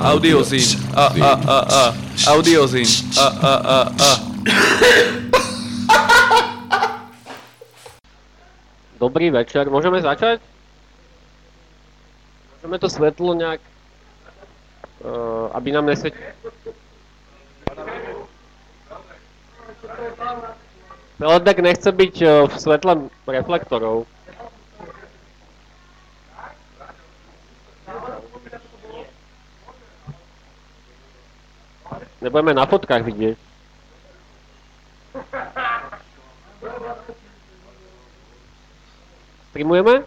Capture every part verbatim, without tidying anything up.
Audiozín. A, a, a, a. Audiozín. A, a, a, a. Dobrý večer, môžeme začať? Môžeme to svetlo nejak, uh, aby nám nesvietilo. Peledek nechce byť uh, v svetle reflektorov. Nebudeme na fotkách vidieť. Streamujeme?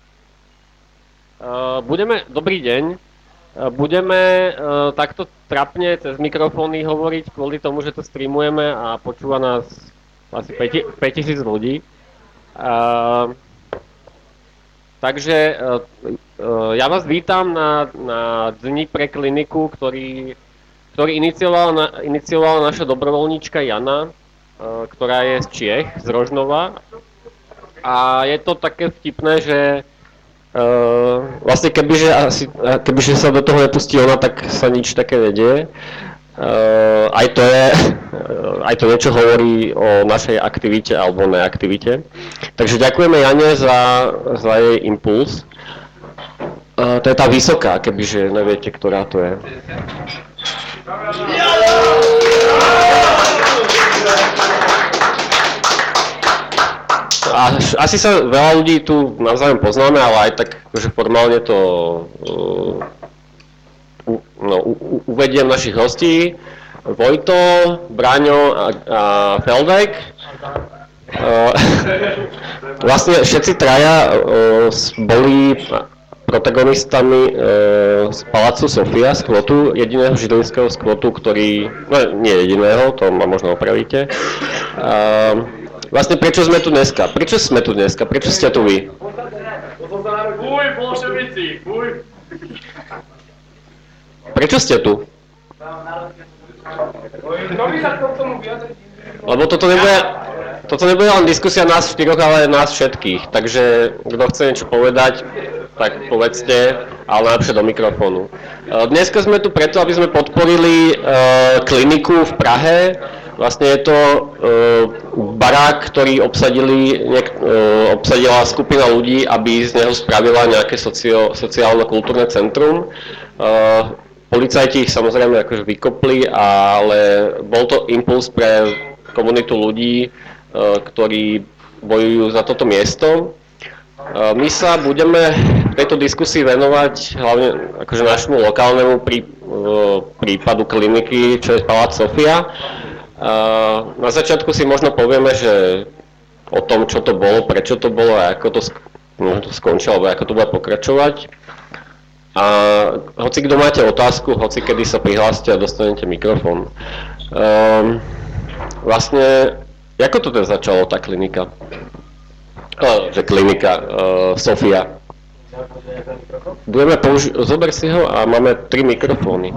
Uh, budeme, dobrý deň. Uh, budeme uh, takto trapne cez mikrofóny hovoriť kvôli tomu, že to streamujeme a počúva nás asi päťtisíc ľudí. Uh, takže uh, uh, ja vás vítam na, na Dni pre kliniku, ktorý, ktorý iniciovala, na, iniciovala naša dobrovoľníčka Jana, uh, ktorá je z Čiech, z Rožnova. A je to také vtipné, že uh, vlastne kebyže, asi, kebyže sa do toho nepustí ona, tak sa nič také nedieje. Uh, aj to je, uh, aj to niečo hovorí o našej aktivite alebo neaktivite. Takže ďakujeme Jane za, za jej impuls. Uh, to je tá vysoká, kebyže neviete, ktorá to je. A asi sa veľa ľudí tu navzájom poznáme, ale aj tak akože formálne to uh, no, u, uvediem našich hostí. Vojto, Braňo a, a Feldek. Uh, vlastne všetci traja uh, boli protagonistami uh, z Palácu Sofia, z kvotu, jediného žilinského skvotu, ktorý, no nie jediného, to ma možno opravíte. Uh, Vlastne prečo sme tu dneska? Prečo sme tu dneska? Prečo ste tu vy? Fuj, bolševici, fuj. Prečo ste tu? Lebo toto nebude, toto nebude len diskusia nás štyroch, ale nás všetkých. Takže kto chce niečo povedať, tak povedzte, ale najlepšie do mikrofónu. Dneska sme tu preto, aby sme podporili uh, kliniku v Prahe. Vlastne je to uh, barák, ktorý obsadili, niek- uh, obsadila skupina ľudí, aby z neho spravila nejaké socio- sociálno-kultúrne centrum. Uh, policajti ich samozrejme akože vykopli, ale bol to impuls pre komunitu ľudí, uh, ktorí bojujú za toto miesto. Uh, my sa budeme v tejto diskusii venovať hlavne akože našemu lokálnemu prí- uh, prípadu kliniky, čo je Palác Sofia. Uh, na začiatku si možno povieme, že o tom, čo to bolo, prečo to bolo a ako to, sk- no, to skončilo, alebo ako to bude pokračovať. A hoci kto máte otázku, hoci kedy sa prihláste a dostanete mikrofón. Um, vlastne, ako to teda začalo, tá klinika? Uh, že klinika, uh, Sofia. Budeme použi- Zober si ho a máme tri mikrofóny.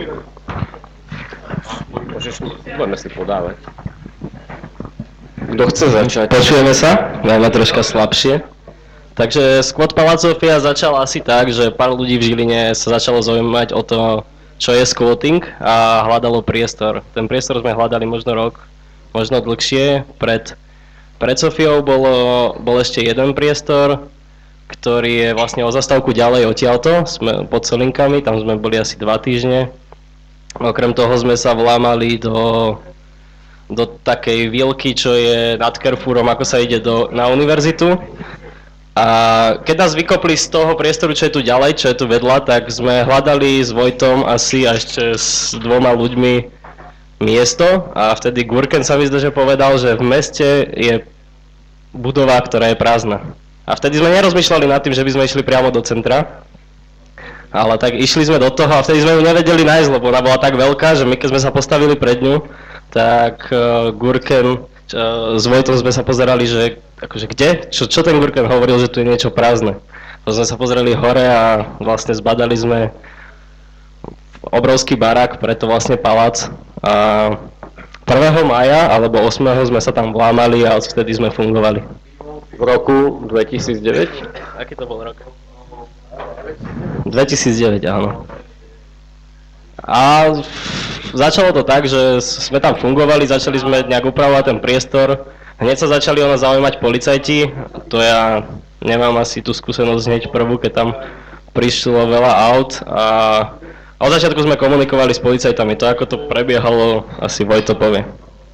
Môžeš, budeme si podávať. Kto chce začať? Počujeme sa? Máme troška slabšie. Takže skvot Palác Sofia začal asi tak, že pár ľudí v Žiline sa začalo zaujímať o to, čo je squatting a hľadalo priestor. Ten priestor sme hľadali možno rok, možno dlhšie. Pred, pred Sofiou bolo, bol ešte jeden priestor, ktorý je vlastne o zastávku ďalej odtiaľto, sme pod Solinkami, tam sme boli asi dva týždne. Okrem toho sme sa vlámali do, do takej výlky, čo je nad Carrefourom, ako sa ide do, na univerzitu. A keď nás vykopli z toho priestoru, čo je tu ďalej, čo je tu vedľa, tak sme hľadali s Vojtom asi a ešte s dvoma ľuďmi miesto. A vtedy Gurken sa mi zdá, že povedal, že v meste je budova, ktorá je prázdna. A vtedy sme nerozmýšľali nad tým, že by sme išli priamo do centra. Ale tak išli sme do toho a vtedy sme ju nevedeli nájsť, lebo ona bola tak veľká, že my keď sme sa postavili pred ňu, tak uh, Gurken, uh, s Vojtom sme sa pozerali, že akože kde? Čo, čo ten Gurken hovoril, že tu je niečo prázdne. To sme sa pozerali hore a vlastne zbadali sme obrovský barák, preto vlastne palác. A prvého mája alebo ôsmeho sme sa tam vlámali a odvtedy sme fungovali. V roku dvetisícdeväť? Aký to bol rok? dvetisícdeväť, áno. A začalo to tak, že sme tam fungovali, začali sme nejak upravovať ten priestor. Hneď sa začali o nás zaujímať policajti. To ja nemám asi tú skúsenosť hneď prvú, keď tam prišlo veľa aut. A od začiatku sme komunikovali s policajtami. To, ako to prebiehalo, asi Vojto povie.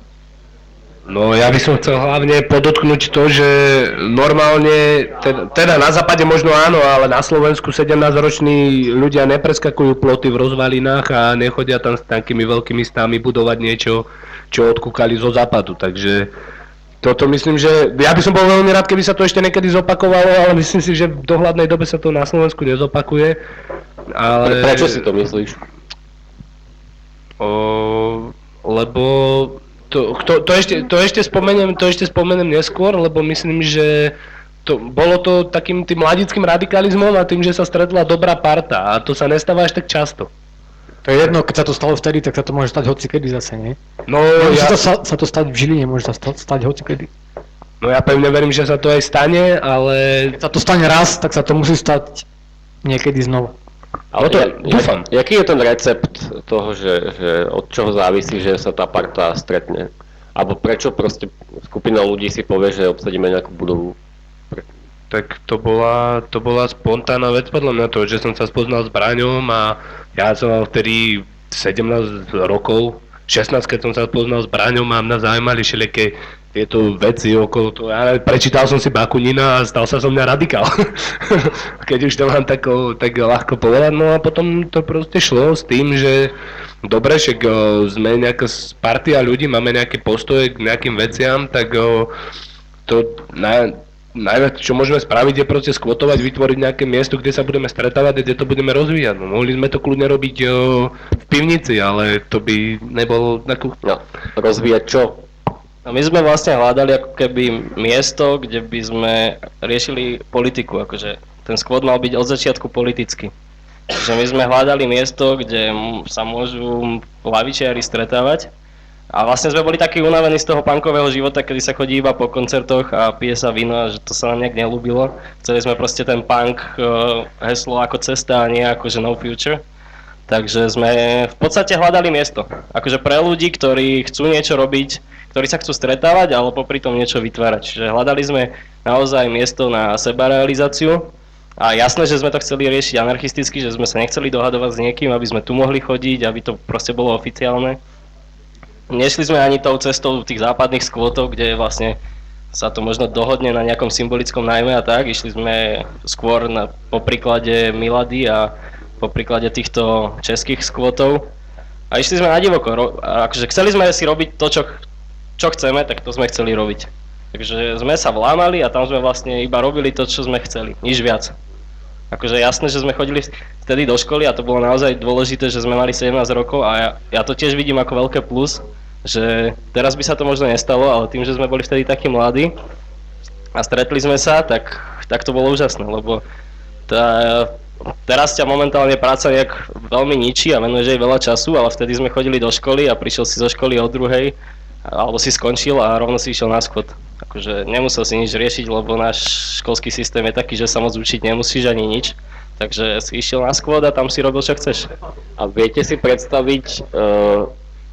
No ja by som chcel hlavne podotknúť to, že normálne, teda, teda na západe možno áno, ale na Slovensku sedemnásťroční ľudia nepreskakujú ploty v rozvalinách a nechodia tam s takými veľkými stami budovať niečo, čo odkúkali zo západu, takže toto myslím, že ja by som bol veľmi rád, keby sa to ešte niekedy zopakovalo, ale myslím si, že v dohľadnej dobe sa to na Slovensku nezopakuje. Ale... Prečo si to myslíš? O, lebo to, to, to, ešte, to, ešte spomeniem, to ešte spomeniem neskôr, lebo myslím, že to, bolo to takým tým mladickým radikalizmom a tým, že sa stretla dobrá parta a to sa nestáva až tak často. To je jedno, keď sa to stalo vtedy, tak sa to môže stať hocikedy zase, nie? No, môže ja... sa, sa to stať v Žiline, môže sa stať, stať hocikedy. No ja pevne verím, že sa to aj stane, ale... Keď sa to stane raz, tak sa to musí stať niekedy znova. Ale no to, ja, dúfam. Jaký je ten recept toho, že, že od čoho závisí, že sa tá parta stretne? Alebo prečo proste skupina ľudí si povie, že obsadíme nejakú budovu? Tak to bola, to bola spontánna vec podľa mňa to, že som sa spoznal s Braňom a ja som mal vtedy sedemnásť rokov, šestnásť, keď som sa spoznal s Braňom a mňa zaujímali všelijaké tieto veci okolo toho. Ja prečítal som si Bakunina a stal sa som mňa radikál. Keď už to mám tako, tak ľahko povedať, no a potom to proste šlo s tým, že dobre, však sme nejaká partia ľudí, máme nejaké postoje k nejakým veciam, tak to na, najviac, čo môžeme spraviť, je proste skvotovať, vytvoriť nejaké miesto, kde sa budeme stretávať a kde to budeme rozvíjať. No, mohli sme to kľudne robiť o, v pivnici, ale to by nebolo takú... No, rozvíjať čo? No my sme vlastne hľadali ako keby miesto, kde by sme riešili politiku, akože ten skvot mal byť od začiatku politický. Takže my sme hľadali miesto, kde sa môžu lavičiari stretávať. A vlastne sme boli takí unavení z toho punkového života, kedy sa chodí iba po koncertoch a pije sa víno a že to sa nám nejak nelúbilo. Chceli sme proste ten punk uh, heslo ako cesta a nie ako že no future. Takže sme v podstate hľadali miesto. Akože pre ľudí, ktorí chcú niečo robiť, ktorí sa chcú stretávať, ale popri tom niečo vytvárať. Čiže hľadali sme naozaj miesto na sebarealizáciu. A jasné, že sme to chceli riešiť anarchisticky, že sme sa nechceli dohadovať s niekým, aby sme tu mohli chodiť, aby to proste bolo oficiálne. Nešli sme ani tou cestou tých západných skvotov, kde vlastne sa to možno dohodne na nejakom symbolickom nájme a tak. Išli sme skôr na, po príklade Milady a po príklade týchto českých skvotov. A išli sme na divoko. Akože chceli sme si robiť to, čo, čo chceme, tak to sme chceli robiť. Takže sme sa vlámali a tam sme vlastne iba robili to, čo sme chceli. Nič viac. Akože jasné, že sme chodili vtedy do školy a to bolo naozaj dôležité, že sme mali sedemnásť rokov a ja, ja to tiež vidím ako veľké plus, že teraz by sa to možno nestalo, ale tým, že sme boli vtedy takí mladí a stretli sme sa, tak, tak to bolo úžasné, lebo tá, teraz ťa momentálne práca nejak veľmi ničí a venuješ jej veľa času, ale vtedy sme chodili do školy a prišiel si zo školy o druhej, alebo si skončil a rovno si išiel na skvot. Akože nemusel si nič riešiť, lebo náš školský systém je taký, že sa moc učiť nemusíš ani nič. Takže si išiel na skvot a tam si robil, čo chceš. A viete si predstaviť uh,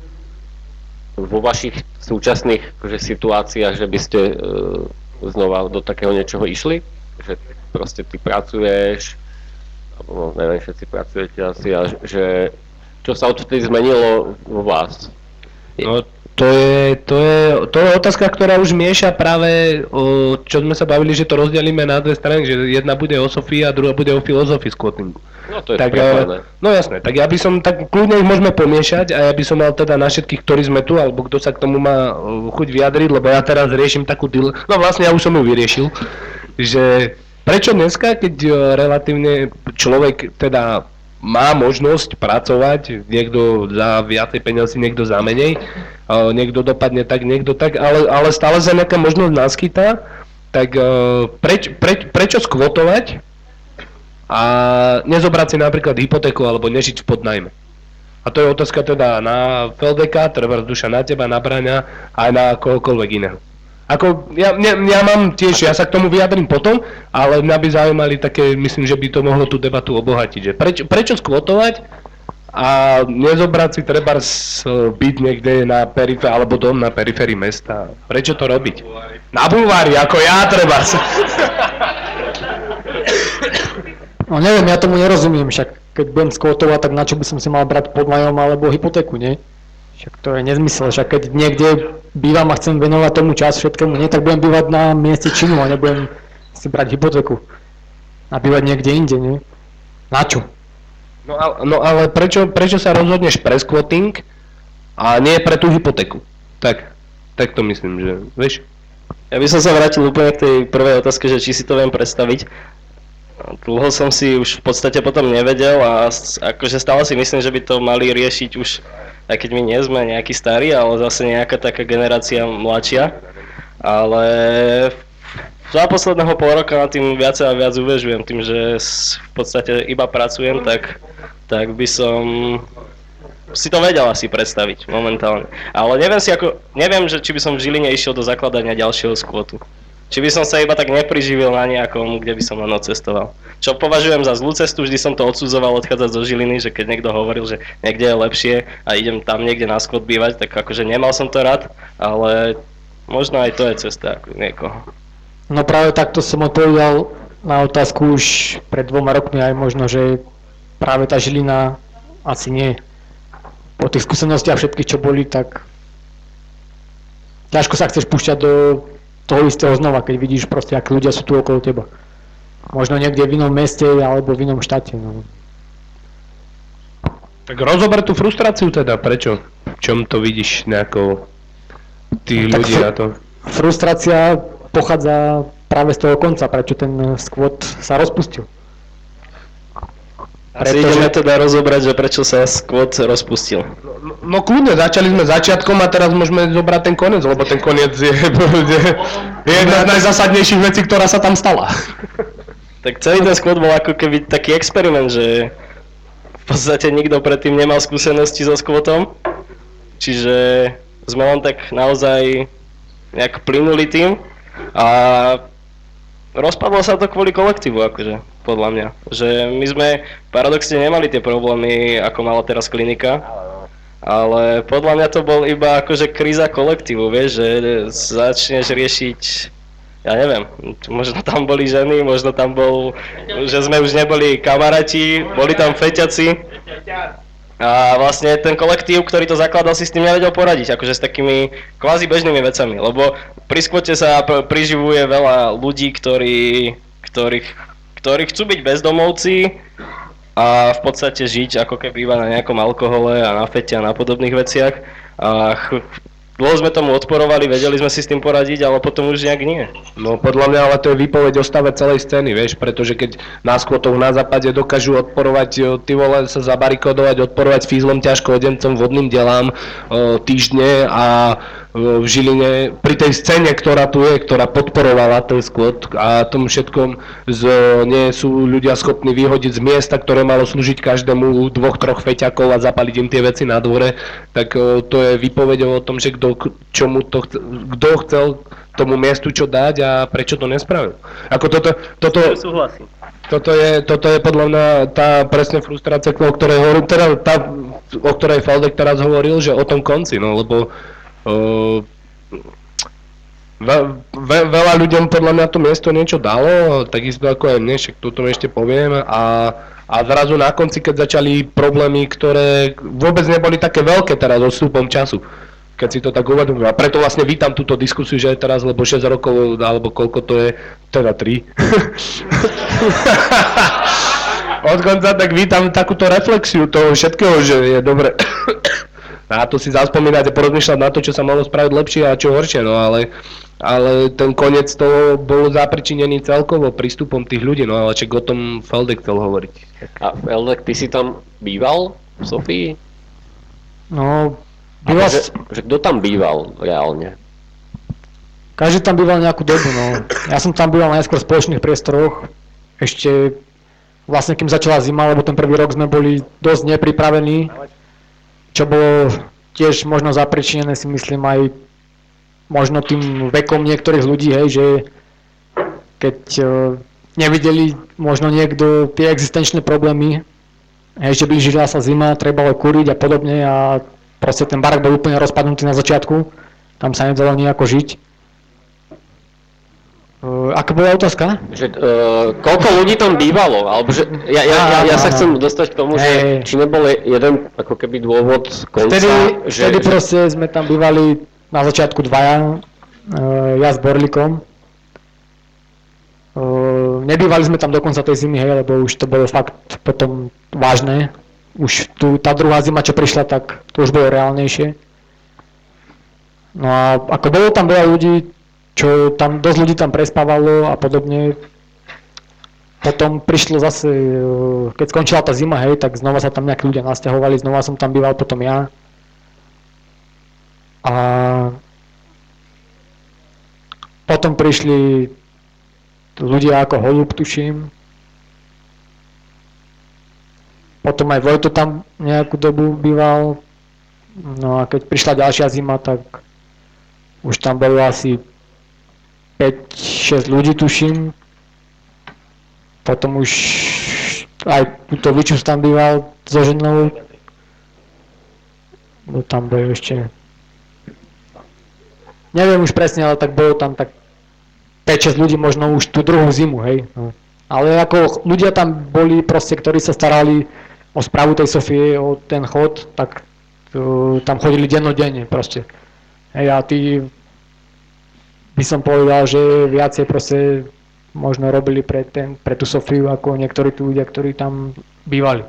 vo vašich súčasných akože, situáciách, že by ste uh, znova do takého niečoho išli? Že proste ty pracuješ, alebo no, neviem, všetci pracujete asi, a že čo sa odvtedy zmenilo vo vás? No, To je, to, je, to je otázka, ktorá už mieša práve, o, čo sme sa bavili, že to rozdelíme na dve strany, že jedna bude o Sofii a druhá bude o filozofii skvotingu. No to je tak, prepadné. No jasné, tak ja by som, tak kľudne ich môžeme pomiešať a ja by som mal teda na všetkých, ktorí sme tu, alebo kto sa k tomu má chuť vyjadriť, lebo ja teraz riešim takú dil... No vlastne ja už som ju vyriešil, že prečo dneska, keď relatívne človek teda má možnosť pracovať, niekto za viacej peniazy, niekto za menej, niekto dopadne tak, niekto tak, ale, ale stále sa nejaká možnosť naskytá, tak preč, preč, prečo skvotovať a nezobrať si napríklad hypotéku alebo nežiť v podnajme? A to je otázka teda na Feldeka, treba duša na teba, na Braňa aj na kohokoľvek iného. Ako, ja, ja, ja mám tiež, ja sa k tomu vyjadrím potom, ale mňa by zaujímali také, myslím, že by to mohlo tú debatu obohatiť, že preč, prečo skvotovať a nezobrať si treba byť niekde na periférii, alebo dom na periférii mesta. Prečo to robiť? Na bulvári, ako ja treba. No neviem, ja tomu nerozumiem, však keď budem skvotovať, tak na čo by som si mal brať podnájom alebo hypotéku, nie? Však to je nezmysel, však keď niekde bývam a chcem venovať tomu čas všetkému, nie, tak budem bývať na mieste činu a nebudem si brať hypotéku. A bývať niekde inde, nie? Na čo? No, ale, no ale prečo, prečo sa rozhodneš pre squatting a nie pre tú hypotéku? Tak, tak to myslím, že vieš. Ja by som sa vrátil úplne k tej prvej otázke, že či si to viem predstaviť. Dlho som si už v podstate potom nevedel a akože stále si myslím, že by to mali riešiť už, aj keď my nie sme nejakí starí, ale zase nejaká taká generácia mladšia. Ale za posledného pol roka na tým viac a viac uvažujem, tým, že v podstate iba pracujem, tak, tak by som si to vedel asi predstaviť momentálne. Ale neviem si ako, neviem, že či by som v Žiline išiel do zakladania ďalšieho skvotu. Či by som sa iba tak nepriživil na nejakom, kde by som len odcestoval. Čo považujem za zlú cestu, vždy som to odsudzoval odchádzať zo Žiliny, že keď niekto hovoril, že niekde je lepšie a idem tam niekde na skvot bývať, tak akože nemal som to rád, ale možno aj to je cesta ako niekoho. No práve takto som odpovedal na otázku už pred dvoma rokmi aj možno, že práve tá Žilina asi nie. Po tých skúsenostiach všetkých, čo boli, tak ťažko sa chceš púšťať do toho istého znova, keď vidíš proste, akí ľudia sú tu okolo teba. Možno niekde v inom meste alebo v inom štáte. No. Tak rozober tú frustráciu teda, prečo? V čom to vidíš nejako tí tak ľudí fr- na to? Frustrácia pochádza práve z toho konca, prečo ten skvot sa rozpustil. Asi ideme teda rozobrať, že prečo sa skvot rozpustil. No, no kľudne, začali sme začiatkom a teraz môžeme zobrať ten koniec, lebo ten koniec je, je, je jedna z najzásadnejších vecí, ktorá sa tam stala. Tak celý ten skvot bol ako keby taký experiment, že v podstate nikto predtým nemal skúsenosti so skvotom, čiže sme len tak naozaj nejak plynuli tým a rozpadlo sa to kvôli kolektívu, akože, podľa mňa. Že my sme paradoxne nemali tie problémy, ako mala teraz klinika, ale podľa mňa to bol iba akože kríza kolektívu, vieš, že začneš riešiť, ja neviem, možno tam boli ženy, možno tam bol, že sme už neboli kamaráti, boli tam feťaci. A vlastne ten kolektív, ktorý to zakladal, si s tým nevedel poradiť, akože s takými kvázi bežnými vecami, lebo pri skvote sa pr- priživuje veľa ľudí, ktorí, ktorí, ktorí chcú byť bezdomovci a v podstate žiť ako keby iba na nejakom alkohole a na fete a na podobných veciach. A ch- dlho sme tomu odporovali, vedeli sme si s tým poradiť, ale potom už nejak nie. No podľa mňa ale to je výpoveď o stave celej scény, vieš, pretože keď na skvotoch na západe dokážu odporovať, ty vole, sa zabarikodovať, odporovať fízlom, ťažkohodencom, vodným delám o, týždne a o, v Žiline, pri tej scéne, ktorá tu je, ktorá podporovala ten skvot a tomu všetkom z, nie sú ľudia schopní vyhodiť z miesta, ktoré malo slúžiť každému dvoch, troch feťakov a zapaliť im tie veci na dvore, tak o, to je výpoveď o tom, že kto čomu to chce, kto chcel tomu miestu čo dať a prečo to nespravil. Ako toto, toto, toto, je, toto je podľa mňa tá presne frustrácia, o ktorej hovorím, teda tá, o ktorej Feldek teraz hovoril, že o tom konci, no lebo uh, ve, ve, veľa ľuďom podľa mňa to miesto niečo dalo, takisto ako aj mne, však toto ešte poviem a A zrazu na konci, keď začali problémy, ktoré vôbec neboli také veľké teraz odstupom času, keď si to tak uvedomím. A preto vlastne vítam túto diskusiu, že je teraz, lebo šesť rokov, alebo koľko to je, teda tri. Od konca tak vítam takúto reflexiu toho všetkého, že je dobre na to si zaspomínať a porozmýšľať na to, čo sa malo spraviť lepšie a čo horšie, no ale, ale ten koniec toho bol zapričinený celkovo prístupom tých ľudí, no ale čak o tom Feldek chcel hovoriť. A Feldek, ty si tam býval v Sofii? No, býval... Že, že kto tam býval reálne? Každý tam býval nejakú dobu, no. Ja som tam býval najskôr v spoločných priestoroch, ešte vlastne kým začala zima, lebo ten prvý rok sme boli dosť nepripravení, čo bolo tiež možno zapričinené, si myslím, aj možno tým vekom niektorých ľudí, hej, že keď uh, nevideli možno niekto tie existenčné problémy Ešte blížila sa zima, trebalo kúriť a podobne a proste ten barák bol úplne rozpadnutý na začiatku. Tam sa nedalo nejako žiť. Uh, aká bola otázka? Že, uh, koľko ľudí tam bývalo? Alebo že, ja, ja, ja, ja sa chcem dostať k tomu, že či nebol jeden ako keby dôvod konca, vtedy, že... Vtedy proste sme tam bývali na začiatku dvaja, uh, ja s Borlikom. Uh, nebývali sme tam do konca tej zimy, hej, lebo už to bolo fakt potom vážne. Už tu, tá druhá zima, čo prišla, tak to už bolo reálnejšie. No a ako bolo tam veľa ľudí, čo tam, dosť ľudí tam prespávalo a podobne. Potom prišlo zase, keď skončila tá zima, hej, tak znova sa tam nejakí ľudia nasťahovali, znova som tam býval potom ja. A potom prišli ľudia ako Holub, tuším. Potom aj Vojto tam nejakú dobu býval. No a keď prišla ďalšia zima, tak už tam bolo asi päť šesť ľudí, tuším. Potom už aj túto Vyčus tam býval so ženou. No tam bolo ešte... Neviem už presne, ale tak bolo tam tak päť šesť ľudí možno už tú druhú zimu, hej. No. Ale ako ľudia tam boli proste, ktorí sa starali o správu tej Sofie, o ten chod, tak uh, tam chodili dennodenne proste. Hej, a tí by som povedal, že viacej proste možno robili pre, ten, pre tú Sofiu ako niektorí tí ľudia, ktorí tam bývali.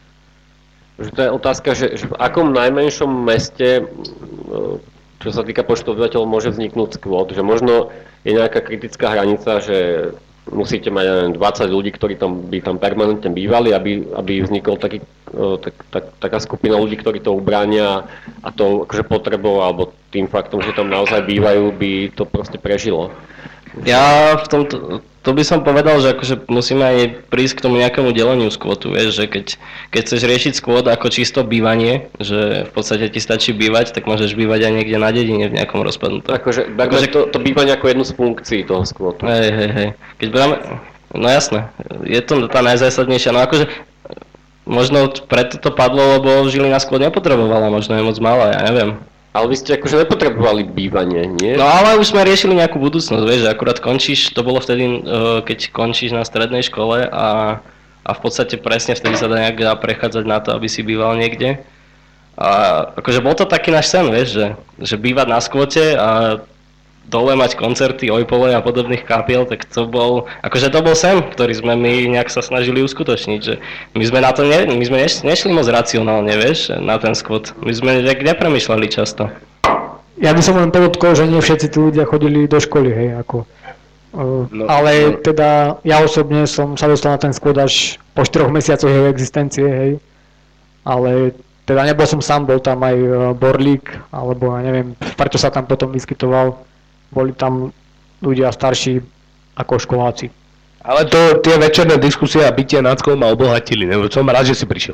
Že to je otázka, že, že v akom najmenšom meste, čo sa týka počtu obyvateľov, môže vzniknúť skvot, že možno je nejaká kritická hranica, že musíte mať neviem, dvadsať ľudí, ktorí tam by tam permanentne bývali, aby, aby vznikol taký, tak, tak, taká skupina ľudí, ktorí to ubránia a to akože potrebou alebo tým faktom, že tam naozaj bývajú, by to proste prežilo. Ja v tomto, to by som povedal, že akože musíme aj prísť k tomu nejakému deleniu skvotu, vieš, že keď, keď chceš riešiť skvot ako čisto bývanie, že v podstate ti stačí bývať, tak môžeš bývať aj niekde na dedine v nejakom rozpadnutom. Akože, akože to, to bývanie ako jednu z funkcií toho skvotu. Hej, hej, hej. Keď budeme, no jasné, je to tá najzásadnejšia, no akože možno preto to padlo, lebo Žilina skvot nepotrebovala, možno je moc malá, ja neviem. Ale vy ste akože nepotrebovali bývanie, nie? No ale už sme riešili nejakú budúcnosť, vieš, že akurát končíš, to bolo vtedy, keď končíš na strednej škole a, a v podstate presne vtedy sa dá nejak dá prechádzať na to, aby si býval niekde. A akože bol to taký náš sen, vieš, že, že bývať na skvote a dole mať koncerty Ojpole a podobných kapiel, tak to bol, akože to bol sen, ktorý sme my nejak sa snažili uskutočniť, že my sme na to, ne, my sme neš, nešli moc racionálne, vieš, na ten skvot, my sme nejak nepremýšľali často. Ja by som len podotkol, že nie všetci tí ľudia chodili do školy, hej, ako, uh, no, ale no. Teda ja osobne som sa dostal na ten skvot až po štyroch mesiacoch jeho existencie, hej, ale teda nebol som sám, bol tam aj Borlík, alebo ja neviem, prečo sa tam potom vyskytoval. Boli tam ľudia starší ako školáci. Ale to, tie večerné diskusie a bytie náckou ma obohatili, nebo som rád, že si prišiel.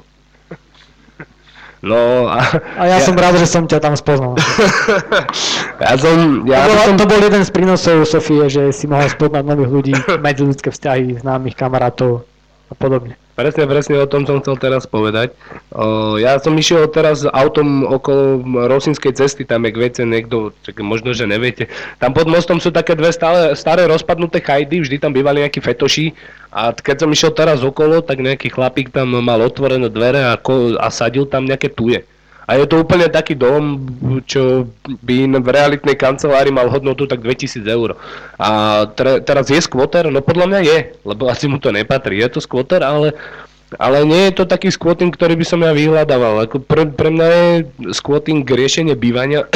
No a... A ja, ja som rád, že som ťa tam spoznal. ja som... Ja to, bol, som... to bol jeden z prínosov Sofie, že si mohol spoznať nových ľudí, medziľudské vzťahy, známych kamarátov a podobne. Presne, presne o tom som chcel teraz povedať. O, ja som išiel teraz autom okolo Rosinskej cesty, tam je k vece niekto, čak, možno, že neviete. Tam pod mostom sú také dve stále, staré rozpadnuté chajdy, vždy tam bývali nejakí fetoši. A keď som išiel teraz okolo, tak nejaký chlapík tam mal otvorené dvere a, ko, a sadil tam nejaké tuje. A je to úplne taký dom, čo by v realitnej kancelárii mal hodnotu tak dvetisíc eur. A tre, teraz je skvoter? No podľa mňa je, lebo asi mu to nepatrí. Je to skvoter, ale, ale nie je to taký skvoting, ktorý by som ja vyhľadával. Ako pre, pre mňa je skvoting riešenie bývania.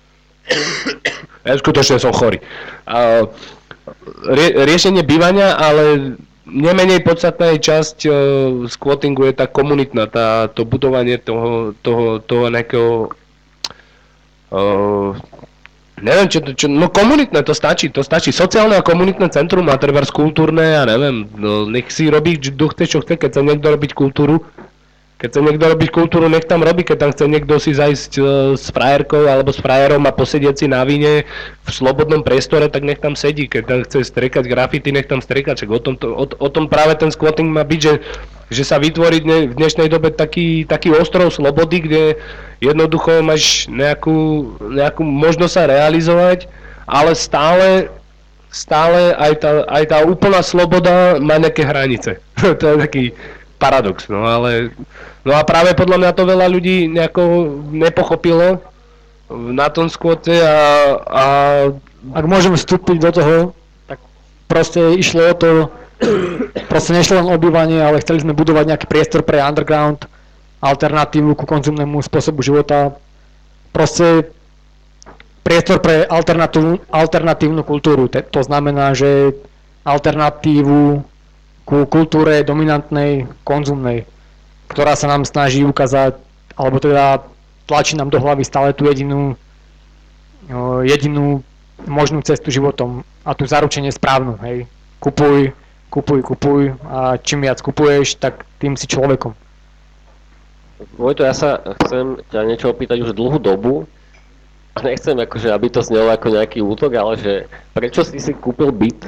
Ja skutočne som chorý. A, rie, riešenie bývania, ale... Nemenej podstatná je časť uh, squattingu je tá komunitná, tá, to budovanie toho, toho, toho nejakého, uh, neviem čo, čo, no komunitné, to stačí, to stačí, sociálne a komunitné centrum a trebárs kultúrne, ja neviem, no, nech si robí, kto chce, čo chce, keď sa niekto robiť kultúru, keď sa niekto robiť kultúru, nech tam robí, keď tam chce niekto si zajsť uh, s frajerkou alebo s frajerom a posedieť si na víne v slobodnom priestore, tak nech tam sedí, keď tam chce striekať grafity, nech tam strieka, čak o tom, to, o, o tom práve ten squatting má byť, že že sa vytvorí dne, v dnešnej dobe taký, taký ostrov slobody, kde jednoducho máš nejakú, nejakú možnosť sa realizovať, ale stále, stále aj tá, aj tá úplná sloboda má nejaké hranice. To je taký paradox, no ale... No a práve podľa mňa to veľa ľudí nejako nepochopilo na tom skvote a, a... Ak môžem vstúpiť do toho, tak proste išlo o to, proste nešlo len o obývanie, ale chceli sme budovať nejaký priestor pre underground, alternatívu ku konzumnému spôsobu života. Proste priestor pre alternatívnu, alternatívnu kultúru. To znamená, že alternatívu ku kultúre dominantnej, konzumnej, ktorá sa nám snaží ukázať, alebo teda tlačí nám do hlavy stále tú jedinú, jedinú možnú cestu životom a tú zaručenie správnu, hej. Kupuj, kupuj, kupuj a čím viac kupuješ, tak tým si človekom. Vojto, ja sa chcem ťa niečo opýtať už dlhú dobu a nechcem akože, aby to znelo ako nejaký útok, ale že prečo si si kúpil byt?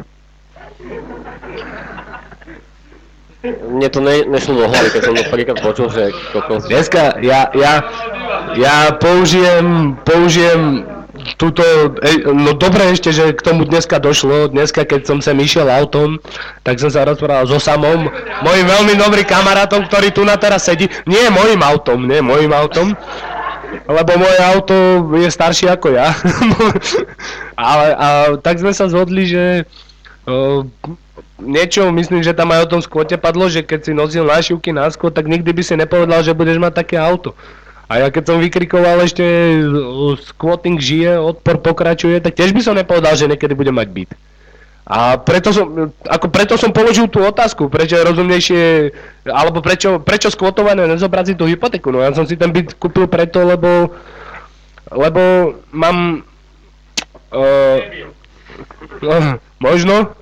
Mne to ne, nešlo do hlavy, keď som to prvýkrát počul, že kokos... Dneska ja, ja, ja použijem, použijem túto, no dobre ešte, že k tomu dneska došlo, dneska keď som sem išiel autom, tak som sa rozprával so Samom, mojim veľmi dobrým kamarátom, ktorý tu na teraz sedí, nie mojim autom, nie mojim autom, lebo moje auto je staršie ako ja, ale a, tak sme sa zhodli, že uh, niečo, myslím, že tam aj o tom skvote padlo, že keď si nosil nášivky na skvot, tak nikdy by si nepovedal, že budeš mať také auto. A ja keď som vykrikoval ešte squatting žije, odpor pokračuje, tak tiež by som nepovedal, že niekedy budem mať byt. A preto som, ako preto som položil tú otázku, prečo je rozumnejšie, alebo prečo, prečo squatované nezobrať si tú hypotéku. No ja som si ten byt kúpil preto, lebo, lebo mám, uh, no, možno,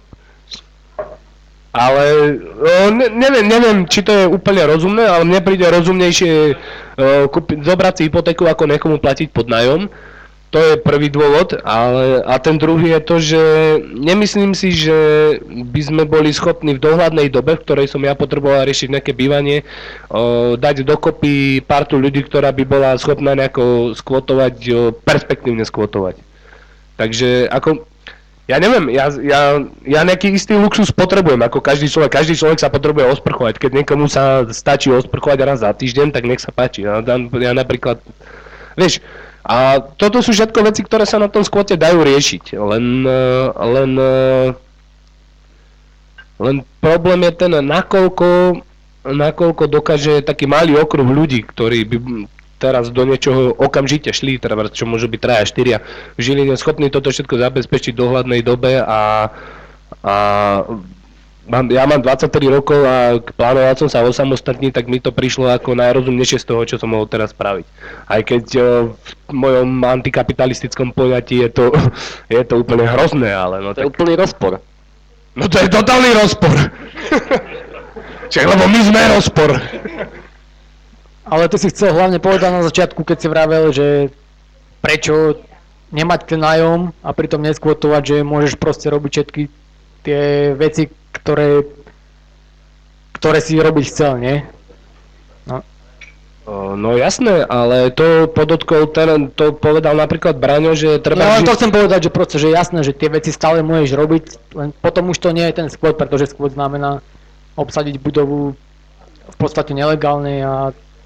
ale uh, ne, neviem, neviem, či to je úplne rozumné, ale mne príde rozumnejšie uh, kúpiť, zobrať si hypotéku, ako niekomu platiť pod nájom. To je prvý dôvod, ale, a ten druhý je to, že nemyslím si, že by sme boli schopní v dohľadnej dobe, v ktorej som ja potreboval riešiť nejaké bývanie, uh, dať dokopy partu ľudí, ktorá by bola schopná nejako skvotovať, uh, perspektívne skvotovať. Takže ako... Ja neviem, ja, ja, ja nejaký istý luxus potrebujem, ako každý človek, každý človek sa potrebuje osprchovať, keď niekomu sa stačí osprchovať raz za týždeň, tak nech sa páči, ja, ja napríklad, vieš, a toto sú všetko veci, ktoré sa na tom skvote dajú riešiť, len, len, len problém je ten, nakoľko, nakoľko dokáže taký malý okruh ľudí, ktorí by teraz do niečoho okamžite šli, teda čo môžu byť traja, štyria v Žiline schopní toto všetko zabezpečiť v dohľadnej dobe a, a mám, ja mám dvadsaťtri rokov a plánoval som sa osamostatniť, tak mi to prišlo ako najrozumnejšie z toho, čo som mohol teraz spraviť. Aj keď v mojom antikapitalistickom poňatí je to, je to úplne hrozné, ale no to tak... je úplný rozpor. No to je totálny rozpor. Však lebo my sme rozpor. Ale ty si chcel hlavne povedať na začiatku, keď si vravel, že prečo nemať ten nájom a pritom neskvotovať, že môžeš proste robiť všetky tie veci, ktoré, ktoré si robiť chcel, nie? No. No jasné, ale to podotkol ten, to povedal napríklad Braňo, že treba... No len to chcem povedať, že proste, že jasné, že tie veci stále môžeš robiť, len potom už to nie je ten skvot, pretože skvot znamená obsadiť budovu v podstate nelegálne a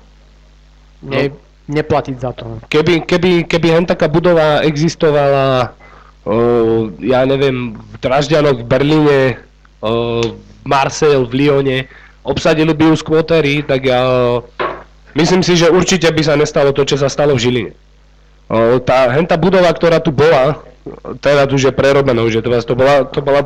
Ne, neplatiť za to. Keby, keby, keby hen taká budova existovala, o, ja neviem, v Dražďanoch, v Berlíne, o, v Marseille, v Lyone, obsadili by ju skvotéri, tak ja o, myslím si, že určite by sa nestalo to, čo sa stalo v Žiline. O, tá, hen tá budova, ktorá tu bola, teraz už je prerobená, že to, to bola, to bola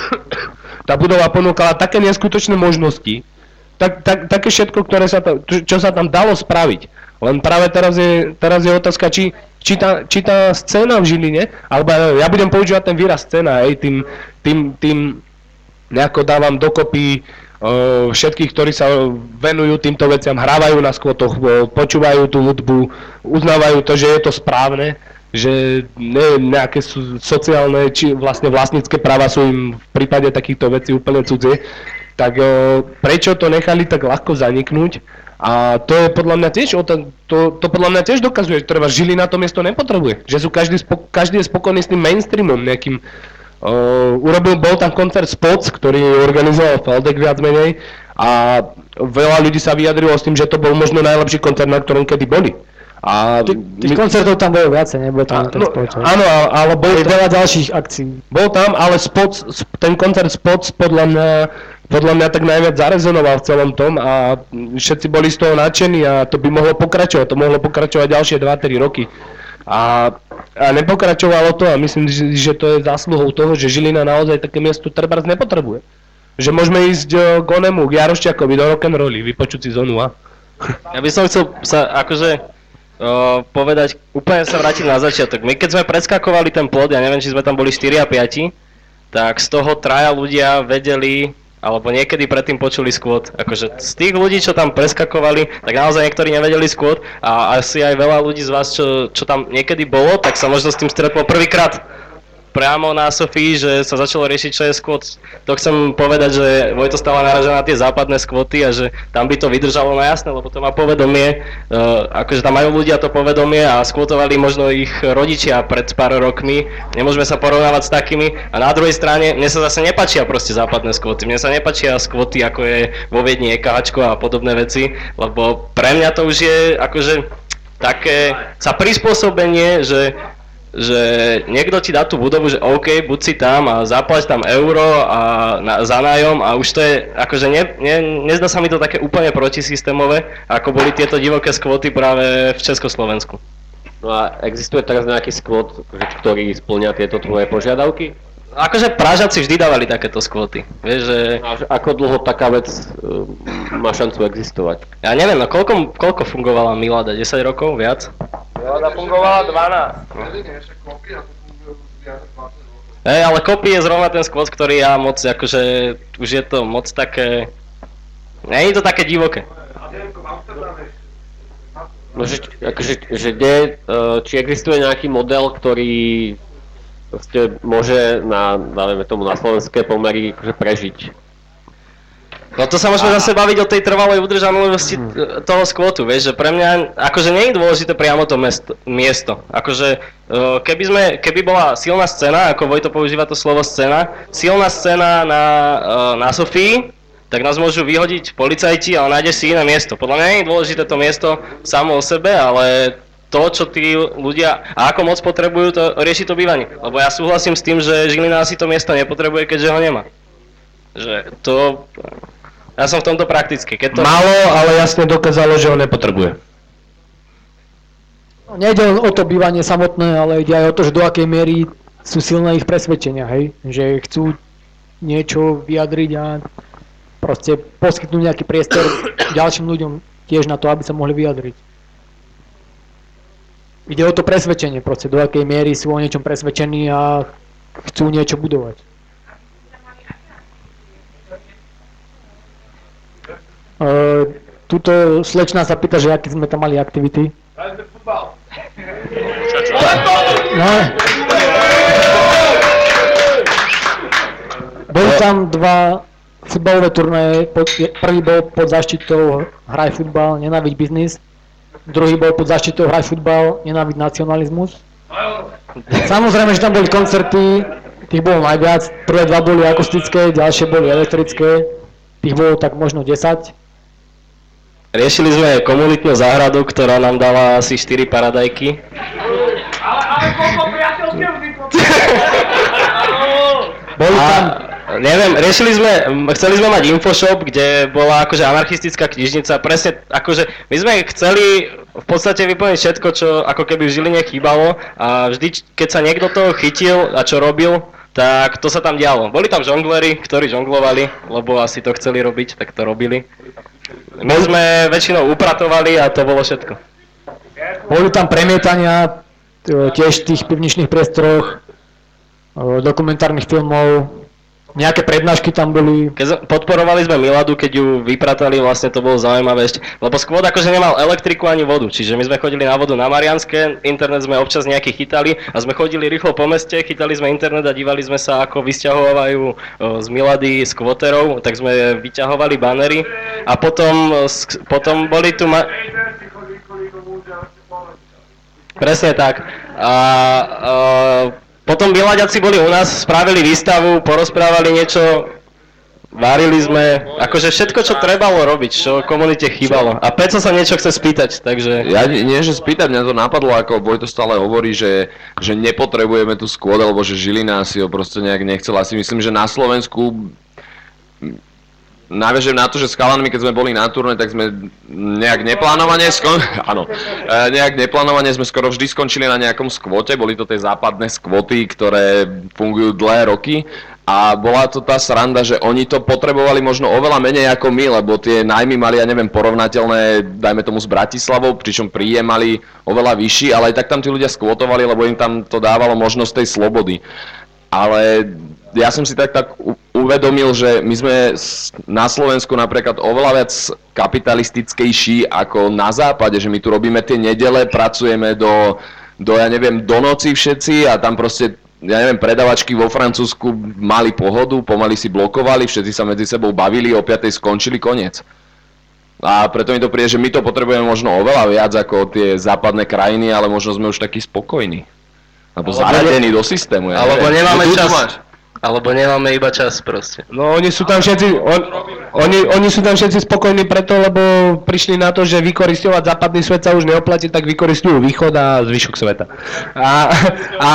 tá budova ponúkala také neskutočné možnosti, Tak, tak, také všetko, ktoré sa tam, čo sa tam dalo spraviť. Len práve teraz je, teraz je otázka, či, či, tá, či tá scéna v Žiline, alebo ja budem používať ten výraz scéna, hej, tým, tým, tým nejako dávam dokopy uh, všetkých, ktorí sa venujú týmto veciam, hrávajú na skvotoch, uh, počúvajú tú hudbu, uznávajú to, že je to správne, že ne, nejaké sú sociálne či vlastne vlastnícke práva sú im v prípade takýchto vecí úplne cudzie. tak o, prečo to nechali tak ľahko zaniknúť? A to je podľa mňa tiež, to, to, to podľa mňa tiež dokazuje, že treba Žilina to miesto nepotrebuje. Že sú každý, spok- každý je spokojný s tým mainstreamom nejakým. Uh, urobil, bol tam koncert Spots, ktorý organizoval Feldek viac menej a veľa ľudí sa vyjadrilo s tým, že to bol možno najlepší koncert, na ktorom kedy boli. A Tých my... koncertov tam bolo viacej, nebolo tam ten no, Spots. Áno, ale bol tam veľa ďalších akcií. Bol tam, ale Spots, ten koncert Spots podľa mňa, podľa mňa tak najviac zarezonoval v celom tom a všetci boli z toho nadšení a to by mohlo pokračovať, to mohlo pokračovať ďalšie dva tri roky. A, a nepokračovalo to a myslím, že, že to je zásluhou toho, že Žilina naozaj také miesto trebárs nepotrebuje. Že môžeme ísť uh, k onemu, k Jarošťakovi do rock'n'rolly, vypočuť si zónu A. Ja by som chcel sa akože uh, povedať, úplne sa vrátiť na začiatok. My keď sme preskakovali ten plot, ja neviem, či sme tam boli štyri a päť, tak z toho traja ľudia vedeli, alebo niekedy predtým počuli skvot. Akože z tých ľudí, čo tam preskakovali, tak naozaj niektorí nevedeli skvot a asi aj veľa ľudí z vás, čo, čo tam niekedy bolo, tak sa možno s tým stretlo prvýkrát priamo na Sofii, že sa začalo riešiť, čo je skvot. To chcem povedať, že Vojto stále naráža na tie západné skvoty a že tam by to vydržalo na jasné, lebo to má povedomie, uh, akože tam majú ľudia to povedomie a skvotovali možno ich rodičia pred pár rokmi. Nemôžeme sa porovnávať s takými. A na druhej strane, mne sa zase nepačia proste západné skvoty. Mne sa nepačia skvoty, ako je vo Viedni EKHčko a podobné veci, lebo pre mňa to už je akože také sa prispôsobenie, že že niekto ti dá tú budovu, že OK, buď si tam a zaplať tam euro a na, za nájom a už to je, akože ne, ne, nezdá sa mi to také úplne protisystémové, ako boli tieto divoké skvoty práve v Československu. No a existuje teraz nejaký skvot, ktorý spĺňa tieto tvoje požiadavky? Akože Pražáci vždy dávali takéto skvoty, vieš, že... A ako dlho taká vec uh, má šancu existovať? Ja neviem, no koľko, koľko fungovala Milada, desať rokov, viac? Milada fungovala dvanásť. Hej, ale Kopy je zrovna ten skvot, ktorý ja moc, akože, už je to moc také... Nie je to také divoké. No, že, akože, že kde, uh, či existuje nejaký model, ktorý proste môže na, dávame tomu, na slovenské pomery akože prežiť. No to sa môžeme zase baviť o tej trvalej udržateľnosti toho skvotu, vieš, že pre mňa, akože nie je dôležité priamo to mesto, miesto, akože keby sme, keby bola silná scéna, ako Vojto používa to slovo scéna, silná scéna na, na Sofii, tak nás môžu vyhodiť policajti, ale nájdeš si iné miesto. Podľa mňa nie je dôležité to miesto samo o sebe, ale to, čo tí ľudia a ako moc potrebujú, to rieši to bývanie. Lebo ja súhlasím s tým, že Žilina asi to miesto nepotrebuje, keďže ho nemá. Že to... Ja som v tomto praktický. Keď to... Malo, ale jasne dokázalo, že ho nepotrebuje. Nejde len o to bývanie samotné, ale ide aj o to, že do akej miery sú silné ich presvedčenia, hej? Že chcú niečo vyjadriť a proste poskytnúť nejaký priestor ďalším ľuďom tiež na to, aby sa mohli vyjadriť. Ide o to presvedčenie, proste do akej miery sú o niečom presvedčení a chcú niečo budovať. Uh, tuto slečná sa pýta, že aký sme tam mali aktivity. No. Boli tam dva futbalové turnaje, prvý bol pod záštitou Hraj futbal, nenáviď biznis, druhý bol pod záštitou Hraj futbal, nenáviď nacionalizmus. Samozrejme, že tam boli koncerty, tých bolo najviac, prvé dva boli akustické, ďalšie boli elektrické, tých bolo tak možno desať. Riešili sme komunitnú záhradu, ktorá nám dala asi štyri paradajky. Ale, ale koľko priateľského vzniklo? Boli tam, neviem, riešili sme, chceli sme mať infoshop, kde bola akože anarchistická knižnica, presne akože my sme chceli v podstate vyplniť všetko, čo ako keby v Žiline chýbalo a vždy, keď sa niekto toho chytil a čo robil, tak to sa tam dialo. Boli tam žonglery, ktorí žonglovali, lebo asi to chceli robiť, tak to robili. My sme väčšinou upratovali a to bolo všetko. Boli tam premietania tiež v tých pivničných priestoroch, dokumentárnych filmov, nejaké prednášky tam boli. Keď sme- podporovali sme Miladu, keď ju vypratali, vlastne to bolo zaujímavé ešte, lebo skôr akože nemal elektriku ani vodu, čiže my sme chodili na vodu na Marianske, internet sme občas nejaký chytali a sme chodili rýchlo po meste, chytali sme internet a dívali sme sa, ako vysťahovajú o, z Milady skvoterov, tak sme vyťahovali banery a potom, o, sk- potom boli tu ma- Presne tak. A, a potom Milaďaci boli u nás, spravili výstavu, porozprávali niečo, varili sme, akože všetko, čo trebalo robiť, čo komunite chýbalo. A Peco sa niečo chce spýtať, takže... Ja nie, nie, že spýtať, mňa to napadlo, ako Vojto stále hovorí, že, že nepotrebujeme tú skôd, alebo že Žilina si ho proste nejak nechcela. Ja si myslím, že na Slovensku naviažem na to, že s chalanmi, keď sme boli na turné, tak sme nejak neplánovane skon... Áno. E, nejak neplánovane sme skoro vždy skončili na nejakom skvote, boli to tie západné skvoty, ktoré fungujú dlhé roky a bola to tá sranda, že oni to potrebovali možno oveľa menej ako my, lebo tie nájmy mali, ja neviem, porovnateľné, dajme tomu s Bratislavou, pričom príjem mali oveľa vyšší, ale aj tak tam tí ľudia skvotovali, lebo im tam to dávalo možnosť tej slobody. Ale ja som si tak, tak uvedomil, že my sme na Slovensku napríklad oveľa viac kapitalistickejší ako na západe, že my tu robíme tie nedele, pracujeme do, do ja neviem, do noci všetci a tam proste, ja neviem, predavačky vo Francúzsku mali pohodu, pomaly si blokovali, všetci sa medzi sebou bavili, o piatej skončili, koniec. A preto mi to príde, že my to potrebujeme možno oveľa viac ako tie západné krajiny, ale možno sme už takí spokojní. Alebo zaradení do systému, ja Alebo neviem. nemáme No, tu čas. máš. Alebo nemáme iba čas proste. No oni sú tam všetci, on, oni, oni sú tam všetci spokojní preto, lebo prišli na to, že vykoristovať západný svet sa už neoplatí, tak vykoristujú východ a zvyšok sveta. A, a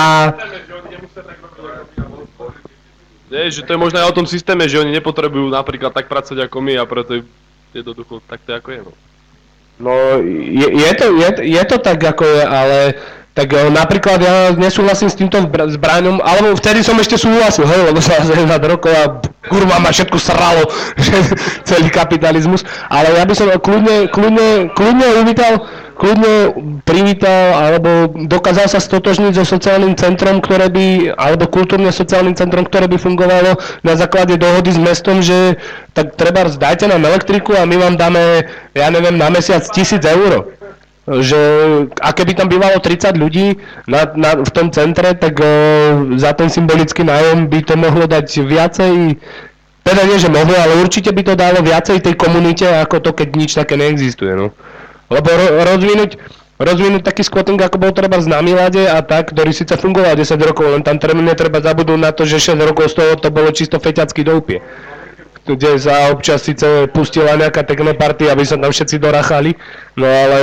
Nie, že to je možno aj o tom systéme, že oni nepotrebujú napríklad tak pracovať ako my a preto je jednoducho tak to ako je. No. no je, je, to, je, je to tak ako je, ale tak e, napríklad ja nesúhlasím s týmto zbra- zbraňom, alebo vtedy som ešte súhlasil, hej, lebo sa za rokov a kurva ma všetko sralo, že celý kapitalizmus, ale ja by som kľudne, kľudne, kľudne uvítal, kľudne privítal, alebo dokázal sa stotožniť so sociálnym centrom, ktoré by, alebo kultúrne-sociálnym centrom, ktoré by fungovalo na základe dohody s mestom, že tak treba dajte nám elektriku a my vám dáme, ja neviem, na mesiac tisíc eur. Že a keby tam bývalo tridsať ľudí na, na, v tom centre, tak o, za ten symbolický nájom by to mohlo dať viacej, teda nie, že mohlo, ale určite by to dalo viacej tej komunite, ako to, keď nič také neexistuje, no. Lebo ro, rozvinúť, rozvinúť taký squatting, ako bol treba na Milade a tak, ktorý síce fungoval desať rokov, len tam netreba zabudnúť na to, že šesť rokov z toho to bolo čisto feťacký doupie. Kde sa občas síce pustila nejaká techno party, aby sa tam všetci dorachali, no ale...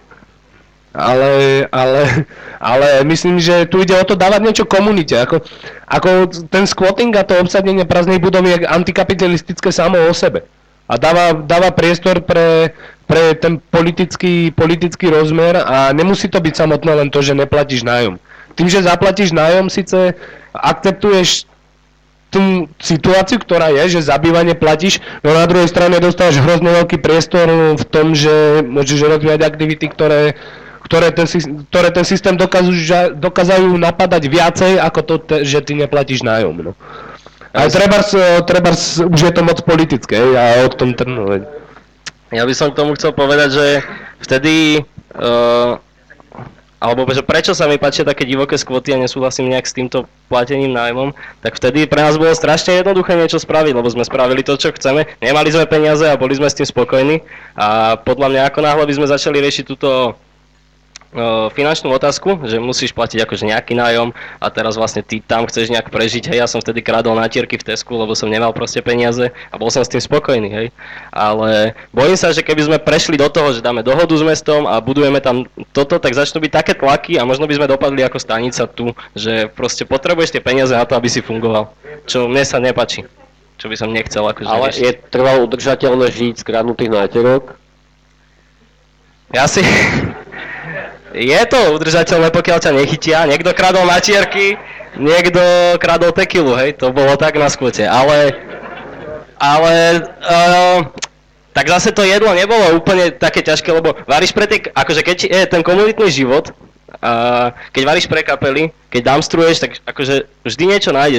Ale, ale, ale myslím, že tu ide o to dávať niečo komunite, ako, ako ten squatting a to obsadenie prázdnej budovy je antikapitalistické samo o sebe. A dáva, dáva priestor pre, pre ten politický, politický rozmer a nemusí to byť samotné len to, že neplatíš nájom. Tým, že zaplatíš nájom, síce akceptuješ tú situáciu, ktorá je, že za bývanie platíš, no na druhej strane dostávaš hrozne veľký priestor v tom, že môžeš rozvíjať aktivity, ktoré Ktoré ten, ktoré ten systém dokazujú, dokazajú napadať viacej, ako to, te, že ty neplatíš nájom. No. Ale treba, treba, už je to moc politické, a o tom trnu. Ja by som k tomu chcel povedať, že vtedy, uh, alebo že prečo sa mi páčia také divoké skvoty a nesúhlasím nejak s týmto platením nájmom, tak vtedy pre nás bolo strašne jednoduché niečo spraviť, lebo sme spravili to, čo chceme, nemali sme peniaze a boli sme s tým spokojní a podľa mňa ako náhle by sme začali riešiť túto finančnú otázku, že musíš platiť akože nejaký nájom a teraz vlastne ty tam chceš nejak prežiť, hej, ja som vtedy kradol natierky v Tesku, lebo som nemal proste peniaze a bol som s tým spokojný, hej, ale bojím sa, že keby sme prešli do toho, že dáme dohodu s mestom a budujeme tam toto, tak začnú byť také tlaky a možno by sme dopadli ako stanica tu, že proste potrebuješ tie peniaze na to, aby si fungoval, čo mne sa nepáči, čo by som nechcel akože Ale riešiť. je trvalo udržateľné žiť z kradnutých nátierok? Ja si... Je to udržateľné, pokiaľ ťa nechytia. Niekto kradol natierky, niekto kradol tequilu, hej, to bolo tak na skvote, ale... Ale... Uh, tak zase to jedlo nebolo úplne také ťažké, lebo varíš pre tie... Akože keď je ten komunitný život, uh, keď varíš pre kapely, keď dumpstruješ, tak akože vždy niečo nájdeš.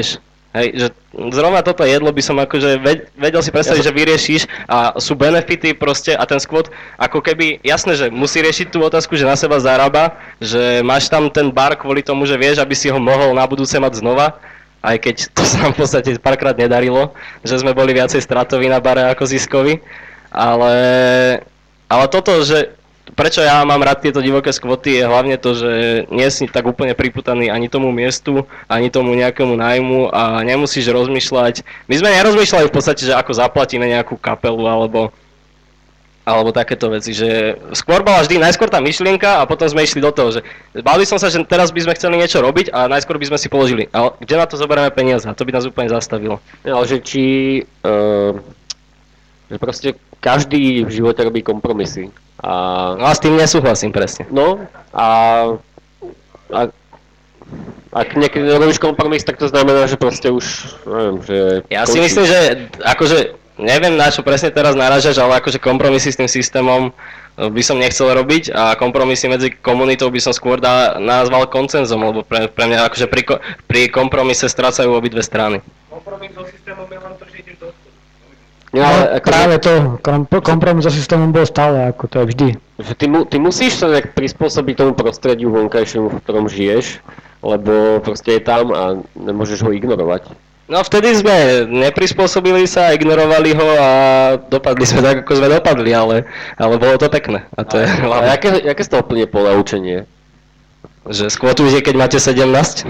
Hej, že zrovna toto jedlo by som akože ved- vedel si predstaviť, ja som... že vyriešiš a sú benefity proste a ten squat, ako keby, jasné, že musí riešiť tú otázku, že na seba zarába, že máš tam ten bar kvôli tomu, že vieš, aby si ho mohol na budúce mať znova, aj keď to sa nám v podstate párkrát nedarilo, že sme boli viacej stratoví na bare ako ziskoví, ale, ale toto, že prečo ja mám rád tieto divoké skvoty je hlavne to, že nie si tak úplne priputaný ani tomu miestu, ani tomu nejakému nájmu a nemusíš rozmýšľať. My sme nerozmýšľali v podstate, že ako zaplatíme nejakú kapelu alebo, alebo takéto veci, že skôr bola vždy najskôr tá myšlienka a potom sme išli do toho, že bál by som sa, že teraz by sme chceli niečo robiť a najskôr by sme si položili, ale kde na to zoberieme peniaze a to by nás úplne zastavilo. Ja, ale že či, uh, že proste každý v živote robí kompromisy. A... No a s tým nesúhlasím presne. No a, a ak niekedy robíš kompromis, tak to znamená, že proste už, neviem, že... Ja končí. si myslím, že akože, neviem na čo presne teraz naražaš, ale akože kompromisy s tým systémom by som nechcel robiť a kompromisy medzi komunitou by som skôr dá, nazval koncenzom, lebo pre, pre mňa akože pri, pri kompromise strácajú obidve strany. Kompromis so systémom je len to, že ideš do Ja, no, ako práve to, kompromis so systémom bol stále, ako to je vždy. Že ty, mu, ty musíš sa nejak prispôsobiť tomu prostrediu vonkajšiemu, v ktorom žiješ, lebo proste je tam a nemôžeš ho ignorovať. No vtedy sme neprispôsobili sa, ignorovali ho a dopadli sme tak, ako sme dopadli, ale, ale bolo to pekné. A to a, je hlavne. A jaké, jaké z toho plne ponaučenie? Že skvotujte, keď máte sedemnásť?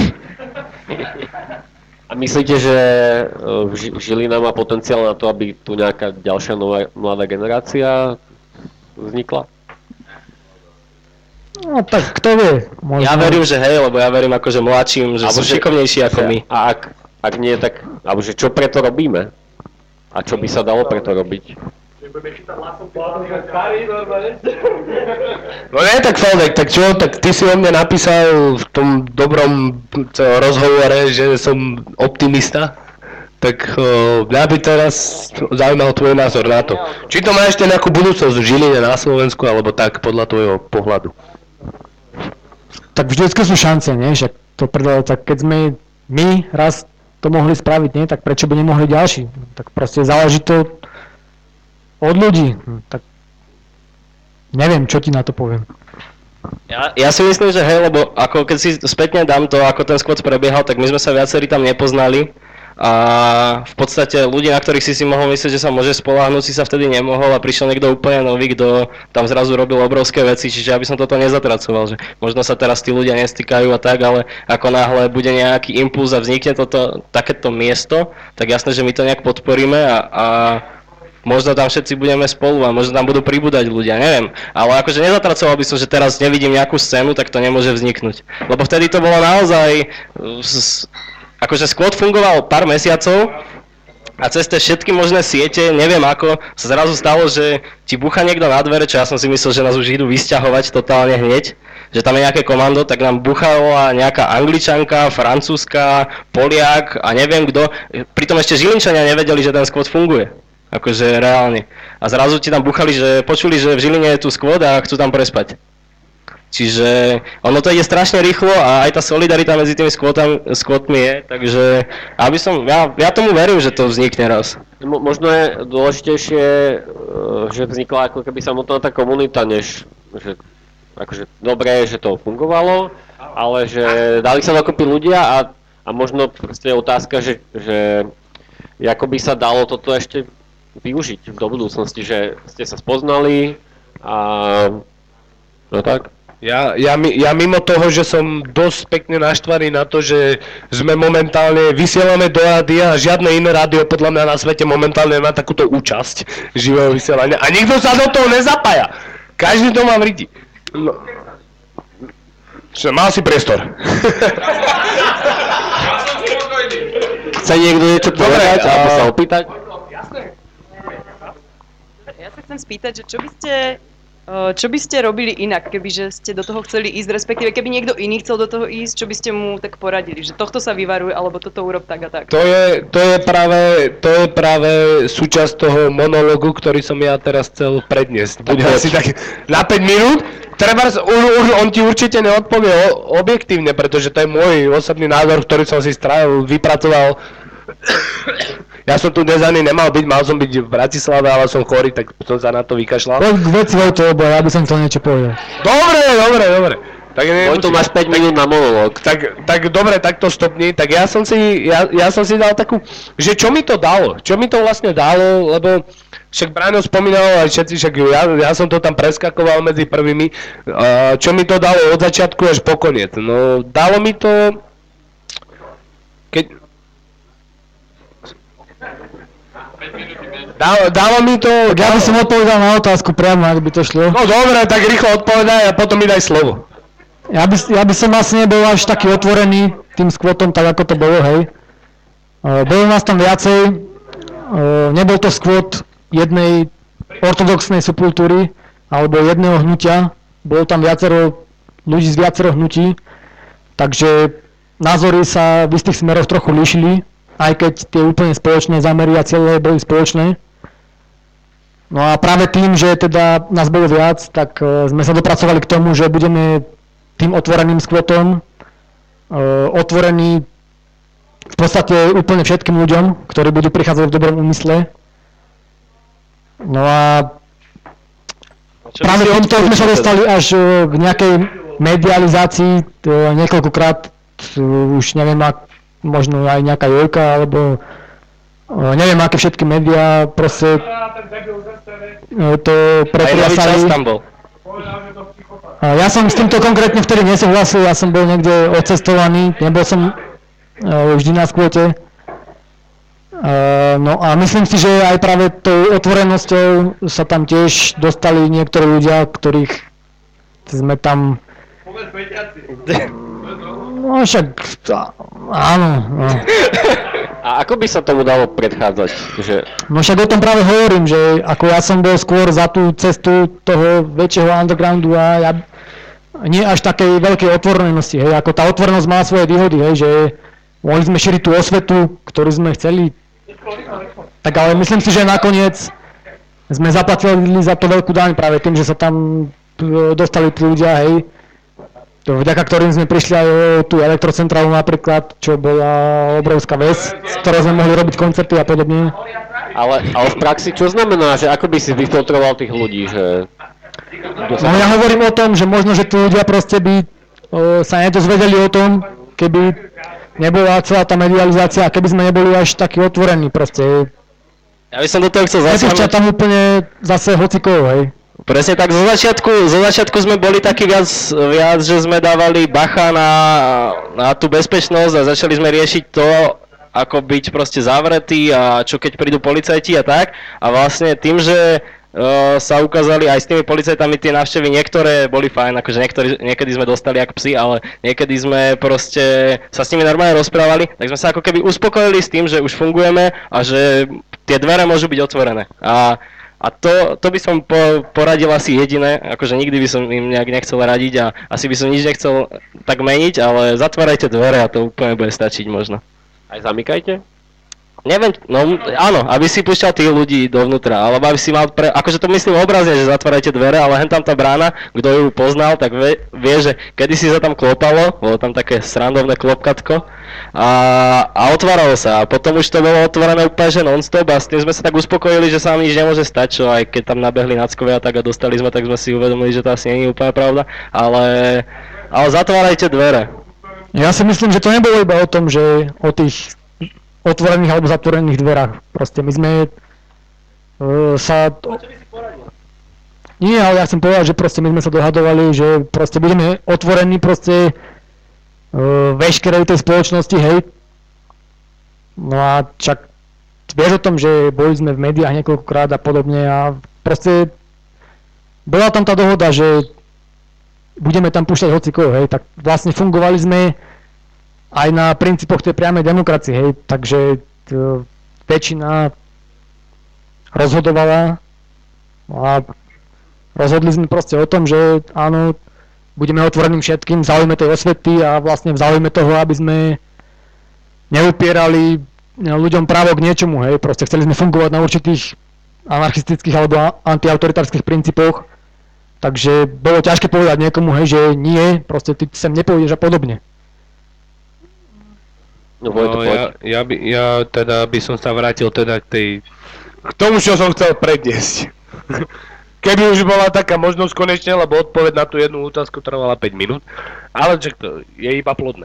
A myslíte, že Žilina má potenciál na to, aby tu nejaká ďalšia nová mladá generácia vznikla? No tak kto vie? Možno... Ja verím, že hej, lebo ja verím akože mladším, že alebo sú šikovnejší ako my. A ak, ak nie, tak, alebo že čo preto robíme? A čo by sa dalo preto robiť? No nie, tak Feldek, tak čo, tak ty si o mne napísal v tom dobrom rozhovore, že som optimista, tak uh, mňa by teraz zaujímal tvoj názor na to. Či to má ešte nejakú budúcnosť v Žiline na Slovensku, alebo tak podľa tvojho pohľadu? Tak vždycky sú šance, nie? Však to predalo, tak keď sme my raz to mohli spraviť, nie? Tak prečo by nemohli ďalší? Tak proste záleží to od ľudí, tak neviem, čo ti na to poviem. Ja, ja si myslím, že hej, lebo ako keď si spätne dám to, ako ten squat prebiehal, tak my sme sa viacerí tam nepoznali a v podstate ľudí, na ktorých si si mohol myslieť, že sa môže spoľahnúť, si sa vtedy nemohol a prišiel niekto úplne nový, kto tam zrazu robil obrovské veci, čiže aby som toto nezatracoval, že možno sa teraz tí ľudia nestýkajú a tak, ale ako náhle bude nejaký impuls a vznikne toto, takéto miesto, tak jasné, že my to nejak podporíme a, a možno tam všetci budeme spolu a možno tam budú pribúdať ľudia, neviem. Ale akože nezatracoval by som, že teraz nevidím nejakú scénu, tak to nemôže vzniknúť. Lebo vtedy to bolo naozaj... Akože squat fungoval pár mesiacov a cez tie všetky možné siete, neviem ako, sa zrazu stalo, že ti búcha niekto na dvere, čo ja som si myslel, že nás už idú vysťahovať totálne hneď. Že tam je nejaké komando, tak nám buchala nejaká Angličanka, Francúzska, Poliak a neviem kto. Pritom ešte Žilinčania nevedeli, že ten squat funguje. Akože reálne. A zrazu ti tam buchali, že počuli, že v Žiline je tu skvot a chcú tam prespať. Čiže ono to ide strašne rýchlo a aj tá solidarita medzi tými skvotmi je, takže aby som, ja, ja tomu verím, že to vznikne raz. Mo- možno je dôležitejšie, že vznikla ako keby samotná tá komunita, než že akože dobré, že to fungovalo, ale že dali sa dokopy ľudia a, a možno proste je otázka, že, že ako by sa dalo toto ešte využiť do budúcnosti, že ste sa spoznali a no tak. Ja, ja, ja mimo toho, že som dosť pekne naštvaný na to, že sme momentálne, vysielame do rádia a žiadne iné rádio podľa mňa na svete momentálne má takúto účasť živého vysielania a nikto sa do toho nezapája. Každý to má v riti. No. Mal si priestor. Chce niekto niečo povedať alebo sa opýtať? Ja sa chcem spýtať, že čo by ste Uh, Čo by ste robili inak, kebyže ste do toho chceli ísť, respektíve keby niekto iný chcel do toho ísť, čo by ste mu tak poradili, že tohto sa vyvaruj, alebo toto urob tak a tak? To je, to je práve, to je práve súčasť toho monológu, ktorý som ja teraz chcel predniesť. Bude asi tak na päť minút. Treba, on ti určite neodpovie objektívne, pretože to je môj osobný názor, ktorý som si strávil, vypracoval. Ja som tu dnes ani nemal byť, mal som byť v Bratislave, ale som chorý, tak som sa na to vykašľal. Poď k veci, Vojto, lebo ja by som chcel niečo povedať. Dobre, dobre, dobre. Tak Vojto, máš päť minút na monológ. Tak, tak dobre, tak to stopni. Tak ja som si, ja, ja som si dal takú, že čo mi to dalo? Čo mi to vlastne dalo, lebo však Braňo spomínal aj všetci, však ja, ja som to tam preskakoval medzi prvými. Uh, čo mi to dalo od začiatku až po koniec? No, dalo mi to, keď... Dalo, dalo mi to... Ja by som odpovedal na otázku priamo, ak by to šlo. No dobre, tak rýchlo odpovedaj a potom mi daj slovo. Ja by, ja by som asi nebol až taký otvorený tým skvotom, tak ako to bolo, hej. Uh, bolo nás tam viacej, uh, nebol to skvot jednej ortodoxnej subkultúry alebo jedného hnutia, bolo tam viacero ľudí z viacero hnutí, takže názory sa v istých smeroch trochu líšili, aj keď tie úplne spoločné zámery a cieľe boli spoločné. No a práve tým, že teda nás bolo viac, tak uh, sme sa dopracovali k tomu, že budeme tým otvoreným skvotom uh, otvorení v podstate úplne všetkým ľuďom, ktorí budú prichádzať v dobrom úmysle. No a práve týmto sme sa dostali až uh, k nejakej medializácii, uh, niekoľkokrát uh, už neviem, ak, možno aj nejaká Jojka, alebo uh, neviem, aké všetky médiá proste uh, to pretriasali. Uh, ja som s týmto konkrétne vtedy nesúhlasil, ja som bol niekde odcestovaný, nebol som uh, vždy na skvote. Uh, no a myslím si, že aj práve tou otvorenosťou sa tam tiež dostali niektorí ľudia, ktorých sme tam... No však, áno. No. A ako by sa tomu dalo predchádzať? Že... No však o tom práve hovorím, že ako ja som bol skôr za tú cestu toho väčšieho undergroundu a ja nie až takej veľkej otvorenosti, hej, ako tá otvorenosť má svoje výhody, hej, že mohli sme šíriť tú osvetu, ktorú sme chceli. Tak ale myslím si, že nakoniec sme zaplatili za to veľkú daň práve tým, že sa tam dostali tí ľudia, hej, vďaka ktorým sme prišli aj o tú elektrocentrálu napríklad, čo bola obrovská vec, z ktorej sme mohli robiť koncerty a podobne. Ale, ale v praxi čo znamená, že ako by si vyfiltroval tých ľudí, že... No ja hovorím o tom, že možno, že tí ľudia proste by o, sa nedozvedeli o tom, keby nebola celá tá medializácia a keby sme neboli až takí otvorení proste. Ja by som do toho chcel zasiahnuť. Nepúšťa tam úplne zase hocikov, hej. Presne tak, zo začiatku, zo začiatku sme boli takí viac, viac, že sme dávali bacha na, na tú bezpečnosť a začali sme riešiť to, ako byť proste zavretý a čo keď prídu policajti a tak. A vlastne tým, že uh, sa ukázali aj s tými policajtami tie návštevy, niektoré boli fajn, akože niektoré, niekedy sme dostali jak psi, ale niekedy sme proste sa s nimi normálne rozprávali, tak sme sa ako keby uspokojili s tým, že už fungujeme a že tie dvere môžu byť otvorené. A A to, to by som po, poradil asi jediné, akože nikdy by som im nejak nechcel radiť a asi by som nič nechcel tak meniť, ale zatvárajte dvere a to úplne bude stačiť možno. Aj zamykajte? Neviem, no áno, aby si púšťal tých ľudí dovnútra, alebo aby si mal, pre, akože to myslím obrazne, že zatvárajte dvere, ale hen tam tá brána, kto ju poznal, tak vie, vie že kedy si sa tam klopalo, bolo tam také srandovné klopkatko a, a otváralo sa a potom už to bolo otvorené úplne že non-stop a s tým sme sa tak uspokojili, že sa nám nič nemôže stať, čo aj keď tam nabehli nackovia tak a dostali sme, tak sme si uvedomili, že to asi nie je úplne pravda, ale, ale zatvárajte dvere. Ja si myslím, že to nebolo iba o tom, že o tých otvorených alebo zatvorených dverách. Proste my sme uh, sa... Nie, ale ja chcem povedať, že proste my sme sa dohadovali, že proste budeme otvorení proste uh, veškerej tej spoločnosti, hej. No a čak vieš o tom, že boli sme v médiách niekoľkokrát a podobne a proste bola tam tá dohoda, že budeme tam púšťať hocikov, hej, tak vlastne fungovali sme aj na princípoch tej priamej demokracie, hej, takže t- väčšina rozhodovala a Rozhodli sme proste o tom, že áno, budeme otvorení všetkým v záujme tej osvety a vlastne v záujme toho, aby sme neupierali ľuďom právo k niečomu, hej, proste chceli sme fungovať na určitých anarchistických alebo antiautoritárskych princípoch, takže bolo ťažké povedať niekomu, hej, že nie, proste ty sem nepôjdeš a podobne. No, No, ja, ja, by, ja teda by som sa vrátil teda k tej, k tomu, čo som chcel predniesť. Keby už bola taká možnosť konečne, lebo odpoveď na tú jednu otázku trvala päť minút, ale že to je iba plodné.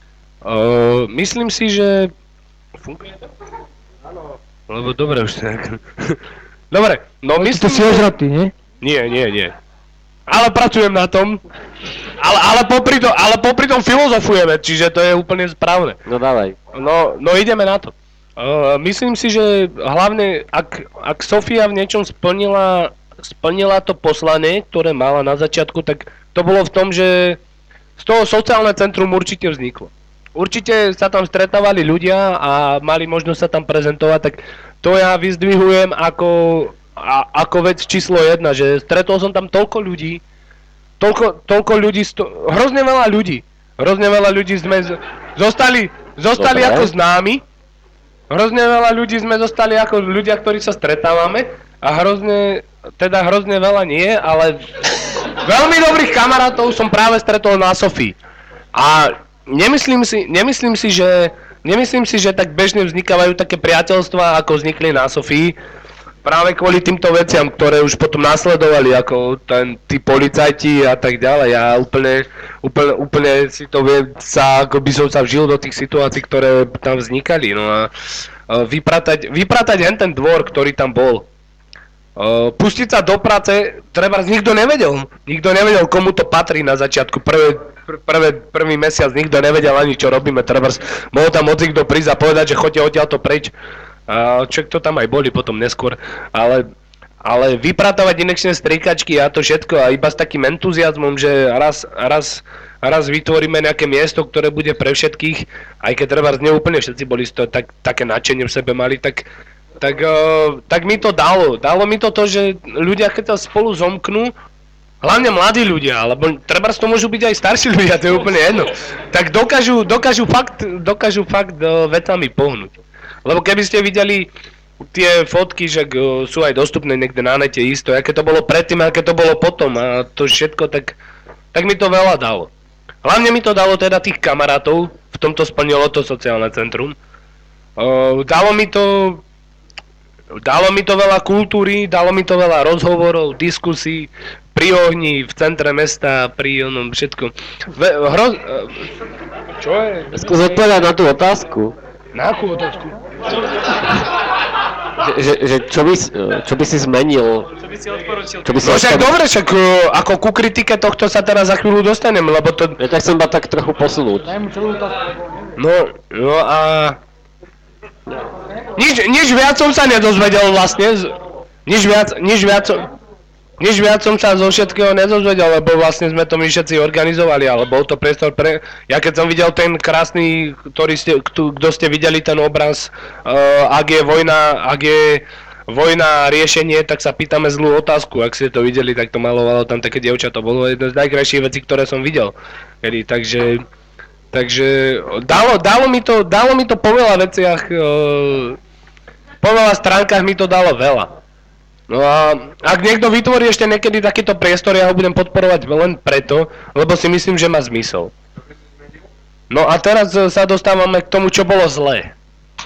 Uh, myslím si, že funguje to? Áno. Lebo dobre už tak. Dobre, no myslím... To si ožratý, nie? Nie, nie, nie. Ale pracujem na tom. Ale, ale, popri to, ale popri tom filozofujeme, čiže to je úplne správne. No dávaj. No, no ideme na to. Uh, myslím si, že hlavne, ak, ak Sofia v niečom splnila, splnila to poslanie, ktoré mala na začiatku, tak to bolo v tom, že z toho sociálne centrum určite vzniklo. Určite sa tam stretávali ľudia a mali možnosť sa tam prezentovať, tak to ja vyzdvihujem ako, a, ako vec číslo jedna, že stretol som tam toľko ľudí, toľko, toľko ľudí, sto, hrozne veľa ľudí, hrozne veľa ľudí sme z, zostali, zostali ako známi, hrozne veľa ľudí sme zostali ako ľudia, ktorí sa stretávame a hrozne, teda hrozne veľa nie, ale veľmi dobrých kamarátov som práve stretol na Sofii. A nemyslím si, nemyslím si, že, nemyslím si, že tak bežne vznikajú také priateľstvá, ako vznikli na Sofii. Práve kvôli týmto veciam, ktoré už potom nasledovali, ako ten, tí policajti a tak ďalej. Ja úplne, úplne, úplne si to viem, sa, ako by som sa vžil do tých situácií, ktoré tam vznikali. No a vypratať, vypratať hen ten dvor, ktorý tam bol. Pustiť sa do práce, treba, nikto nevedel. Nikto nevedel, komu to patrí na začiatku. Prvé, prvé, prvý mesiac nikto nevedel ani, čo robíme. Treba, mohol tam hocikto prísť a povedať, že choďte odtiaľto preč. A čo to tam aj boli potom neskôr, ale, ale vypratovať inekčné striekačky a to všetko a iba s takým entuziasmom, že raz, raz, raz vytvoríme nejaké miesto, ktoré bude pre všetkých, aj keď treba neúplne všetci boli to, tak, také nadšenie v sebe mali, tak, tak, uh, tak mi to dalo. Dalo mi to to, že ľudia, keď sa spolu zomknú, hlavne mladí ľudia, alebo treba to môžu byť aj starší ľudia, to je úplne jedno, tak dokážu, dokážu fakt, dokážu fakt uh, vecami pohnúť. Lebo keby ste videli tie fotky, že sú aj dostupné niekde na nete isto, aké to bolo predtým, aké to bolo potom a to všetko, tak, tak mi to veľa dalo. Hlavne mi to dalo teda tých kamarátov, v tomto splnilo to sociálne centrum. Uh, dalo mi to, dalo mi to veľa kultúry, dalo mi to veľa rozhovorov, diskusí, pri ohni, v centre mesta, pri onom všetko. Ve, hroz... Čo je? Skús odpovedať na tú otázku. Na akú otázku? Že, že, že čo, by, čo by si zmenil? Čo by si odporučil? Čo by si No však odporúčil? dobre, však uh, ako ku kritike tohto sa teraz za chvíľu dostanem, lebo to... Ja tak chcem iba tak trochu posunúť. No, no a... Nič, nič viac som sa nedozvedel vlastne, z... nič viac, nič viac som... Nič viac som sa zo všetkého nedozvedel, lebo vlastne sme to my všetci organizovali, ale bol to priestor pre... Ja keď som videl ten krásny, ktorý ste, kto ste videli ten obraz, uh, ak je vojna, ak je vojna riešenie, tak sa pýtame zlú otázku. Ak ste to videli, tak to malovalo tam také dievča, to bolo jedna z najkrajších vecí, ktoré som videl. Kedy, takže... Takže dalo, dalo, mi to, dalo mi to po veľa veciach, uh, po veľa stránkach mi to dalo veľa. No a ak niekto vytvorí ešte niekedy takýto priestor, ja ho budem podporovať len preto, lebo si myslím, že má zmysel. No a teraz sa dostávame k tomu, čo bolo zlé.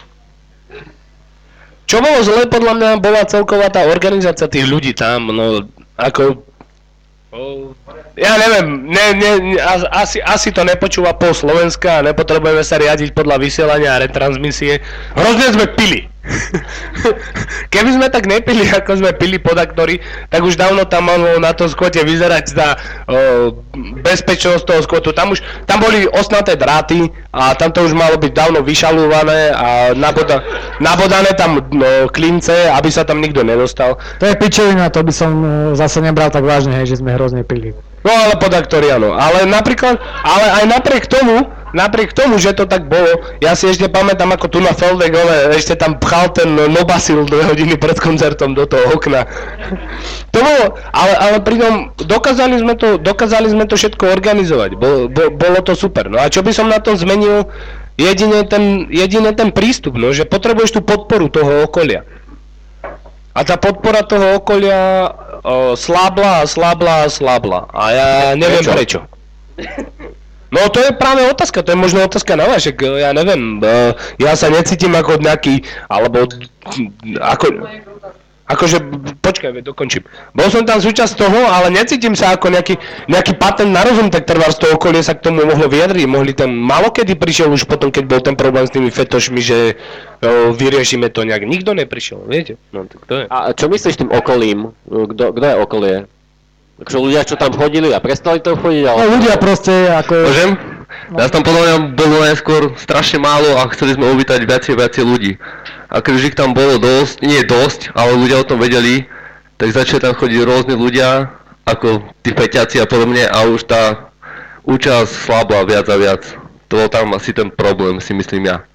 Čo bolo zlé, podľa mňa bola celková tá organizácia tých ľudí tam, no ako... Ja neviem, ne, ne, asi, asi to nepočúva pol Slovenska a nepotrebujeme sa riadiť podľa vysielania a retransmisie. Hrozne sme pili. Keby sme tak nepili, ako sme pili podaktory, tak už dávno tam malo na tom skvote vyzerať za o, bezpečnosť toho skvotu. Tam už, tam boli osnaté dráty a tam to už malo byť dávno vyšalúvané a naboda, nabodané tam no, klince, aby sa tam nikto nedostal. To je pičovina, to by som uh, zase nebral tak vážne, hej, že sme hrozne pili. No ale podaktori áno, ale napríklad, ale aj napriek tomu, napriek tomu, že to tak bolo, ja si ešte pamätám, ako tu na Feldek, ale ešte tam pchal ten Nobasil dve hodiny pred koncertom do toho okna. To bolo, ale, ale pritom dokázali sme to, dokázali sme to všetko organizovať, bo, bo, bolo to super. No a čo by som na tom zmenil, jedine ten, jedine ten prístup, no, že potrebuješ tú podporu toho okolia. A tá podpora toho okolia o, slábla a slábla a slábla. A ja neviem prečo. prečo. No to je práve otázka, to je možno otázka na vás, ja neviem, ja sa necítim ako nejaký, alebo ako, akože, počkaj, dokončím. Bol som tam súčasť toho, ale necítim sa ako nejaký, nejaký patent na rozum, tak trvá z toho okolie sa k tomu mohlo vyjadriť, mohli tam, malokedy prišiel už potom, keď bol ten problém s tými fetošmi, že o, vyriešime to nejak, nikto neprišiel, viete? No tak to je. A čo myslíš tým okolím? Kto, kto je okolie? Takže ľudia, čo tam chodili a prestali tam chodiť, ale... No ľudia proste ako... Môžem? Ja tam podľa mňa bolo najskôr strašne málo a chceli sme uvítať viacej viacej ľudí. A keď ich tam bolo dosť, nie dosť, ale ľudia o tom vedeli, tak začali tam chodiť rôzni ľudia, ako tí feťáci a podobne a už tá účasť slabla viac a viac. To bol tam asi ten problém, si myslím ja.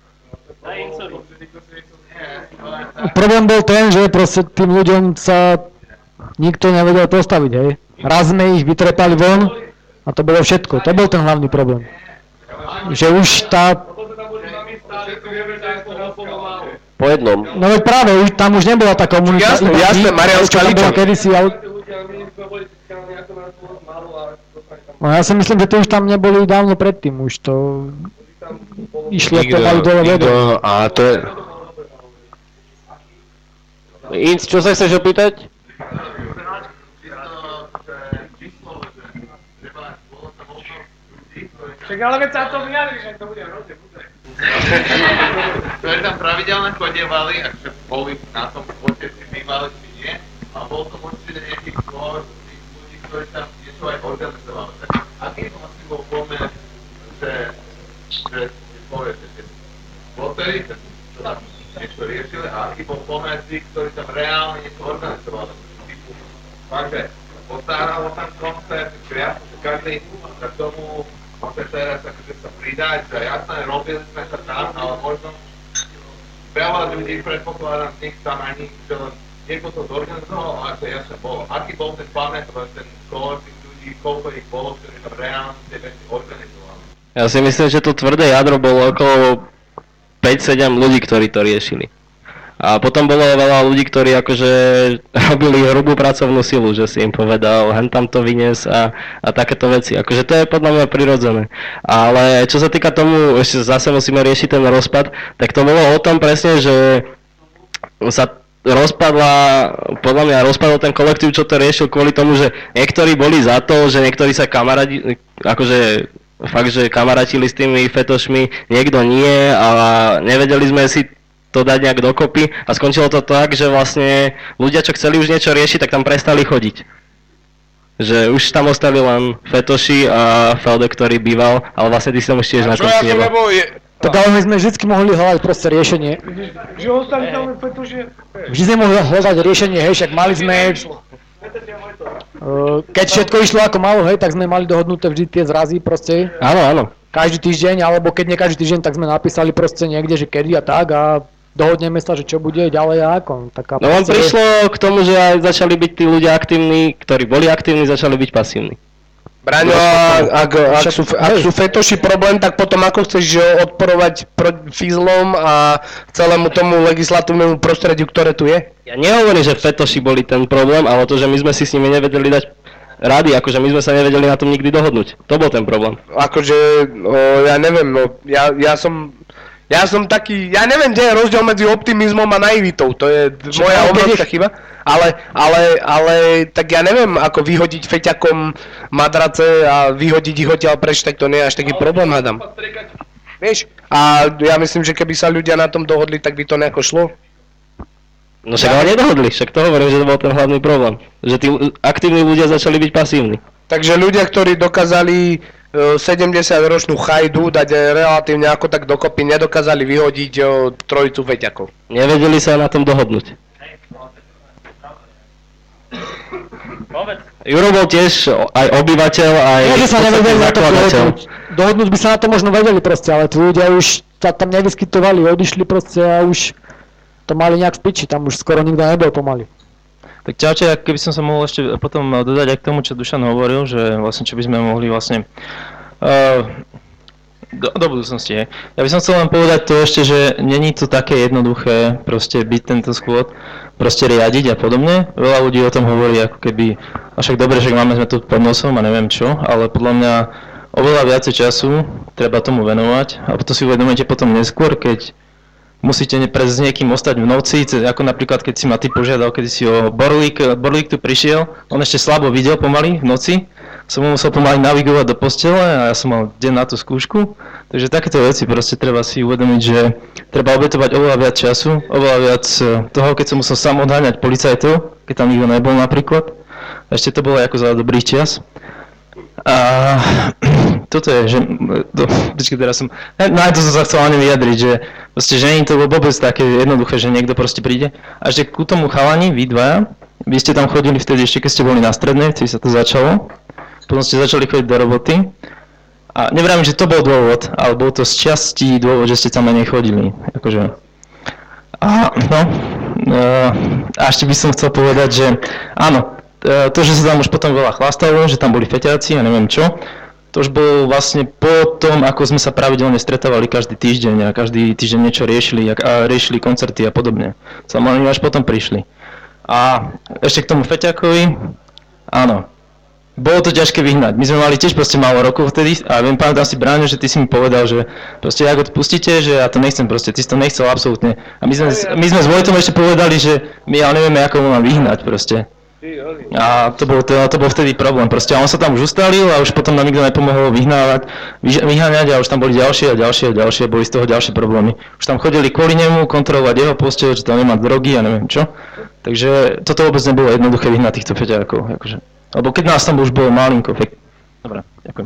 Problém bol ten, že proste tým ľuďom sa nikto nevedel postaviť, hej. Raz sme ich vytrepali von a to bolo všetko. To bol ten hlavný problém. Že už tá... Po jednom. No veď práve, už, tam už nebola tá komunita. Jasné, jasné, Mariánska bola Liča. kedysi, ale... No ja si myslím, že to už tam neboli dávno predtým, už to... Išli to mali dole vedieť. A to je... Inc, čo sa chceš opýtať? Však ale veď sa to vyjadri, že to bude hrozne, bude. Ktorí tam pravidelne chodievali, akže boli na tom kvote, či bývali, či nie, a bol to určite nejaký skôr tých ľudí, ktorí tam niečo aj organizovali. Aký to asi bol pomer, že, že si poviete, že kvotery, čo tam niečo riešili, a aký bol pomer tých, ktorí tam reálne niečo organizovali. Typu, fakt, že postáralo tam koncert, že jasno, že každý sa k tomu môže teraz akože sa pridať, že jasné, robili sme sa tam, ale možno veľa ľudí, predpokladám, nech tam ani, že len niekto to zorganizoval, ale to jasne bolo. Aký bol ten pamäť, ten skôr tých ľudí, koľko ich bolo, ktorí tam reálne tie veci organizovali? Ja si myslím, že to tvrdé jadro bolo okolo päť sedem ľudí, ktorí to riešili. A potom bolo veľa ľudí, ktorí akože robili hrubú pracovnú silu, že si im povedal, hen tam to vynies a, a takéto veci. Akože to je podľa mňa prirodzené. Ale čo sa týka tomu, ešte zase musíme riešiť ten rozpad, tak to bolo o tom presne, že sa rozpadla, podľa mňa rozpadol ten kolektív, čo to riešil kvôli tomu, že niektorí boli za to, že niektorí sa kamaráti, akože fakt, že kamarátili s tými fetošmi, niekto nie a nevedeli sme si to dať nejak dokopy a skončilo to tak, že vlastne ľudia, čo chceli už niečo riešiť, tak tam prestali chodiť. Že už tam ostali len fetoši a Felde, ktorý býval, ale vlastne ty si tam už tiež na tom s nebol. Tak ale my sme vždy mohli hľadať proste riešenie. Že ostali tam len fetoši. Vždy sme mohli hľadať riešenie, hej, však mali sme... Keď všetko išlo ako malo, hej, tak sme mali dohodnuté vždy tie zrazy proste. Áno, áno. Každý týždeň, alebo keď nie každý týždeň, tak sme napísali proste niekde, že kedy a tak a dohodneme sa, že čo bude ďalej a ako. Taká no on prišlo k tomu, že aj začali byť tí ľudia aktívni, ktorí boli aktívni, začali byť pasívni. Braňo, ak, ak, sú, ak sú fetoši problém, tak potom ako chceš odporovať fizlom a celému tomu legislatívnemu prostrediu, ktoré tu je? Ja nehovorím, že fetoši boli ten problém, ale to, že my sme si s nimi nevedeli dať rady, akože my sme sa nevedeli na tom nikdy dohodnúť. To bol ten problém. Akože, o, ja neviem, no, ja, ja som... Ja som taký, ja neviem, kde je rozdiel medzi optimizmom a naivitou, to je Čo moja obrovská chyba, ale, ale, ale, tak ja neviem, ako vyhodiť feťakom madrace a vyhodiť ich odtiaľ preč, tak to nie je až taký problém, hádam. Vieš, a ja myslím, že keby sa ľudia na tom dohodli, tak by to nejako šlo. No však ale nedohodli, však to hovorím, že to bol ten hlavný problém, že tí aktívni ľudia začali byť pasívni. Takže ľudia, ktorí dokázali sedemdesiatročnú chajdu dať relatívne ako tak dokopy, nedokázali vyhodiť o, trojicu feťakov. Nevedeli sa na tom dohodnúť. Juro bol tiež aj obyvateľ, aj Nie, že sa v podstate nevedeli na to zakladateľ. dohodnúť. Dohodnúť by sa na to možno vedeli proste, ale tí ľudia už sa tam nevyskytovali, odišli proste a už to mali nejak v piči, tam už skoro nikto nebol pomaly. Tak čaute, keby som sa mohol ešte potom dodať aj k tomu, čo Dušan hovoril, že vlastne čo by sme mohli vlastne uh, do, do budúcnosti, je. Ja by som chcel len povedať to ešte, že není to také jednoduché proste byť tento skvot, proste riadiť a podobne. Veľa ľudí o tom hovorí ako keby, a však dobre, že máme sme tu pod nosom a neviem čo, ale podľa mňa oveľa viacej času treba tomu venovať a to si uvedomíte potom neskôr, keď musíte pre s niekým ostať v noci, ako napríklad keď si ma ty požiadal, keď si o Borlík, Borlík tu prišiel, on ešte slabo videl pomaly v noci, som mu musel pomaly navigovať do postele a ja som mal deň na tú skúšku, takže takéto veci proste treba si uvedomiť, že treba obetovať oveľa viac času, oveľa viac toho, keď som musel sám odháňať policajtov, keď tam nikto nebol napríklad, ešte to bolo ako za dobrých čias. A toto je, že, to, počkej, teraz som, na to som sa chcel ani vyjadriť, že proste, že nie je to vôbec také jednoduché, že niekto proste príde. A že ku tomu chalani, vy dvaja, vy ste tam chodili vtedy ešte, keď ste boli na strednej, vtedy sa to začalo, potom ste začali chodiť do roboty. A nevravím, že to bol dôvod, ale bol to z časti dôvod, že ste tam menej chodili, akože. A no, a ešte by som chcel povedať, že áno, to, že sa tam už potom veľa chlastalo, že tam boli feťáci a neviem čo, to už bolo vlastne po tom, ako sme sa pravidelne stretávali každý týždeň a každý týždeň niečo riešili a riešili koncerty a podobne. Samozrejme až potom prišli. A ešte k tomu feťákovi, áno, bolo to ťažké vyhnať. My sme mali tiež proste málo rokov vtedy a viem, pamätám si, Bráňo, že ty si mi povedal, že proste ako to pustíte, že ja to nechcem proste, ty si to nechcel absolútne. A my sme, my sme s Vojtom ešte povedali, že my ale nevieme, ako ho mám vyhnať proste. A to bol, to, to bol vtedy problém proste. A on sa tam už ustalil a už potom nám nikto nepomohol vyhnávať, vyháňať a už tam boli ďalšie a ďalšie a ďalšie, boli z toho ďalšie problémy. Už tam chodili kvôli nemu kontrolovať jeho posteľ, že tam nemá drogy a neviem čo. Takže toto vôbec nebolo jednoduché vyhnať týchto feťákov, akože. Lebo keď nás tam už bolo malinko, fek... Dobre, ďakujem.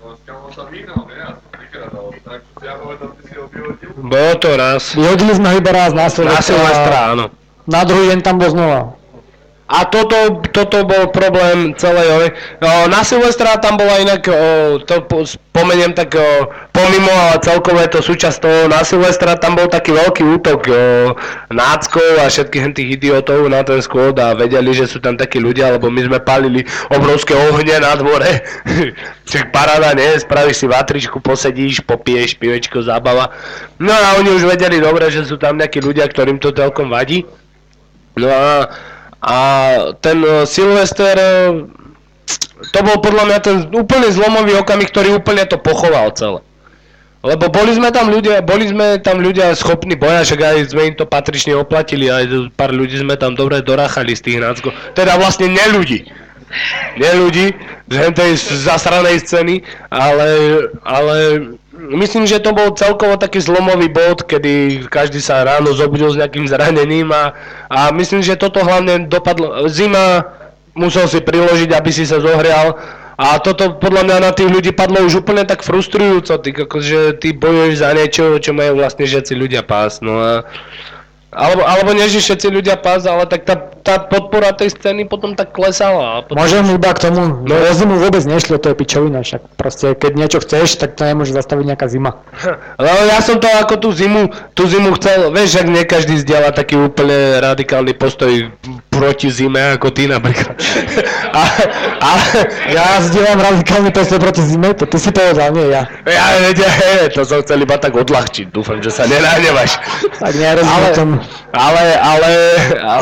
Bolo to raz. Vyhodili sme iba raz na Silvestra, áno. Na druhý deň tam bol znova. A toto, toto bol problém celej ovej. Na Silvestra tam bola inak, o, to spomeniem tak o, pomimo, ale celkovo je to súčasť toho. Na Silvestra tam bol taký veľký útok o, náckov a všetkých tých idiotov na ten skôd a vedeli, že sú tam takí ľudia, lebo my sme palili obrovské ohne na dvore. Však paráda, nie? Spravíš si vatričku, posedíš, popiješ, pivečko, zábava. No a oni už vedeli dobre, že sú tam nejakí ľudia, ktorým to celkom vadí. No a A ten uh, Silvester, uh, to bol podľa mňa ten úplne zlomový okamih, ktorý úplne to pochoval celé. Lebo boli sme tam ľudia, boli sme tam ľudia schopní boja, však aj sme im to patrične oplatili, aj pár ľudí sme tam dobre doráchali z tých náckov. Teda vlastne neľudí. Neľudí, z tej zasranej scény, ale, ale myslím, že to bol celkovo taký zlomový bod, kedy každý sa ráno zobudil s nejakým zranením a, a myslím, že toto hlavne dopadlo, zima musel si priložiť, aby si sa zohrial a toto podľa mňa na tých ľudí padlo už úplne tak frustrujúco, ty, že ty bojuješ za niečo, čo majú vlastne všetci ľudia pás, no a Alebo, alebo nie, že všetci ľudia pás, ale tak tá, tá podpora tej scény potom tak klesala. Potom... Môžem iba k tomu, no. O zimu vôbec nešlo, to je pičovina, však proste keď niečo chceš, tak to nemôže zastaviť nejaká zima. Ale ja som to ako tú zimu, tú zimu chcel, vieš, ak nie každý zdieľa taký úplne radikálny postoj proti zime, ako ty napríklad. a, a, ja zdieľam radikálny postoj proti zime, to ty si povedal, nie ja. Ja, ja, ja, to som chcel iba tak odľahčiť, dúfam, že sa nenahnevaš. Tak nerozumiem tomu. Ale, ale, ale,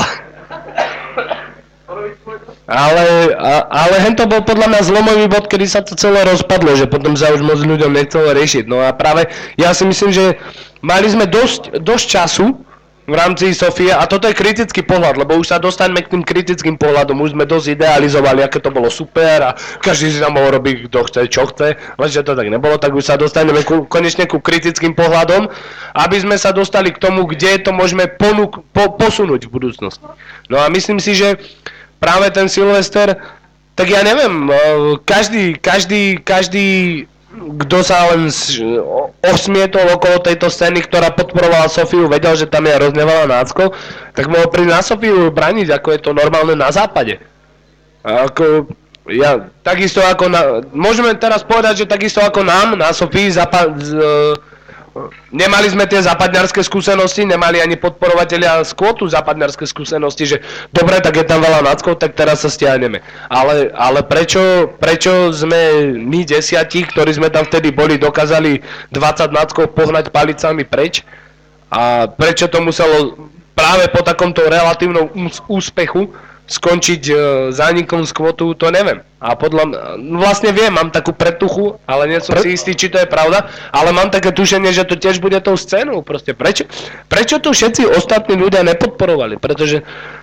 ale, ale hento bol podľa mňa zlomový bod, kedy sa to celé rozpadlo, že potom sa už moc ľuďom nechcelo riešiť. No a práve ja si myslím, že mali sme dosť, dosť času v rámci Sofie a toto je kritický pohľad, lebo už sa dostaneme k tým kritickým pohľadom, už sme dosť idealizovali, aké to bolo super a každý si tam mohol robiť, kto chce, čo chce, lenže to tak nebolo, tak už sa dostaneme ku, konečne ku kritickým pohľadom, aby sme sa dostali k tomu, kde to môžeme ponúk, po, posunúť v budúcnosti. No a myslím si, že práve ten Silvester, tak ja neviem, každý, každý, každý kto sa len osmietol okolo tejto scény, ktorá podporovala Sofiu, vedel, že tam je roznevala náckov, tak mohol prísť na Sofiu braniť, ako je to normálne na západe. Ako, ja, takisto ako na, môžeme teraz povedať, že takisto ako nám na Sofii zapa, z, nemali sme tie západňarské skúsenosti, nemali ani podporovatelia skvotu západňarské skúsenosti, že dobre, tak je tam veľa nackov, tak teraz sa stiahneme. Ale, ale prečo, prečo sme my desiatí, ktorí sme tam vtedy boli, dokázali dvadsať nackov pohnať palicami preč? A prečo to muselo práve po takomto relatívnom úspechu skončiť e, zánikom skvotu, to neviem. A podľa mňa, vlastne viem, mám takú pretuchu, ale nie som Pre... si istý, či to je pravda, ale mám také tušenie, že to tiež bude tou scénou. Proste prečo, prečo tu všetci ostatní ľudia nepodporovali? Pretože...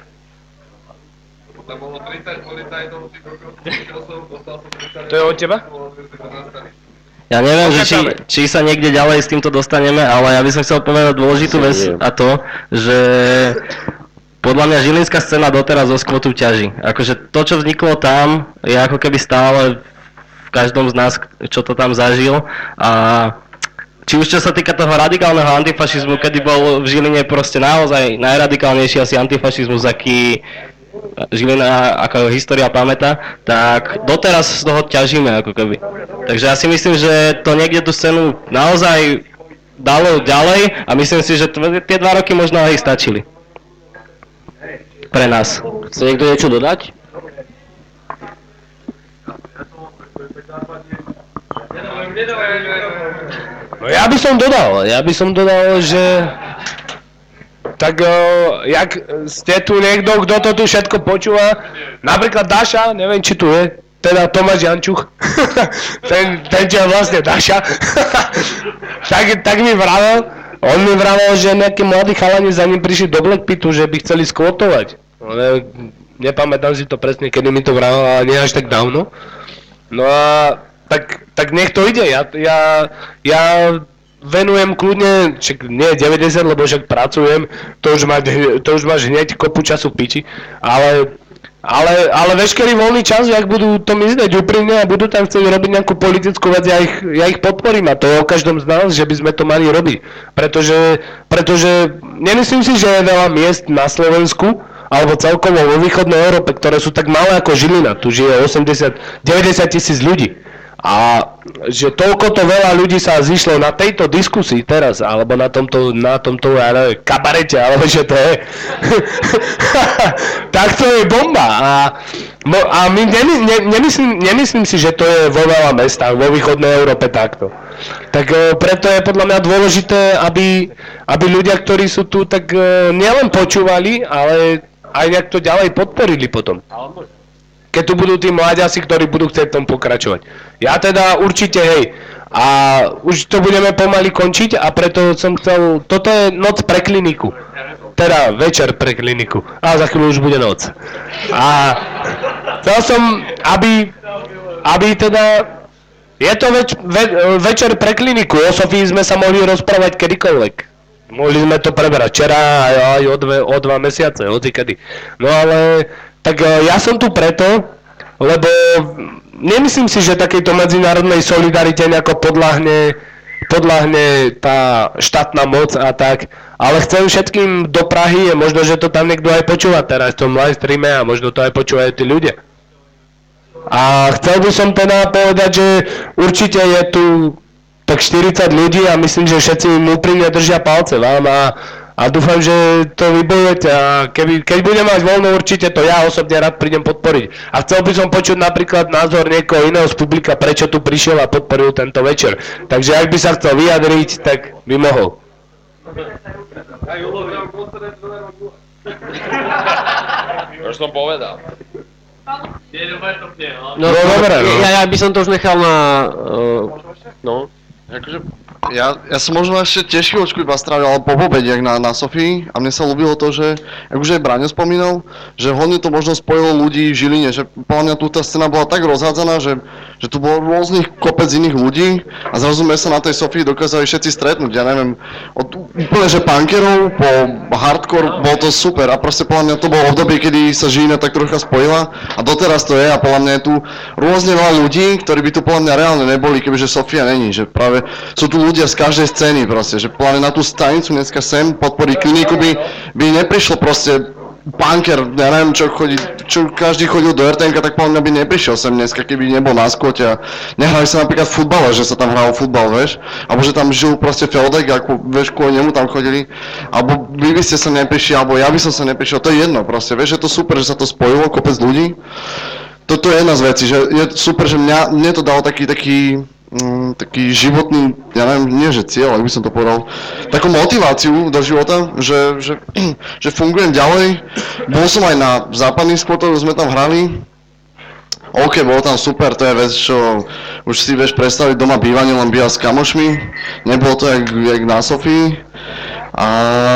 To je od teba? Ja neviem, že či, či sa niekde ďalej s týmto dostaneme, ale ja by som chcel povedať dôležitú vec a to, že podľa mňa žilinská scéna doteraz zo skvotu ťaží. Akože to, čo vzniklo tam, je ako keby stále v každom z nás, čo to tam zažil. A či už čo sa týka toho radikálneho antifašizmu, kedy bol v Žiline proste naozaj najradikálnejší asi antifašizmus, aký Žilina ako história pamätá, tak doteraz z toho ťažíme ako keby. Takže ja si myslím, že to niekde tú scénu naozaj dalo ďalej a myslím si, že tie dva roky možno aj stačili. Pre nás. Chce niekto niečo dodať? No ja by som dodal, ja by som dodal, že tak uh, jak ste tu niekto, kto to tu všetko počúva, napríklad Daša, neviem či tu je, teda Tomáš Jančuch, ten, ten čo je vlastne Daša, tak, tak mi vravel, on mi vravel, že nejakí mladí chalani za ním prišli do Blackpitu, že by chceli skvotovať. Ale nepamätám si to presne, kedy mi to vravel, ale nie až tak dávno. No a tak, tak nech to ide, ja, ja, ja venujem kľudne, však nie deväťdesiat, lebo však pracujem, to už, má, to už máš hneď kopu času v piči, ale, ale, ale veškerý voľný čas, jak budú to myslieť úprimne a budú tam chcieť robiť nejakú politickú vec, ja ich, ja ich podporím a to je o každom z nás, že by sme to mali robiť, pretože, pretože nemyslím si, že je veľa miest na Slovensku, alebo celkovo vo východnej Európe, ktoré sú tak malé ako Žilina, tu žije osemdesiat deväťdesiat tisíc ľudí. A že toľko to veľa ľudí sa zišlo na tejto diskusii teraz, alebo na tomto, na tomto ja neviem, kabarete, alebo že to je. Tak to je bomba. A, a my nemy, ne, nemyslím, nemyslím si, že to je vo veľa mestách, vo východnej Európe takto. Tak e, preto je podľa mňa dôležité, aby, aby ľudia, ktorí sú tu, tak e, nielen počúvali, ale aj nejak to ďalej podporili potom. Keď tu budú tí mláďasi, ktorí budú chcieť v tom pokračovať. Ja teda určite, hej. A už to budeme pomaly končiť a preto som chcel, toto je noc pre kliniku. Teda večer pre kliniku. A za chvíľu už bude noc. A chcel som, aby, aby teda, je to več, ve, večer pre kliniku. O Sofii sme sa mohli rozprávať kedykoľvek. Mohli sme to preberať včera aj o, dve, o dva mesiace, hocikedy. No ale tak ja som tu preto, lebo nemyslím si, že takejto medzinárodnej solidarite nejako podľahne, podľahne tá štátna moc a tak, ale chcem všetkým do Prahy, je možno, že to tam niekto aj počúva teraz v tom live streame a možno to aj počúvajú tí ľudia. A chcel by som teda povedať, že určite je tu tak štyridsať ľudí a myslím, že všetci im úprimne držia palce vám a A dúfam, že to vybojujete a keby, keď budem mať voľno, určite to ja osobne rád prídem podporiť. A chcel by som počuť napríklad názor niekoho iného z publika, prečo tu prišiel a podporil tento večer. Takže ak by sa chcel vyjadriť, tak by mohol. Už som povedal. No, no dobre, no. Ja, ja by som to už nechal na... Uh, no. Akože, ja, ja som možno ešte tiež chvíľočku iba strávil, ale po pobede, jak na, na Sofii, a mne sa ľúbilo to, že, jak už aj Braňo spomínal, že hodne to možno spojilo ľudí v Žiline, že podľa mňa tu tá scéna bola tak rozhádzaná, že, že tu bolo rôznych kopec iných ľudí a zrazu sme sa na tej Sofii dokázali všetci stretnúť, ja neviem, od úplne že punkerov po hardcore, bolo to super a proste podľa mňa to bolo obdobie, kedy sa Žilina tak trocha spojila a doteraz to je a podľa mňa je tu rôzne veľa ľudí, ktorí by tu podľa mňa reálne neboli, kebyže Sofia není, že práve sú tu ľudia z každej scény proste, že pláne na tú stanicu dneska sem podporiť kliniku by, by neprišlo proste punker, ja neviem čo chodí, čo každý chodil do er té emka, tak podľa mňa by neprišiel sem dneska, keby nebol na skvote a nehrali sa napríklad v futbale, že sa tam hral futbal, vieš, alebo že tam žil proste Feldek a vieš, kvôli nemu tam chodili, alebo vy by ste sa neprišli, alebo ja by som sa neprišiel, to je jedno proste, vieš, je to super, že sa to spojilo, kopec ľudí. Toto je jedna z vecí, že je super, že mňa, mne to dalo taký, taký, mm, taký životný, ja neviem, nie že cieľ, ak by som to povedal, takú motiváciu do života, že, že, že fungujem ďalej. Bol som aj na západných skvotoch, sme tam hrali. OK, bolo tam super, to je vec, čo už si vieš predstaviť doma bývanie, len býva s kamošmi. Nebolo to jak, jak na Sofii. A,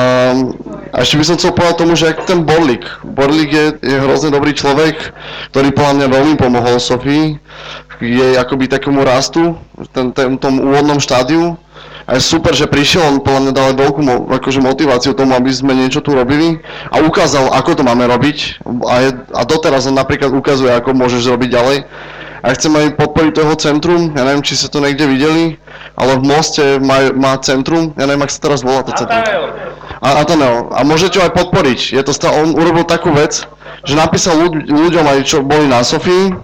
a ešte by som chcel povedať tomu, že ten Borlík. Borlík je, je hrozne dobrý človek, ktorý podľa mňa veľmi pomohol Sofii. Je akoby takému rastu, ten, ten, tom úvodnom štádiu. A je super, že prišiel, on podľa mňa dal veľkú mo, akože motiváciu tomu, aby sme niečo tu robili a ukázal, ako to máme robiť. A, je, a doteraz on napríklad ukazuje, ako môžeš robiť ďalej. A chcem aj podporiť toho centrum, ja neviem, či ste to niekde videli, ale v Moste má, má centrum, ja neviem, ak sa teraz volá to centrum. A Ateneo. A môžete ho aj podporiť. Je to stále, on urobil takú vec, že napísal ľuď, ľuďom aj, čo boli na Sofii,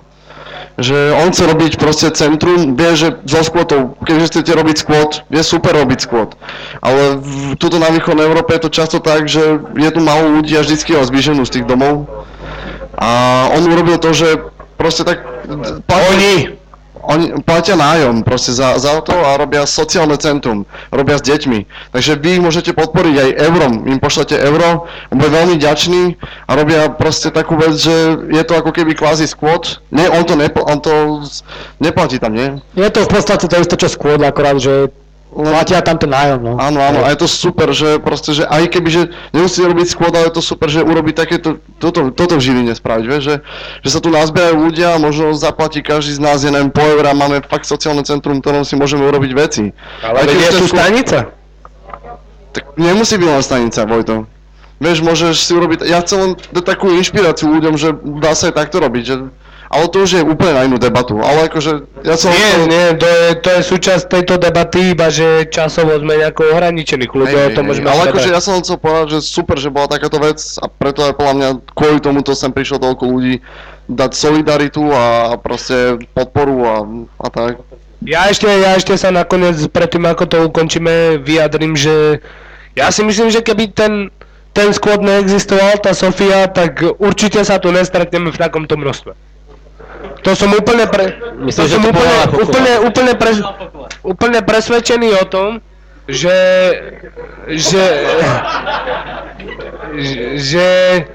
že on chce robiť proste centrum, vie, že zo skvotov, keďže chcete robiť skvot, je super robiť skvot. Ale v, tuto na východnej Európe je to často tak, že je tu málo ľudí a vždycky ho zvyženú z tých domov. A on urobil to, že proste tak... Platia, oni! Oni platia nájom proste za, za to a robia sociálne centrum, robia s deťmi. Takže vy ich môžete podporiť aj eurom, im pošlete euro, on bude veľmi ďačný a robia proste takú vec, že je to ako keby kvázi skvot. Nie, on to, nepl- on to neplatí tam, nie? Je to v podstate to isté, čo skôr, akorát, že platia tam ten nájom, no. Áno, áno, a je to super, že proste, že aj keby, že nemusíte robiť skôr, ale je to super, že urobí takéto, toto, toto v Žiline spraviť, vieš, že, že sa tu nazbierajú ľudia, možno zaplatí každý z nás, ja neviem, po eura, máme fakt sociálne centrum, v ktorom si môžeme urobiť veci. Ale veď je tu stanica. Tak nemusí byť len stanica, Vojto. Vieš, môžeš si urobiť, ja chcem len takú inšpiráciu ľuďom, že dá sa aj takto robiť, že ale to už je úplne na inú debatu, ale akože ja som... Nie, to... nie, to je, to je súčasť tejto debaty, iba že časovo sme nejako ohraničení, kľudne o tom môžeme... Ale akože ja som chcel povedať, že super, že bola takáto vec a preto aj podľa mňa kvôli tomuto sem prišlo toľko ľudí dať solidaritu a proste podporu a, a tak. Ja ešte, ja ešte sa nakoniec, predtým ako to ukončíme, vyjadrím, že ja si myslím, že keby ten, ten skvot neexistoval, tá Sofia, tak určite sa tu nestretneme v takomto množstve. To som úplne, pre, Myslím, to som to úplne, úplne, úplne, pre, úplne presvedčený o tom, že, že, že,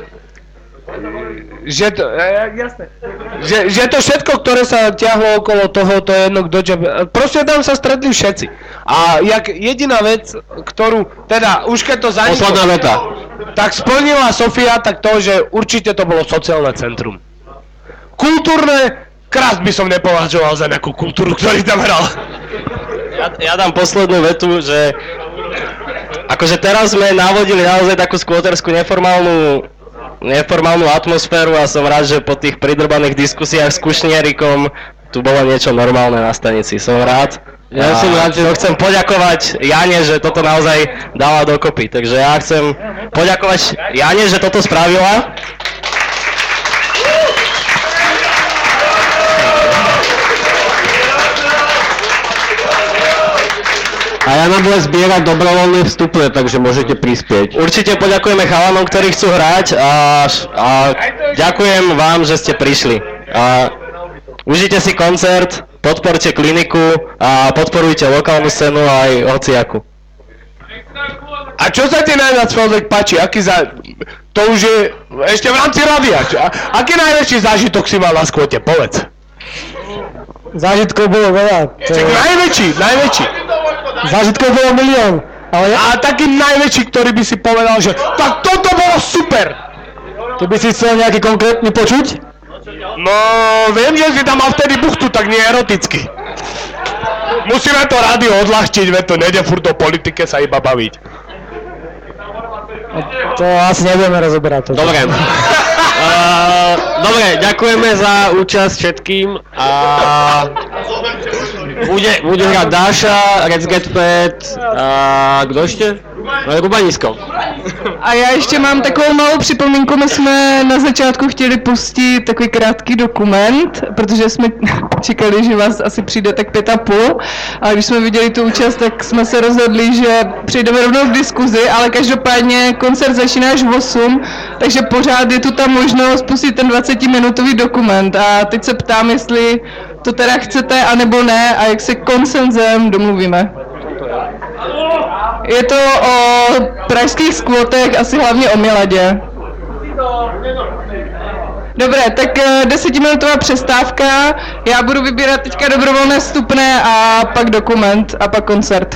že to, jasné, že, že to všetko, ktoré sa ťahlo okolo toho, to je jedno kto, že, proste tam sa stretli všetci. A jak jediná vec, ktorú, teda už keď to zaniklo, posledná veta, tak splnila Sofia, tak to, že určite to bolo sociálne centrum. Kultúrne, krás by som nepovažoval za nejakú kultúru, ktorý tam hral. Ja, ja dám poslednú vetu, že akože teraz sme navodili naozaj takú skvoterskú neformálnu, neformálnu atmosféru a som rád, že po tých pridrbaných diskusiách s Kušnierikom tu bolo niečo normálne na stanici. Som rád. Ja som rád, že chcem poďakovať Jane, že toto naozaj dala dokopy. Takže ja chcem poďakovať Jane, že toto spravila. A ja nám bude zbierať dobrovoľné vstupné, takže môžete prispieť. Určite poďakujeme chalanom, ktorí chcú hrať a, a ďakujem vám, že ste prišli. A užite si koncert, podporte kliniku a podporujte lokálnu scénu aj hociaku. A čo sa ti najviac Feldek páči? Aký za... To už je ešte v rámci radia. Aký najväčší zážitok si mal na skvote? Povedz. Zážitkov bolo veľa. To... Čiže najväčší, najväčší. Zážitkov bolo milión. Ale ja... A taký najväčší, ktorý by si povedal, že tak toto bolo super. Ty by si chcel nejaký konkrétny počuť? No, viem, že si tam mal vtedy buchtu, tak nie eroticky. Musíme to rádio odľahčiť, veď to nejde furt o politike sa iba baviť. To asi nebudeme rozoberať. To Dobre. Uh, dobre, ďakujeme za účasť všetkým a bude, bude hrať Dáša, Reds Get Fat a kto ešte? Rubanisko. A já ještě mám takovou malou připomínku, my jsme na začátku chtěli pustit takový krátký dokument, protože jsme čekali, že vás asi přijde tak pět a půl, ale když jsme viděli tu účast, tak jsme se rozhodli, že přejdeme rovnou k diskuzi, ale každopádně koncert začíná až v osm, takže pořád je tu ta možnost pustit ten dvacetiminutový dokument a teď se ptám, jestli to teda chcete, anebo ne a jak se konsenzem domluvíme. Je to o pražských skvotech, asi hlavně o Miladě. Dobré, tak desetiminutová přestávka, já budu vybírat teďka dobrovolné vstupné a pak dokument a pak koncert.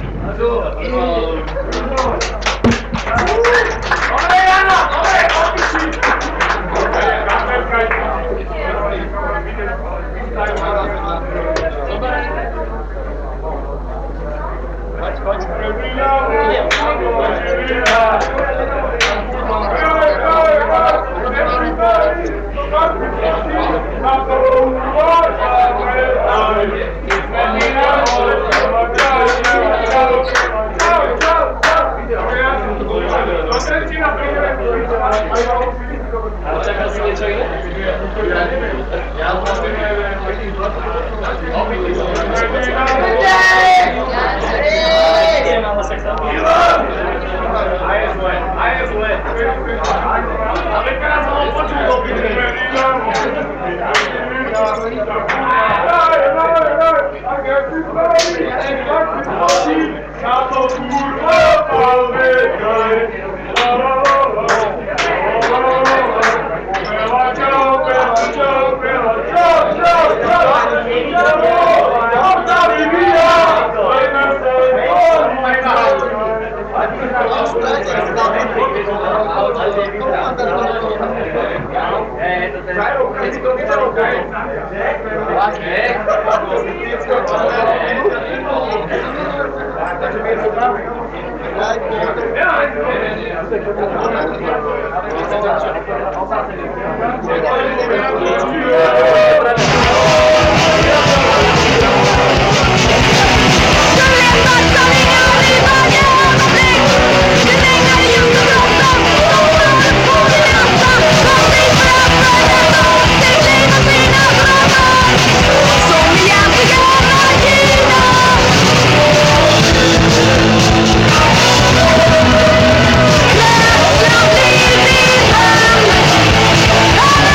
Come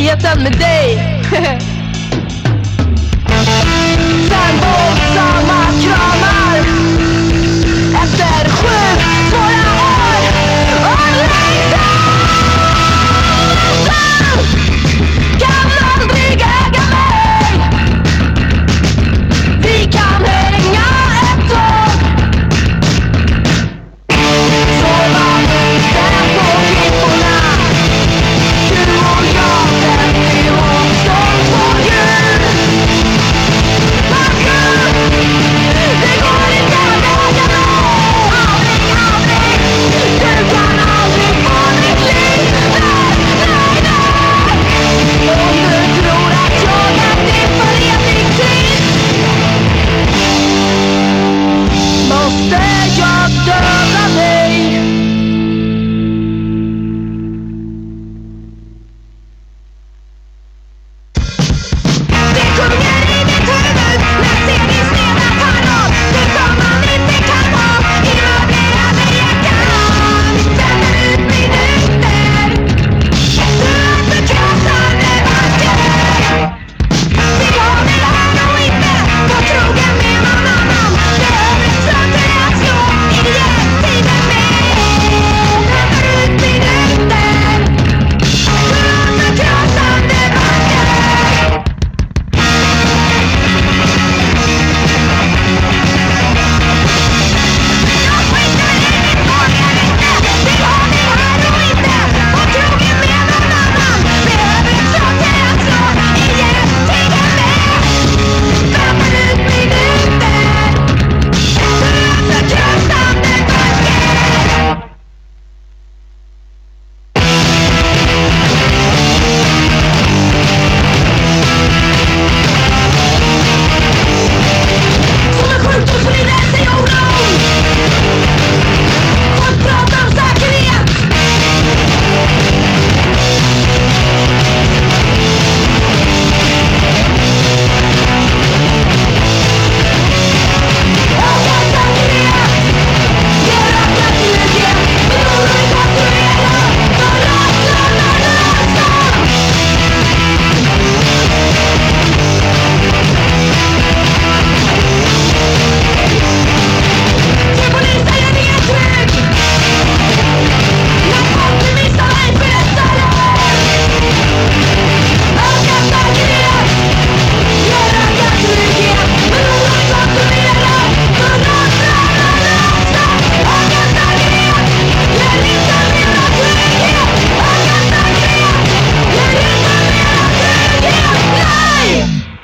friheten med dig. Sen våldsamma kramar efter sju svåra år av längtan. Kan aldrig äga mig. Vi kan hänga ett tag. Sova ute på klipporna. Du och jag tätt ihop som två djur. Men Gud, det går inte att äga mig. Aldrig, aldrig. Du kan aldrig få mitt liv. Nej, nej, nej. Om du tror att jag är din för evig tid, måste jag döda dig. Det sjunger i mitt huvud när ser din sneda pannor. Det som man inte kan vara i övriga lekar. Tänder ut minuter. Du är förkrossande vacker. Vill ha mig här och inte på krogen med någon annan. Behöver ett sönder att slå igen tiden med. Tänder ut minuter. Du är förkrossande vacker. Jag skiter i mitt vågar inte. Vill ha mig här och inte på krogen med någon annan. Behöver ett sönder att slå igen tiden med. Tänder ut minuter. Du är förkrossande vacker. Som en sjukdom sprider sig oron. Folk pratar om säkerhet. Ökad säkerhet ger ökad trygghet. Men oron är konstruerad för att lämna ensam. Till polisen är det en trygg. När folk vill missa mig berättar det. Ökad säkerhet ger ökad trygghet. Men oron är konstruerad för att lämna ensam. Ökad säkerhet ger inte mera trygghet. Ökad säkerhet ger inte mera trygghet. Nej!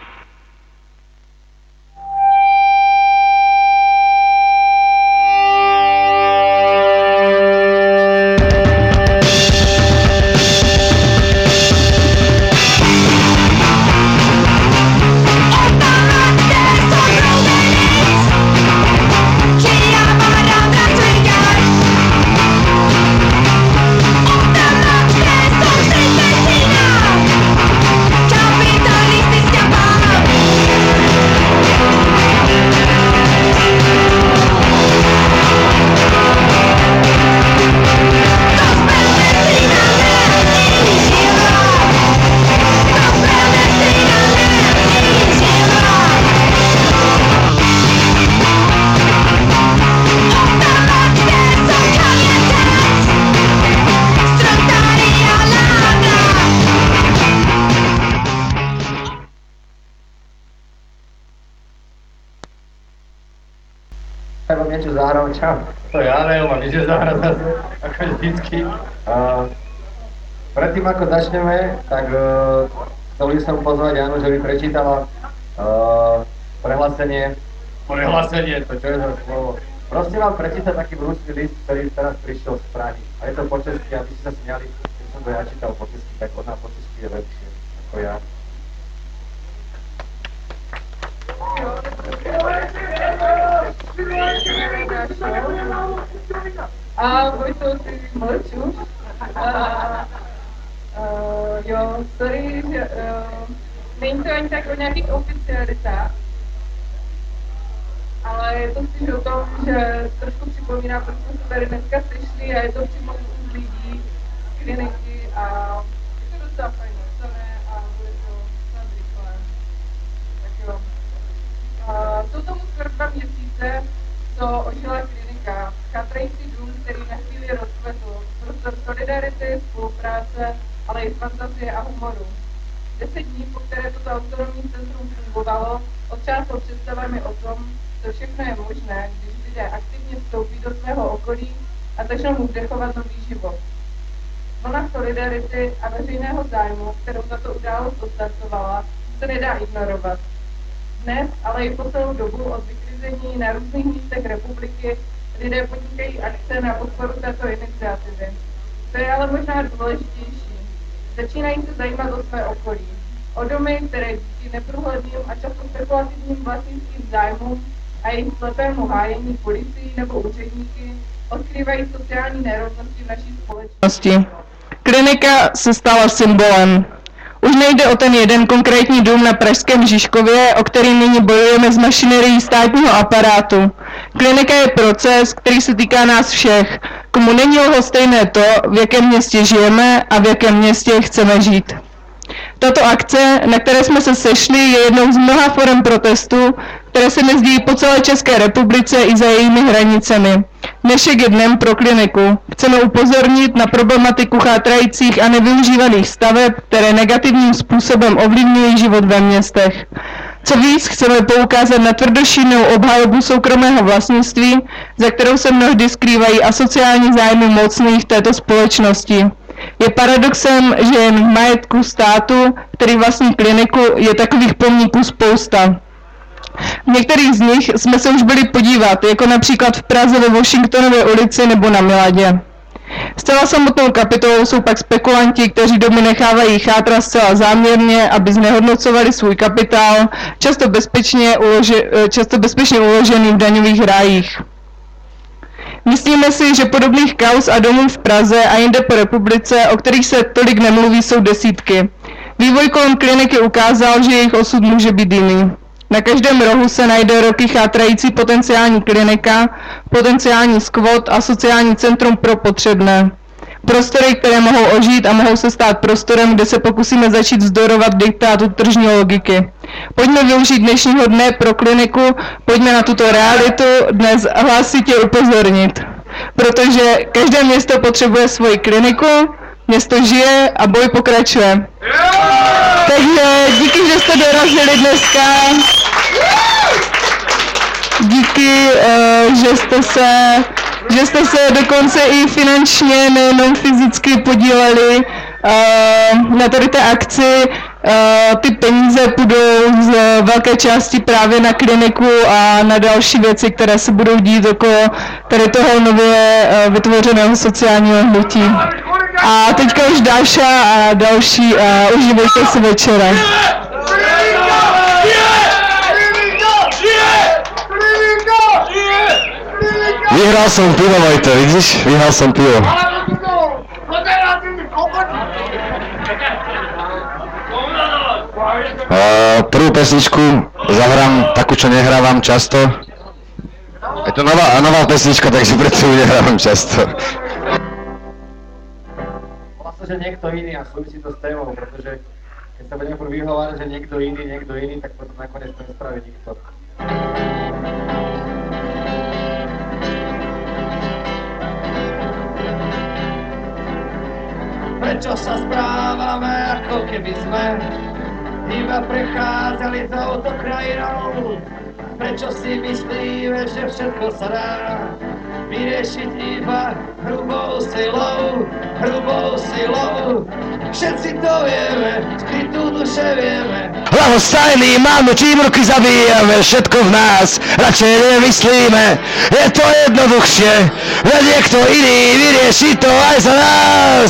Tak vám niečo zahrám, čau. To ja neviem, mám niečo zahrať zase, ako vždycky. Uh, predtým ako začneme, tak uh, chcel by som pozvať Janu, že by prečítala uh, prehlásenie, prehlásenie, to čo je za slovo. Prosím vám prečítať taký vrúcný list, ktorý teraz prišiel z Prahy. A je to po česky, aby ste sa smiali, keď som to ja čítal po česky, tak ona po česky je lepšie ako ja. A Vojto, ty mlčíš. Jo, sorry, že uh, není to ani tak o nějakých oficialitách, ale je to spíš o tom, že trošku připomíná, proč jsme se tady dneska sešli a je to přímo z lidí, z kliniky a je to docela fajn, to ne, fantazie a humoru. Deset dní, po které toto autonomní centrum fungovalo, otřáslo představami o tom, co všechno je možné, když lidé aktivně vstoupí do svého okolí a začnou mu vdechovat nový život. Vlna solidarity a veřejného zájmu, kterou tato událost odstartovala, se nedá ignorovat. Dnes, ale i po celou dobu od vyklizení na různých místech republiky lidé podnikají akce na podporu této iniciativy. To je ale možná důležitější. Začínají se zajímat o své okolí. O domy, které díky neprůhledným a často spekulativním vlastnickým zájmům a jejich slepému hájení policií nebo úředníky odkrývají sociální nerovnosti v naší společnosti. Klinika se stala symbolem. Už nejde o ten jeden konkrétní dům na pražském Žižkově, o který nyní bojujeme s mašinerií státního aparátu. Klinika je proces, který se týká nás všech, komu není lhostejné to, v jakém městě žijeme a v jakém městě chceme žít. Tato akce, na které jsme se sešli, je jednou z mnoha forem protestu, které se dnes dějí po celé České republice i za jejími hranicemi. Dnešek je dnem pro kliniku. Chceme upozornit na problematiku chátrajících a nevyužívaných staveb, které negativním způsobem ovlivňují život ve městech. Co víc, chceme poukázat na tvrdošíjnou obhajobu soukromého vlastnictví, za kterou se mnohdy skrývají asociální zájmy mocných této společnosti. Je paradoxem, že jen v majetku státu, který vlastní kliniku, je takových pomníků spousta. V některých z nich jsme se už byli podívat, jako například v Praze ve Washingtonově ulici nebo na Miladě. Zcela samotnou kapitolou jsou pak spekulanti, kteří domy nechávají chátrat zcela záměrně, aby znehodnocovali svůj kapitál, často bezpečně, uloži, často bezpečně uložený v daňových rájích. Myslíme si, že podobných kauz a domů v Praze a jinde po republice, o kterých se tolik nemluví, jsou desítky. Vývoj kolem kliniky ukázal, že jejich osud může být jiný. Na každém rohu se najde roky chátrající potenciální klinika, potenciální skvot a sociální centrum pro potřebné. Prostory, které mohou ožít a mohou se stát prostorem, kde se pokusíme začít vzdorovat diktátu tržní logiky. Pojďme využít dnešního dne pro kliniku, pojďme na tuto realitu dnes hlasitě upozornit. Protože každé město potřebuje svoji kliniku, město žije a boj pokračuje. Takže díky, že jste dorazili dneska. Díky, že jste se, že jste se dokonce i finančně, nejenom fyzicky podíleli na tady té akci. Ty peníze půjdou z velké části právě na kliniku a na další věci, které se budou dít okolo tady toho nově vytvořeného sociálního hnutí. A teďka už Dáša a další a užívejte si večera. Vyhral som pivo, Vojto, vidíš? Vyhral som pivo. Uh, prvú pesničku zahrám takú, čo nehrávam často. Je to nová, nová pesnička, takže preto ju nehrávam často. Volá sa, že niekto iný a súvisí to s témou, pretože keď sa budeme furt vyhovárať, že niekto iný, niekto iný, tak potom nakoniec to nespraví nikto. Prečo sa správame, ako keby sme iba prechádzali touto krajinou? Prečo si myslíme, že všetko sa dá vyriešiť iba hrubou silou, hrubou silou? Všetci to vieme, skrytú duše vieme. Ľahostajný, máme, čím ruky zabíjame, všetko v nás radšej nemyslíme. Je to jednoduchšie, veď niekto iný vyrieši to aj za nás.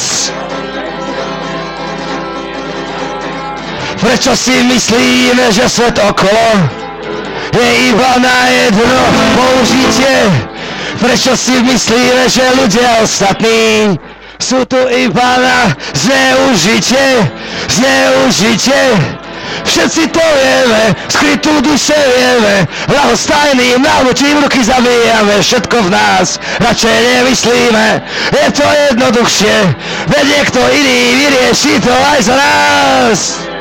Prečo si myslíme, že svet okolo je iba na jedno použitie? Prečo si myslíme, že ľudia ostatní sú tu iba na zneužitie? Zneužitie? Všetci to vieme, skrytú duše vieme, ľahostajným námočím ruky zabíjame, všetko v nás radšej nemyslíme. Je to jednoduchšie, veď niekto iný vyrieši to aj za nás.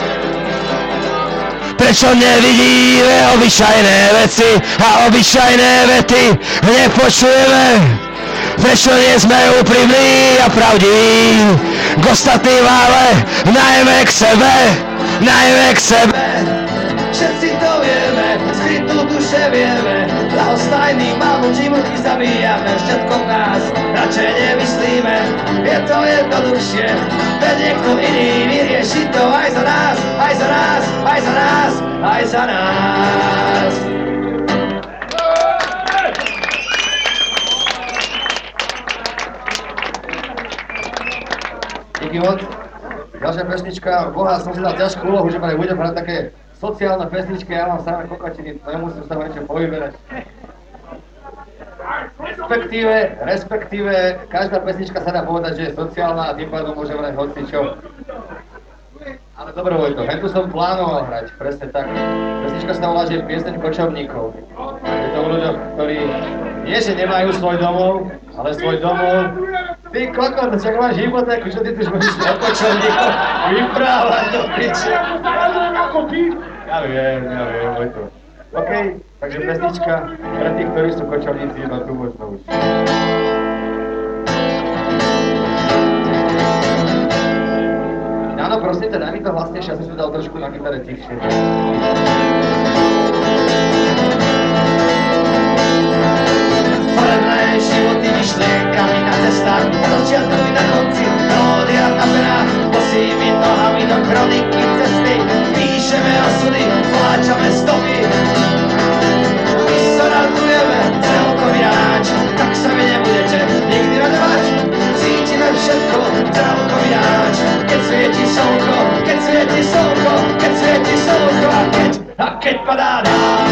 Prečo nevidíme obyčajné veci a obyčajné vety nepočujeme? Prečo nie sme úprimní a pravdiví? k ostatným, ale najmä k sebe, najmä k sebe. Všetci to vieme, skrytú duše vieme, ľahostajný malú životy zabíjame, všetko v nás radšej nemyslíme, je to jednoduchšie, veď niekto iný vyrieši to aj za nás, aj za nás, aj za nás, aj za nás. Díky moc. Ďalšia pesnička, boha, som si dal ťažkú úlohu, že budem hrať také sociálne pesničky, ja mám samé kokotiny, to nemusím sa niečo povyberať. Respektíve, respektíve, každá pesnička sa dá povedať, že je sociálna a tým pádom môžem hrať hocičo. Ale dobre, Vojto, hen tu som plánoval hrať, presne tak. Pesnička sa volá, že pieseň kočovníkov. Je to o ľuďoch, ktorí nie, že nemajú svoj domov, ale svoj domov. Ty kokot, však máš hypotéku, čo ty tu budeš o kočovníkov vyprávať do piče. Ja viem, ja viem, Vojto. OK, takže pesnička pre tých, ktorí sú kočovníci, iba tu možno už. Áno, prosím ťa, daj mi to hlasnejšie, ja som si dal trošku na gitare tichšie. Farebné životy myšlienkami na cestách, na začiatku i na konci, melódia na perách, bosými nohami do kroniky cesty, píšeme osudy, pláčame stopy. My sa radujeme celkom ináč, tak sa vy nebudete nikdy radovať, cítime všetko celkom ináč, keď svieti slnko, keď svieti slnko, keď svieti slnko a keď, a keď padá dáň.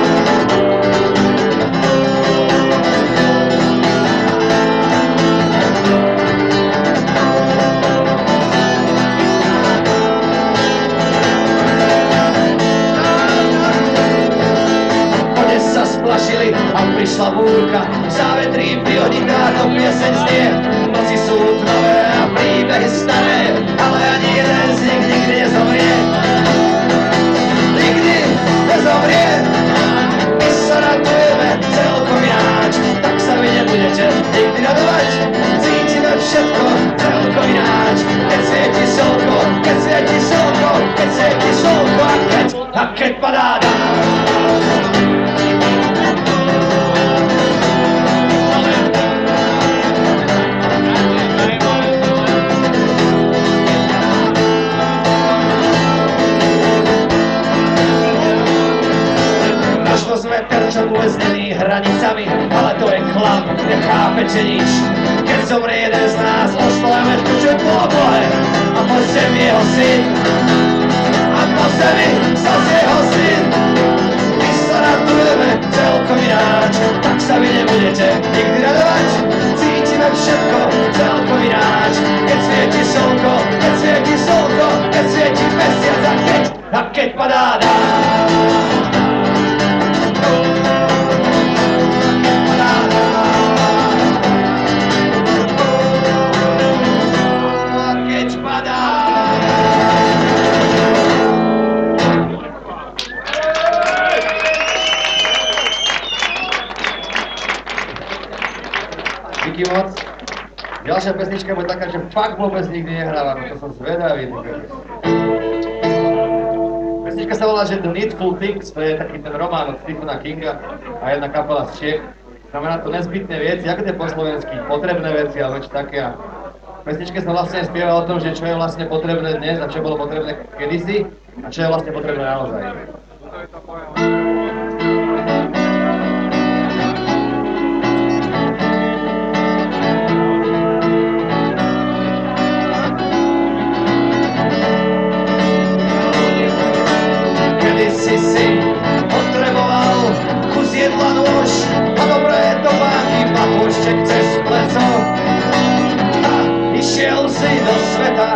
Splašili a prišla búrka, závetrí v hodinách to pieseň znie. Noci sú tmavé a príbehy staré, ale ani jeden z nich nikdy nezomrie. Nikdy nezomrie. My sa radujeme celkom ináč, tak sa vy nebudete nikdy radovať. Cítime všetko celkom ináč, keď svieti slnko, keď svieti slnko, keď svieti slnko a keď, a keď padá dáň. Veter, čo uväznený hranicami, ale to je klam, nechápete nič. Keď zomrie jeden z nás, oslavíme tu, čo je polobohe. A po zemi jeho syn, a po zemi zas jeho syn. My sa radujeme celkom ináč, tak sa vy nebudete nikdy radovať. Cítime všetko celkom ináč, keď svieti slnko, keď svieti slnko, keď svieti mesiac a keď, a keď padá dáň. Díky moc. Ďalšia pesnička bude taká, že fakt vôbec nikdy nehrávam, to som zvedavý. Pesnička sa volá, že The Needful Things, to je taký ten román od Stephena Kinga a jedna kapela z Čech. Znamená to nezbytné veci, ako to je po slovensky, potrebné veci, alebo čo také. A pesničke sa vlastne spieva o tom, že čo je vlastne potrebné dnes a čo bolo potrebné kedysi a čo je vlastne potrebné naozaj. Si si potreboval kus jedla, nôž a dobré topánky, papušček cez pleco a išiel si do sveta.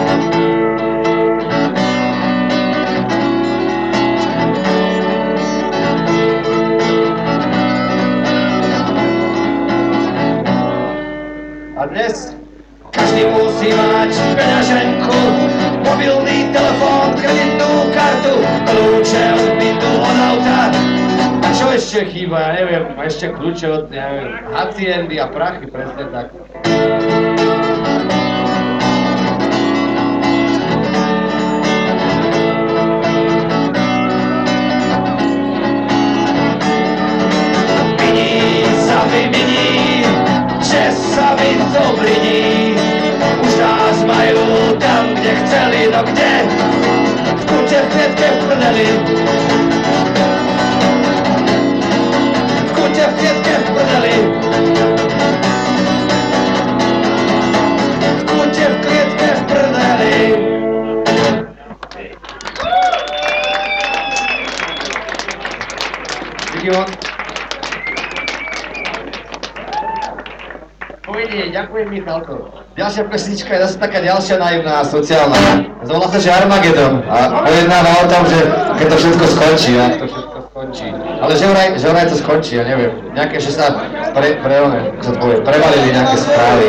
A dnes každý musí mať peňaženku, mobilný telefón, kreditnú kartu, kľúče od bytu, od auta. A čo ešte chýba? Ja neviem, ešte kľúče od, neviem, haciendy a prachy, presne tak. prdeli. V kutě v klietke v prdeli. V kutě v klietke v prdeli. Díky moc. Pojde, ďakujem Michalko. Ďalšia pesnička je zase taká ďalšia naivná, sociálna. Zvolá sa, že Armagedon a pojednáva o tom, že keď to všetko skončí, ak to všetko skončí. Ale že vraj, že vraj to skončí, ja neviem. Nejaké, že sa pre, pre, one, ako sa to povie, prevalili nejaké správy.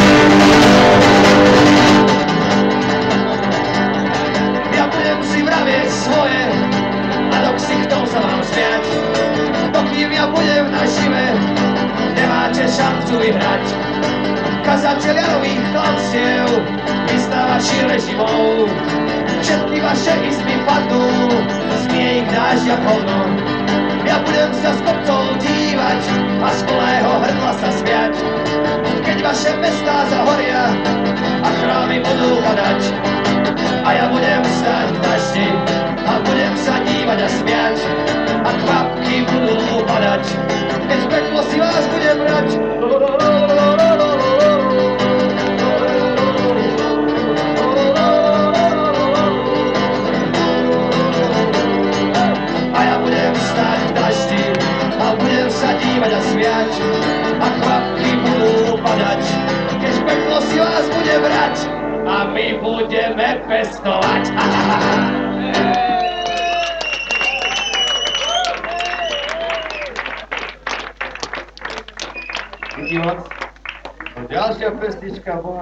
Ja budem si vravieť svoje a do ksichtov sa vám smiať. Dokým ja budem nažive, nemáte šancu vyhrať. Kazatelia nových chlapstiev, vystávači režimov. Všetky vaše izby padnú, zmie ich dážď a polno. Ja budem sa z kopcov dívať a z plného hrdla sa smiať. Keď vaše mestá zahoria a chrámy budú padať. A ja budem stáť v daždi a budem sa dívať a smiať. A kvapky budú padať, keď peklo si vás budem brať. A ja budem stáť v daždi a budem sa dívať a smiať. A kvapky budú padať, keď peklo si vás bude brať. A my budeme pestovať. Díky moc. Ďalšia pesnička bola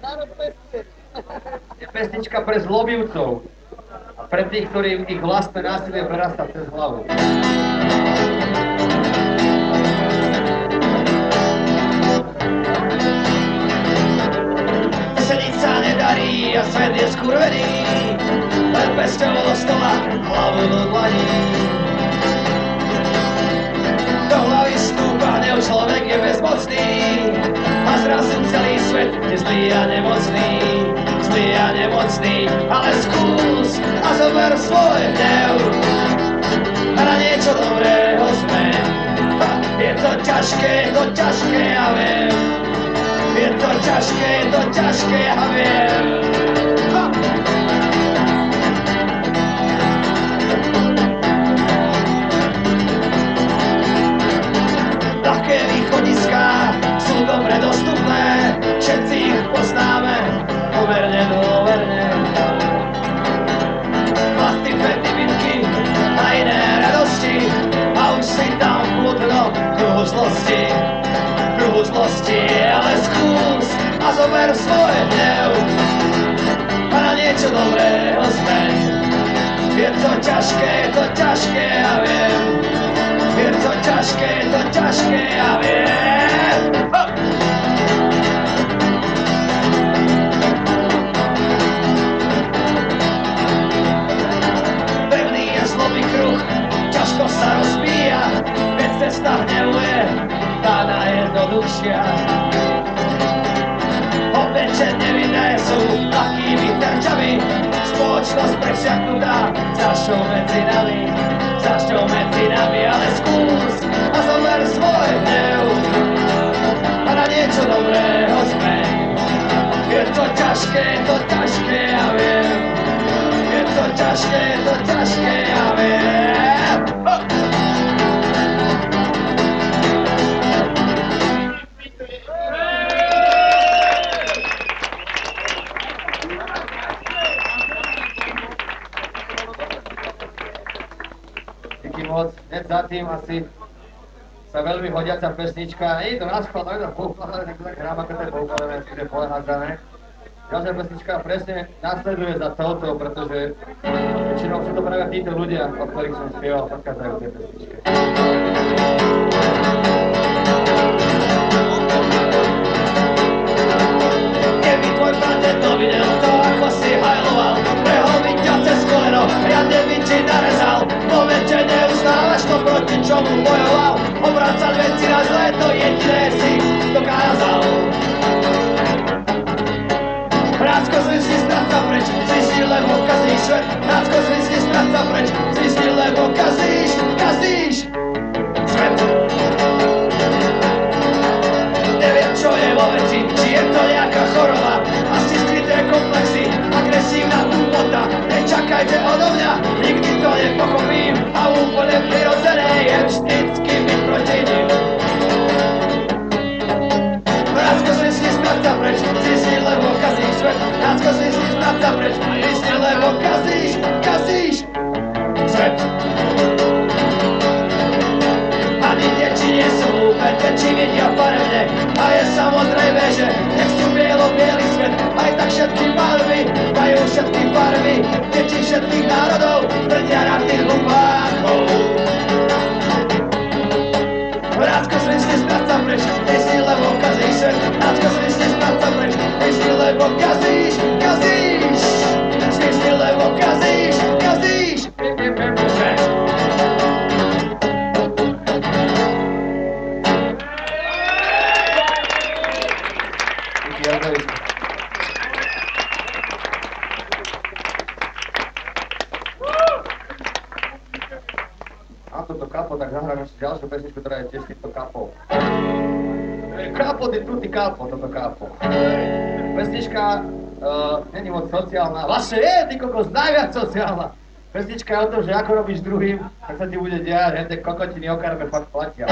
je pesnička pre zlobivcov. A pre tých, ktorým ich vlastné násilie prerastá cez hlavu. Sediť sa nedarí a svet je skurvený, len pesťou do stola, hlavu do dlaní. Do hlavy stúpane, už človek je bezmocný a zrazu celý svet je zlý a nemocný, zlý a nemocný. Ale skús a zober svoj hnev a na niečo dobrého zmeň. Je to ťažké, je to ťažké, ja viem. Je to ťažké, je to ťažké, ja viem. Ha! Ľahké východiská sú dobre dostupné, všetci ich poznáme pomerne dôverne. Plachty, fety, bitky a iné radosti a už si tam plutno kruhu zlosti. Kruhu zlosti, ale skús a zober svoj hnev a na niečo dobrého zmeň. Je to ťažké, je to ťažké, ja viem. Je to ťažké, je to ťažké, ja viem. Ha! Pevný je zlobý kruh, ťažko sa rozbíja, keď cesta hnevu je tá najjednoduchšia. Opeče nevinné sú takými terčami, spoločnosť presiaknutá zašťou medzi nami, zašťou medzi nami, ale skús a zober svoj hnev a na niečo dobrého zmeň. Je to ťažké, je to ťažké, ja viem. Je to ťažké, je to ťažké, ja viem. Ha! Moc, hneď za tým asi sa veľmi hodiaca pesnička. Nie je to na schvál, tak to poukladané, tak to tak hrám, ako to je poukladané, keď je pohádzané. Ďalšia pesnička presne nasleduje za touto, pretože väčšinou sú to práve títo ľudia, o ktorých som spieval, podchádzajú tie pesničke. Keby tvoj bratec to videl, to ako si hajloval, prehol by ťa cez koleno, riadne by ti narezal. Momente neuznávaš to, proti čomu bojoval, obracať veci na zlé, to jediné si dokázal. Prácko zvyšný stráca preč, zvyšný len okazný svet, prácko zvyšný stráca preč, lebo kazíš, kazíš svet. Neviem, čo je vo veci, či je to nejaká choroba, asi skryté komplexy, agresívna tupota. Nečakajte odo mňa, nikdy to nepochopím a úplne prirodzené je vždycky byť proti nim. Rádko zvisni z práca preč, zvisni, lebo kazíš svet. Rádko zvisni z práca preč, zvisni, lebo kazíš, kazíš svet. Ani deti nie sú hlúpe, deti vidia farebne a je samozrejme, že nech sú bielo-bielý svet. Aj tak všetky barvy majú všetky farby, deti všetkých národov trdia na tých hlupákov. Rádko zvisni z práca preč, zvisni, lebo kazíš svet. Rádko zvisni z práca preč, zvisni, lebo kazíš, kazíš. Zvisni, lebo kazíš, kazíš svet. A toto kapo, tak zahrám ešte ďalšiu pesničku, ktorá je tiež týmto kapou. Kapo di tutti kapo, toto kapo. Pesnička uh, není moc sociálna, vlastne je, ty kokos, najviac sociálna. Pesnička je o tom, že ako robíš druhým, tak sa ti bude diať, že tie kokotiny o karme fakt platia.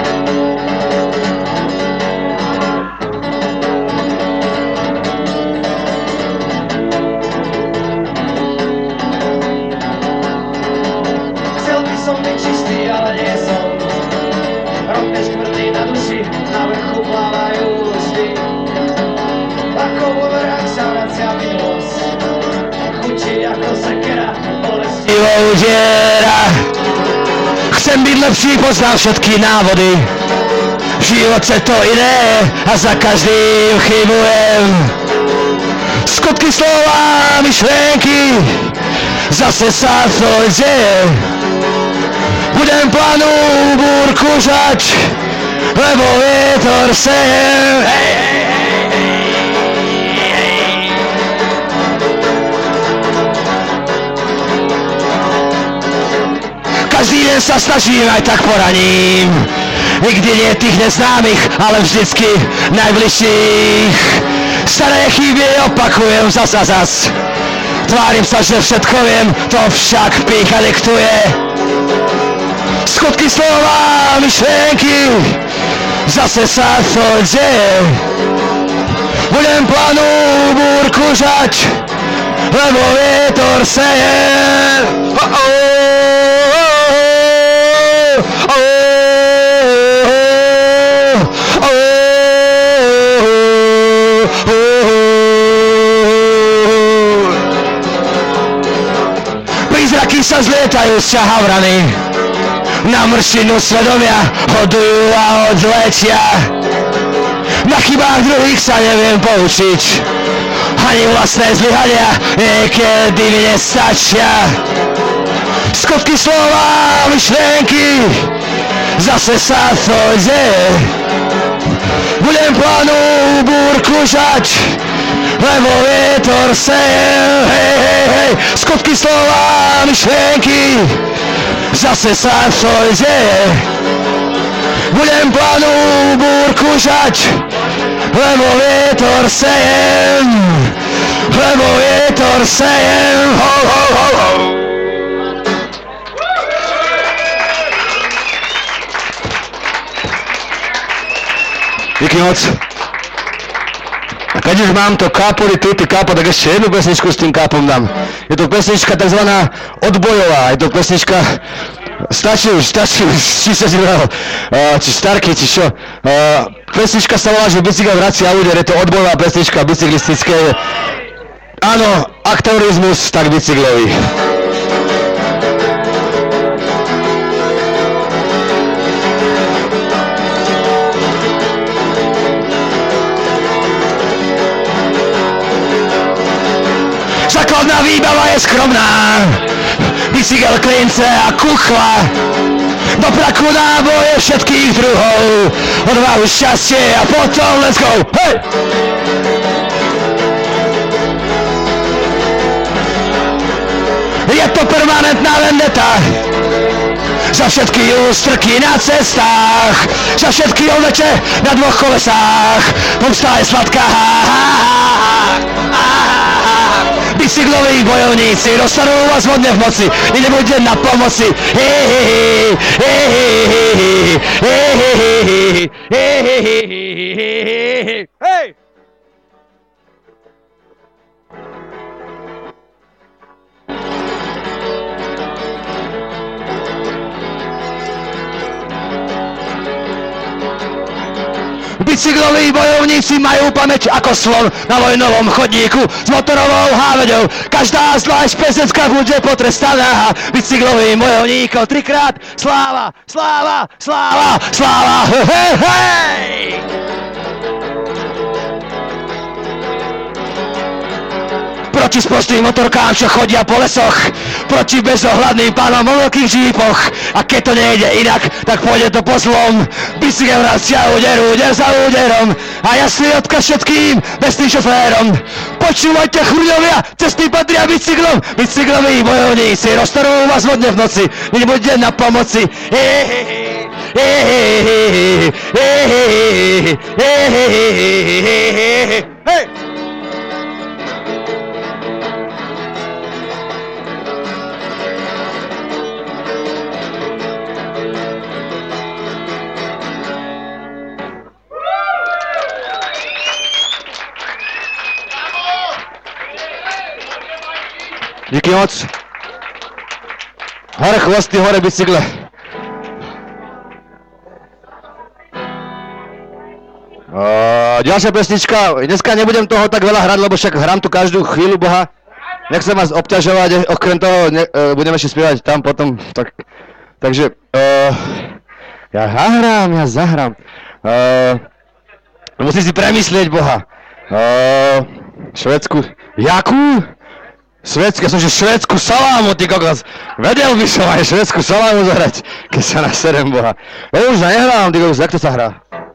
Chcel by som byť čistý, ale nie som. Rovne škvrty na duši, na vrchu plávajú vždy. Ako bumerang sa vracia minulosť, chutí ako sekera, bolesti. Udiera. Chcem byť lepší, poznám všetky návody. V živote to iné a za každým chybujem. Skutky, slova, myšlenky, zase sa to deje. Budem planu búrku žať, lebo vietor seje. Hej, hej, hej, hej, hej. Každý deň sa snažím, aj tak poraním. Nikdy nie tých neznámych, ale vždycky najbližších. Staré chyby opakujem zas a zas. Tvárim sa, že všetko viem, to však pýcha diktuje. Skutky, slova, myšlenky, zase sa to deje. Budem plánu búrku žať, lebo vietor seje. Oh, oh, oh, oh, oh, oh. Prízraky sa zlietajú z havrany, na mršinu svedomia hodujú a odletia. Na chybách druhých sa neviem poučiť, ani vlastné zlyhania niekedy mi nestačia. Skutky, slova, myšlenky, zase sa to deje. Budem plánu búrku žať, lebo vietor seje. Hej, hej, hej. Skutky, slova, myšlenky, zase sa to deje. Budem plánu búrku žať, lebo vietor sejem, lebo vietor sejem. Ho, ho, ho, ho. Díky moc. A keď už mám to kápo di tutti kápo, tak ešte jednu pesničku s tým kápom dám. Je to pesnička takzvaná odbojová, je to pesnička, stačí už, stačí už, či sa si bral, uh, či starky, či čo. Uh, pesnička sa volá, že bicykel vracia úder, je to odbojová pesnička bicyklistické. Áno, ak terorizmus, tak bicyklový. Základná výbava je skromná, bicykel, klince a kuchla. Do praku náboje všetkých druhov, odvahu, šťastie a potom let's go, hej! Je to permanentná vendeta, za všetky ústrky na cestách, za všetky oveče na dvoch kolesách. Pomsta je sladká. Bicykloví bojovníci dostanú vás vodne v moci, vy nebudete na pomoci. Hej! Bicykloví bojovníci majú pamäť ako slon na vojnovom chodníku s motorovou háveďou. Každá zlá špezecka bude potrestaná. Bicyklovým bojovníkom trikrát sláva, sláva, sláva, sláva, hej, hej! Proti sprostým motorkám, čo chodia po lesoch, proti bezohľadným pánom vo veľkých žípoch. A keď to nejde inak, tak pôjde to po zlom. Bicykel vracia úder, úder za úderom. A jasný odkaz všetkým bestým šoférom. Počúvajte, chruňovia, cesty patria bicyklom. Bicykloví bojovníci roztorú vás vodne v noci. Nebuďte na pomoci. Hej! Díky moc. Hore chvosty, hore bicykle. Uh, ďalšia pesnička. Dneska nebudem toho tak veľa hrať, lebo však hrám tu každú chvíľu Boha. Nechcem vás obťažovať, okrem toho ne, uh, budeme ešte spievať tam potom. Tak, takže uh, ja zahrám, ja zahrám. Uh, musím si premyslieť Boha. Uh, Švédsku. Jakú? Švédsku, ja som že švédsku salámu, ty kokos. Vedel by som aj švédsku salámu zahrať, keď sa naserem Boha. Ja už nehrám, ty kokos, jak to sa hrá?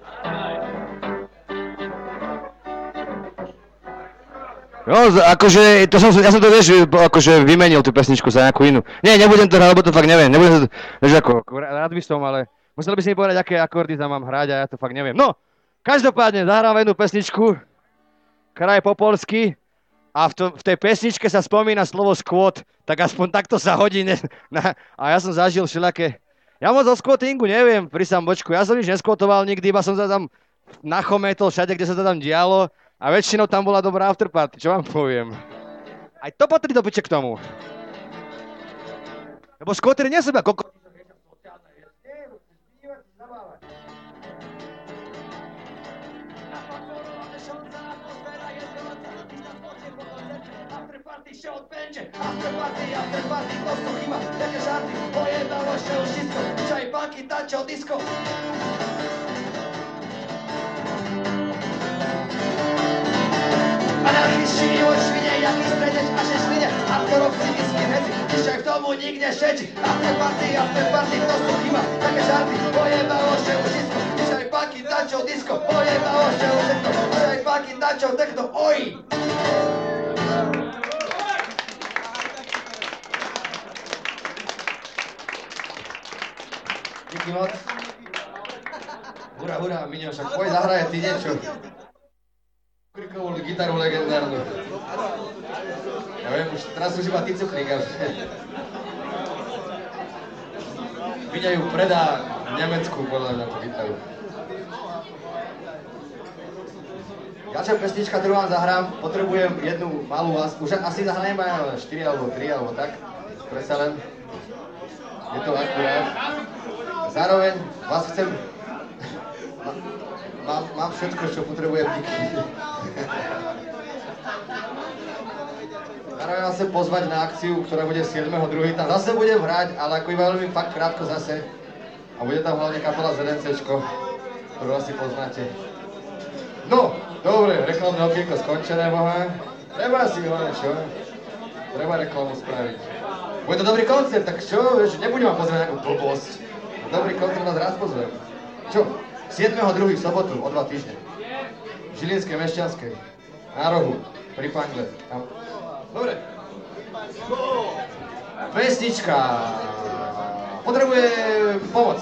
No, akože, to som, ja som to vieš, akože vymenil tú pesničku za nejakú inú. Nie, nebudem to hrať, lebo to fakt neviem, nebudem to, vieš ako, rád by som, ale musel by si mi povedať, aké akordy tam mám hrať a ja to fakt neviem. No, každopádne zahrám jednu pesničku, Kraj po polsky. A v, to, v tej pesničke sa spomína slovo squat, tak aspoň takto sa hodí. Ne, na, a ja som zažil všelijaké... Ja moc o squattingu neviem, pri sám bočku. Ja som nič neskvotoval nikdy, iba som sa tam nachometol všade, kde sa to tam dialo. A väčšinou tam bola dobrá afterparty, čo vám poviem. Aj to patrí do piče k tomu. Lebo squattery nie sú iba koko... Afterparty, afterparty, to sú chyba, jaké žarty, pojebalo się už všetko, čaj, páky, tačo, disco. Anarchiści, miłość, świnie, jaki stredzieć, a się ślinie, afterowcy, niskie hedy, dzisiaj w domu nikt nie siedzi. Afterparty, afterparty, to sú chyba, jaké žarty, pojebało się už wszystko, dzisiaj páky, tačo, disco, pojebało się už všetko, dzisiaj páky, tačo, techno, oj! Díky moc. Hurá, hurá, Miňo, však poď zahraje ty niečo. Cukríkovú gitaru legendárnu. Ja viem, už teraz už iba ty cukrík. Miňo ju predá v Nemecku, podľa mňa, tú gitaru. Ďalšia pesnička, ktorú vám zahrám, potrebujem jednu malú vás. Už asi zahrajem aj štyri alebo tri alebo tak. Predsa len. Je to akurát. Zároveň vás chcem... Mám, mám všetko, čo potrebujem, díky. Zároveň vás chcem pozvať na akciu, ktorá bude siedmeho druhého Tam zase budem hrať, ale ako iba veľmi fakt krátko zase. A bude tam hlavne kapela zet en céčko, ktorú asi poznáte. No, dobre, reklamné okienko skončené, Boha. Treba si hlavne čo? Treba reklamu spraviť. Bude to dobrý koncert, tak čo? Vieš, nebudem vám pozvať nejakú blbosť. Dobrý koncert vás raz pozvem. Čo? siedmeho druhého sobotu, o dva týždne. V Žilinskej Mešťanskej. Na rohu, pri Pangle. Tam. Dobre. Pesnička. potrebuje pomoc.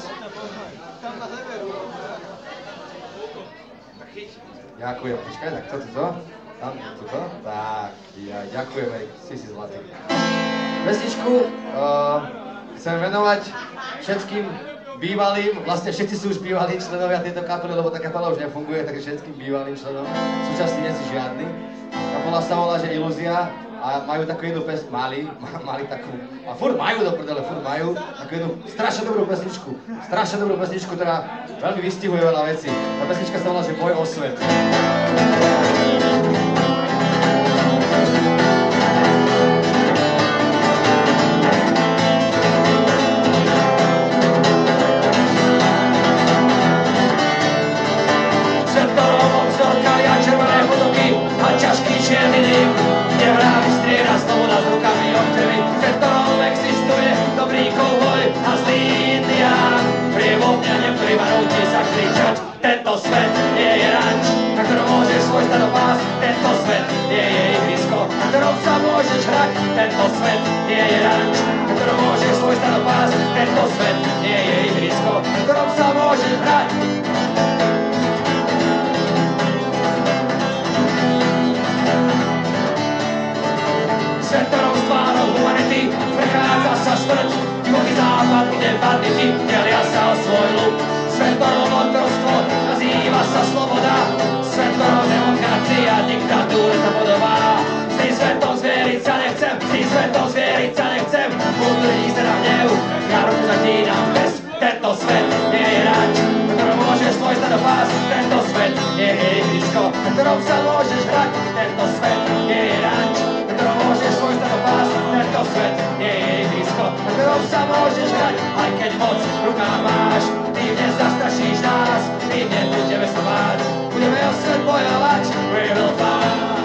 Ďakujem, počkaj, tak toto to? Tam, toto? Tak, ja ďakujem, Erik, si si zlatý. Pesničku uh, chcem venovať všetkým bývalým, vlastne všetci sú už bývalí členovia tejto kapely, lebo tá kapela už nefunguje, takže všetkým bývalým členom, súčasný nie si žiadny. Kapela sa volá, že Ilúzia a majú takú jednu pesničku, mali, mali takú, a furt majú do prdele, furt majú takú jednu strašne dobrú pesničku, strašne dobrú pesničku, ktorá veľmi vystihuje veľa vecí. Tá pesnička sa volá, že Boj o svet. Ťažký čierny dým, kde hrá vystriera sloboda s rukami od krvi. Pred ktorou existuje dobrý kouboj a zlý indián. Prievodňa niektorý varovte sa kričať. Tento svet nie je ranč, na ktorom môžeš svoj stado pásť. Tento svet nie je ihrisko, na ktorom sa môžeš hrať. Tento svet nie je ranč, na ktorom môžeš svoj stado pásť. Tento svet nie je ihrisko, na ktorom sa môžeš hrať. Sektorom s tvárou humanity prechádza sa štvrť. Divoký západ, kde banditi delia sa o svoj ľud. Sektorom otroctvo nazýva sa sloboda. Sektorom demokracia, diktatúra sa podobá. S tým svetom zvieriť sa nechcem, s tým svetom zvieriť sa nechcem. Budlí sa na hnev, ja ruku zatínam bez. Tento svet nie je ranč, na ktorom môžeš svoj stado pásť. Tento svet nie je ihrisko, na ktorom sa môžeš hrať. Tento svet nie je ranč, na ktorom môžeš svoj stado pásť. Tento svet nie je ihrisko, na ktorom sa môžeš hrať. Aj keď moc v rukách máš, tým nezastrašíš nás, tým nebudeme sa báť. Budeme o svet bojovať, we will fight.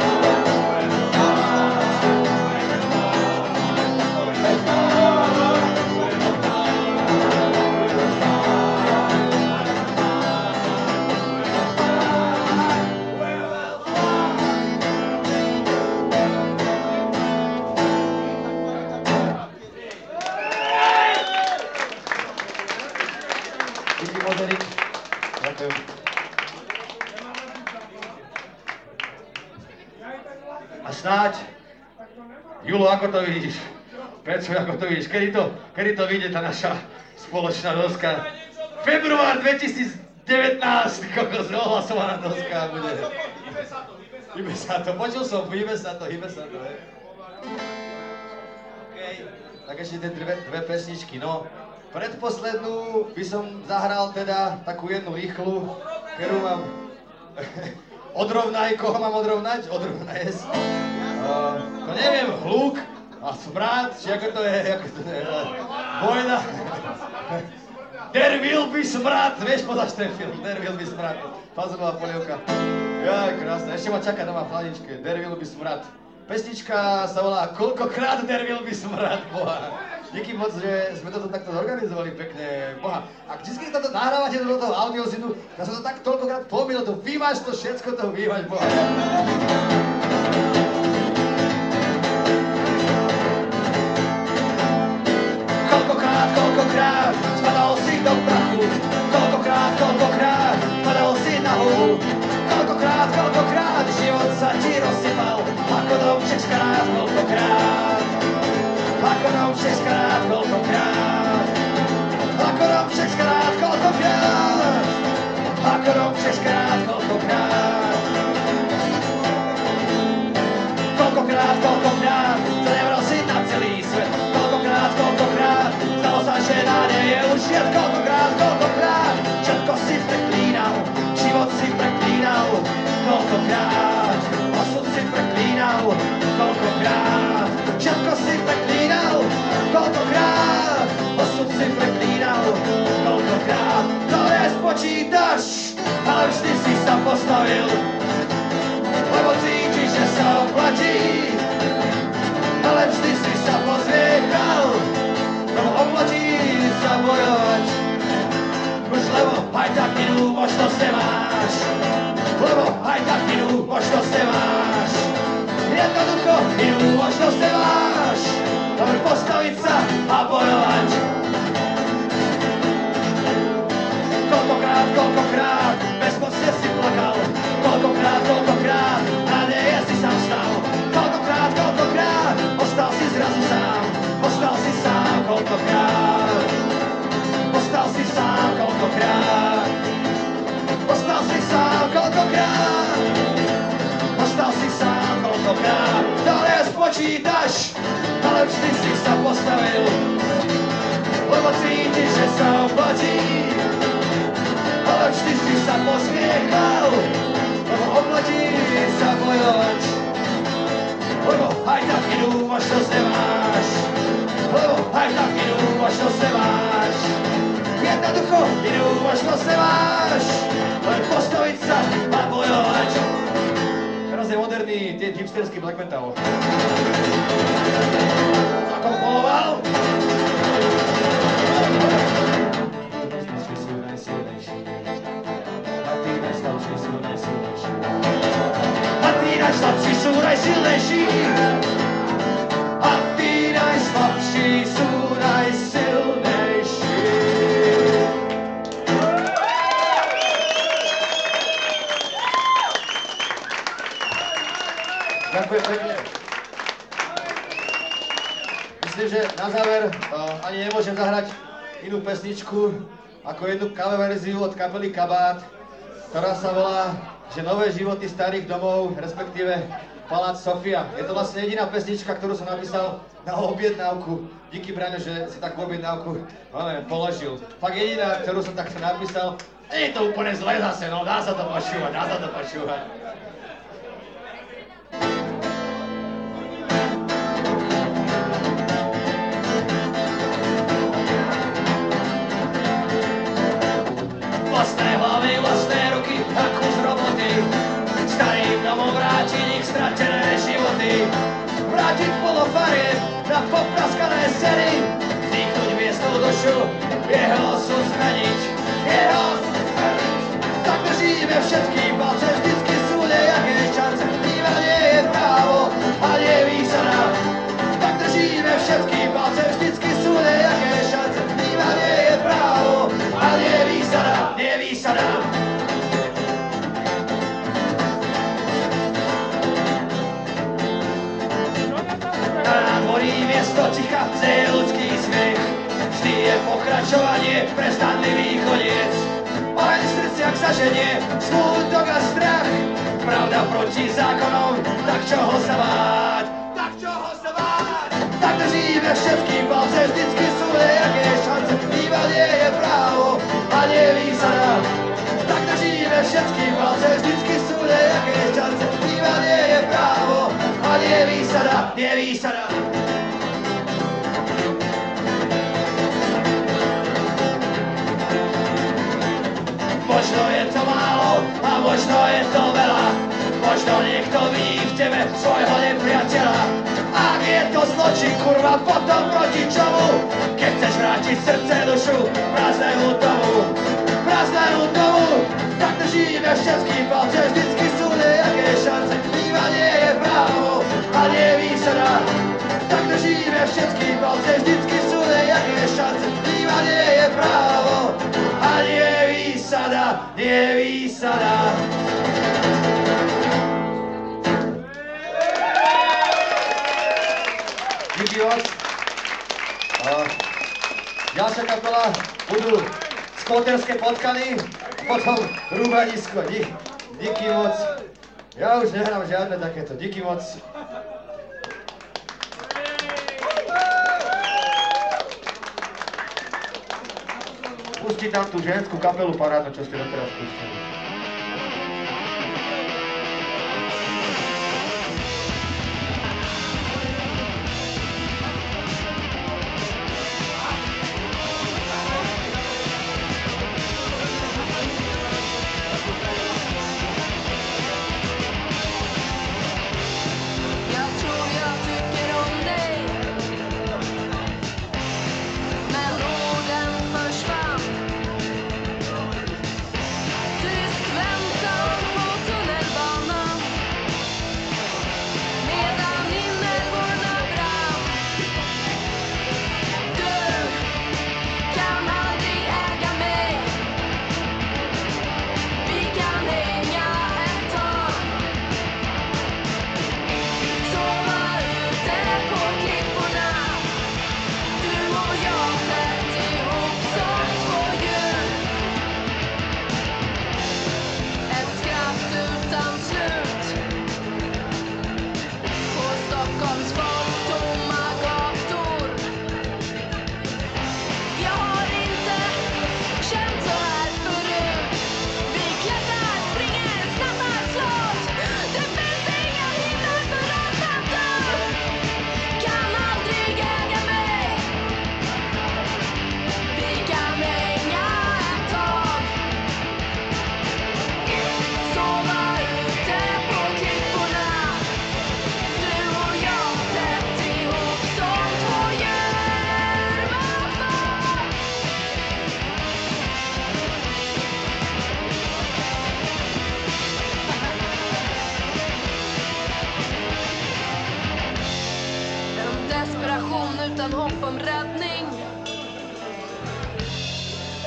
A snáď, Julo, ako to vidíš? Peťo, ako to vidíš? Kedy to, kedy to vyjde tá naša spoločná doska? Február dvetisícdevätnásť, kokos, ohlasovaná doska bude. Hýbe sa to, hýbe sa to. Počul som, hýbe sa to, hýbe sa to, hej. Okej, tak ešte tie dve, dve pesničky, no. Predposlednú by som zahral teda takú jednu rýchlu, ktorú mám... Odrovnaj, koho mám odrovnať? Odrovnaj, yes. Uh, to neviem, hluk a smrad, či ako to je, ako to je, vojna. There will be smrad, vieš, podáš ten film, There will be smrad, Fazelová polievka. Jaj, krásne, ešte ma čaká doma v chladničke, There will be smrad. Pesnička sa volá Koľkokrát there will be smrad, boha. Díky moc, že sme toto takto zorganizovali pekne, boha. Ak vždy toto nahrávate do toho audiozidu, ja som to tak toľkokrát pomýlil, to vymáš to všetko, to vymáš, boha. Koľkokrát, koľkokrát spadal si do prachu, koľkokrát, koľkokrát padal si na hlavu, koľkokrát, koľkokrát život sa ti rozsypal, ako domček skrát, koľkokrát. Ako domček skrát, koľkokrát. Ako domček skrát, koľkokrát. Ako domček skrát, koľkokrát. Koľkokrát, koľkokrát zrieval si na celý svet. Koľkokrát, koľkokrát zdalo sa, že na nej je už jet. Koľkokrát, koľkokrát všetko si preklínal, život si preklínal. Koľkokrát osud si preklínal, koľkokrát všetko si preklínal, koľkokrát osud si preklínal, koľkokrát to nespočítaš, ale vždy si sa postavil, lebo cítiš, že sa oplatí, ale vždy si sa pozviekal, lebo oplatí sa bojovať, už lebo aj tak inú možnosť nemáš, lebo aj tak inú možnosť nemáš. Jednoducho inú možnosť nemáš, len postaviť sa a bojovať. koľkokrát. Ostal si sám koľkokrát. Ostal si sám koľkokrát. To nespočítaš, ale vždy si sa postavil. Lebo cítiš, že sa oplatí. Ale vždy si sa posmiechal. Lebo oplatí sa bojovať. Lebo aj tak inú možnosť nemáš. Lebo aj tak inú možnosť nemáš. Jednoducho inú možnosť nemáš. Len postaviť sa a bojovať. Teraz je moderný ten hipsterský black metal. Zakomponoval. Najslabší sú najsilnejší. A tí najslabší sú najsilnejší. Ďakujem pekne. Myslím, že na záver uh, ani nemôžem zahrať inú pesničku ako jednu cover verziu od kapely Kabát, ktorá sa volá že Nové životy starých domov, respektíve Palác Sofia. Je to vlastne jediná pesnička, ktorú som napísal na objednávku. Díky, Braňo, že si takú objednávku ale, položil. Fakt jediná, ktorú som takto napísal. Nie je to úplne zle zase, no dá sa to počúvať, dá sa to počúvať. Vlastné hlavy, vlastné ruky a kus roboty. Starým domov vrátiť ich stratené životy. Vrátiť polofarieb na popraskané scény. Vzdýchnuť miestnú dušu, jeho osud zmeniť. Jeho osud zmeniť. Tak držíme všetky palce, vždycky sú nejaké šance. Iba nie je právo a nie výsada. Tak držíme všetky palce, vždycky sú nejaké šance. Iba nie je právo a nie výsada. Nie výsada. Na nádvorí miesto ticha znie ľudský smiech. Vždy je pokračovanie, prestanlivý koniec. Oheň v srdciach zaženie, smútok a strach. Pravda proti zákonom, tak čoho sa báť? Tak čoho sa báť? Tak držíme všetky palce, vždycky sú nejaké šance. Iba nie je právo a nie výsada. Tak držíme všetky palce, vždycky sú nejaké šance. Iba nie je právo a nie výsada, nie výsada. Možno je to málo a možno je to veľa. Možno niekto vidí v tebe svojho nepriateľa. Ak je to zločin, kurva, potom proti čomu? Keď chceš vrátiť srdce, dušu prázdnemu domu, prázdnemu domu, tak držíme všetky palce, vždycky sú nejaké šance. Iba nie je právo a nie výsada. Tak držíme všetky palce, vždycky sú nejaké šance. Iba nie je právo a nie výsada, nie výsada. Díky moc. Uh, ďalšia kapela budú skvoterské potkany, potom rúbanisko. Dí, díky moc. Ja už nehrám žiadne takéto. Díky moc. Pusti tam tú ženskú kapelu parádnu, čo ste doteraz pustili. Jag tror jag tycker om dig. Men orden försvann. Du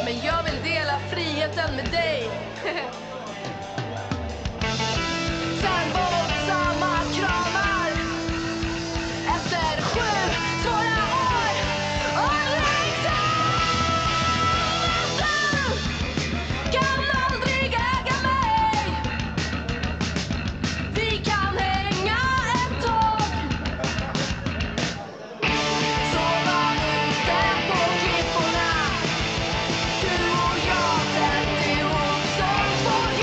Men jag vill dela friheten med dig. Sen våldsamma kramar efter sju svåra år och längtan kan aldrig äga mig. Vi kan hänga ett tag, sova ute på klipporna, du och jag tätt ihop som två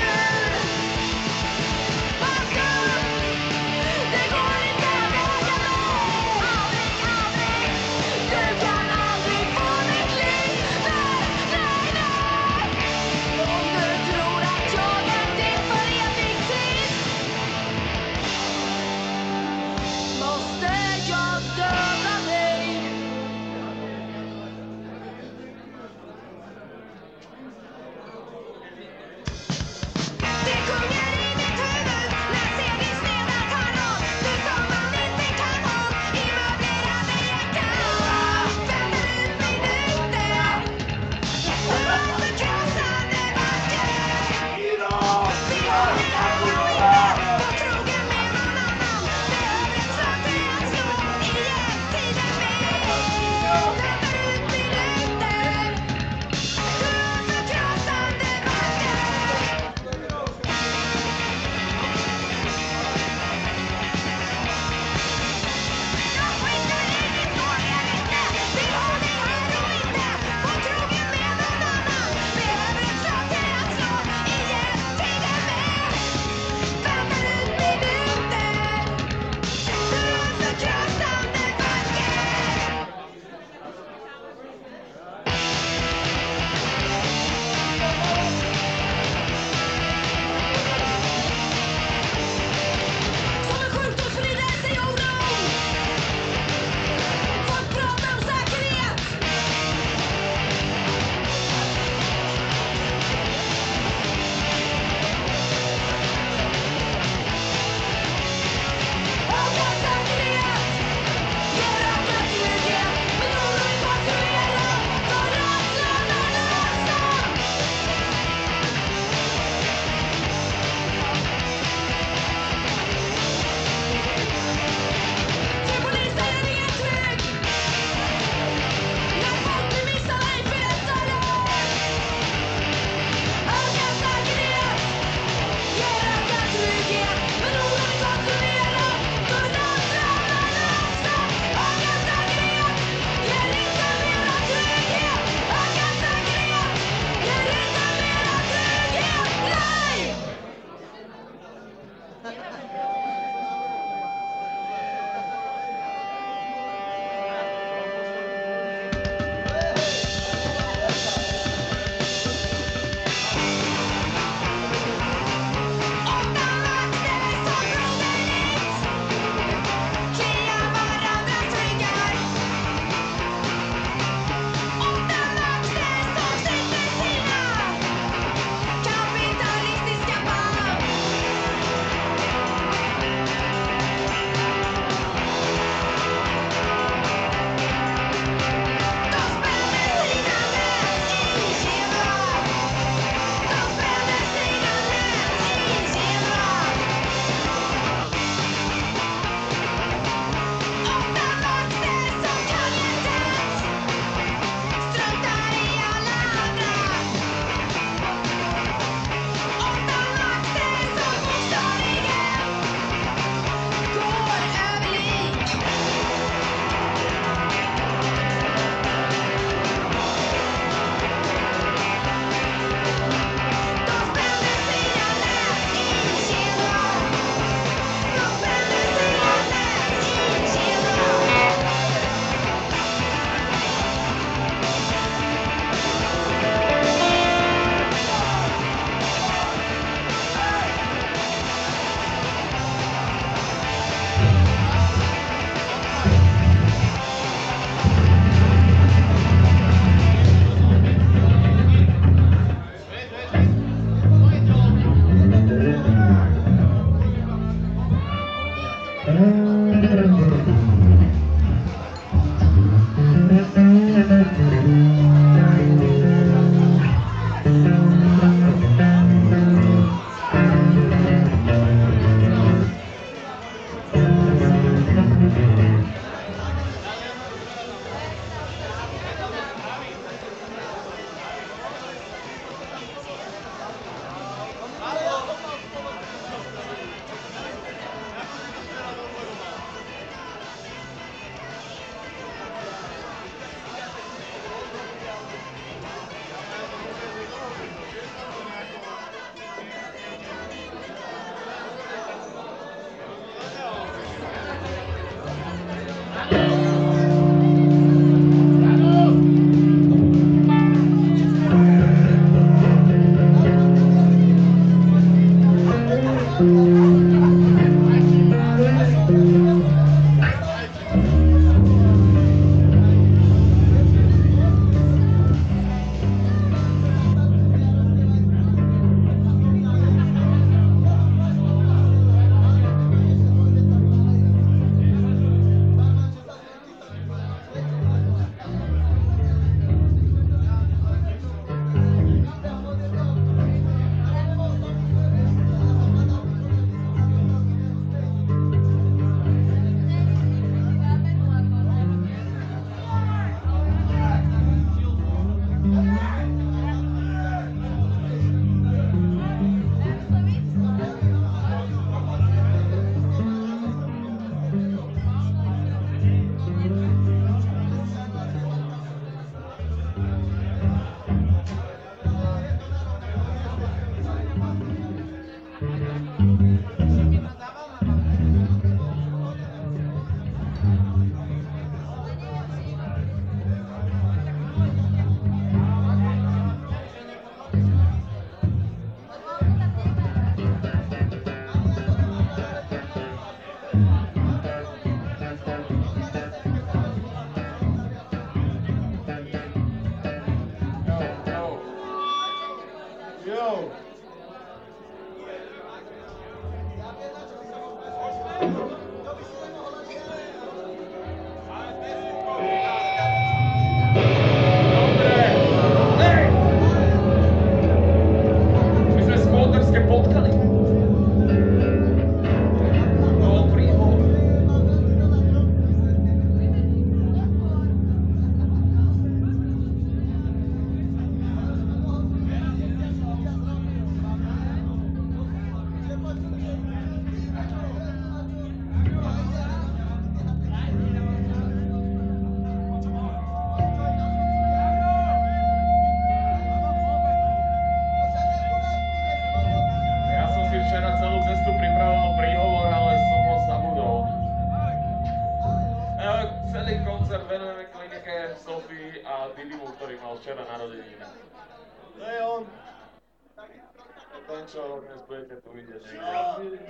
narodeniny. To je on. Ten, čo dnes budete tu vidieť niekde.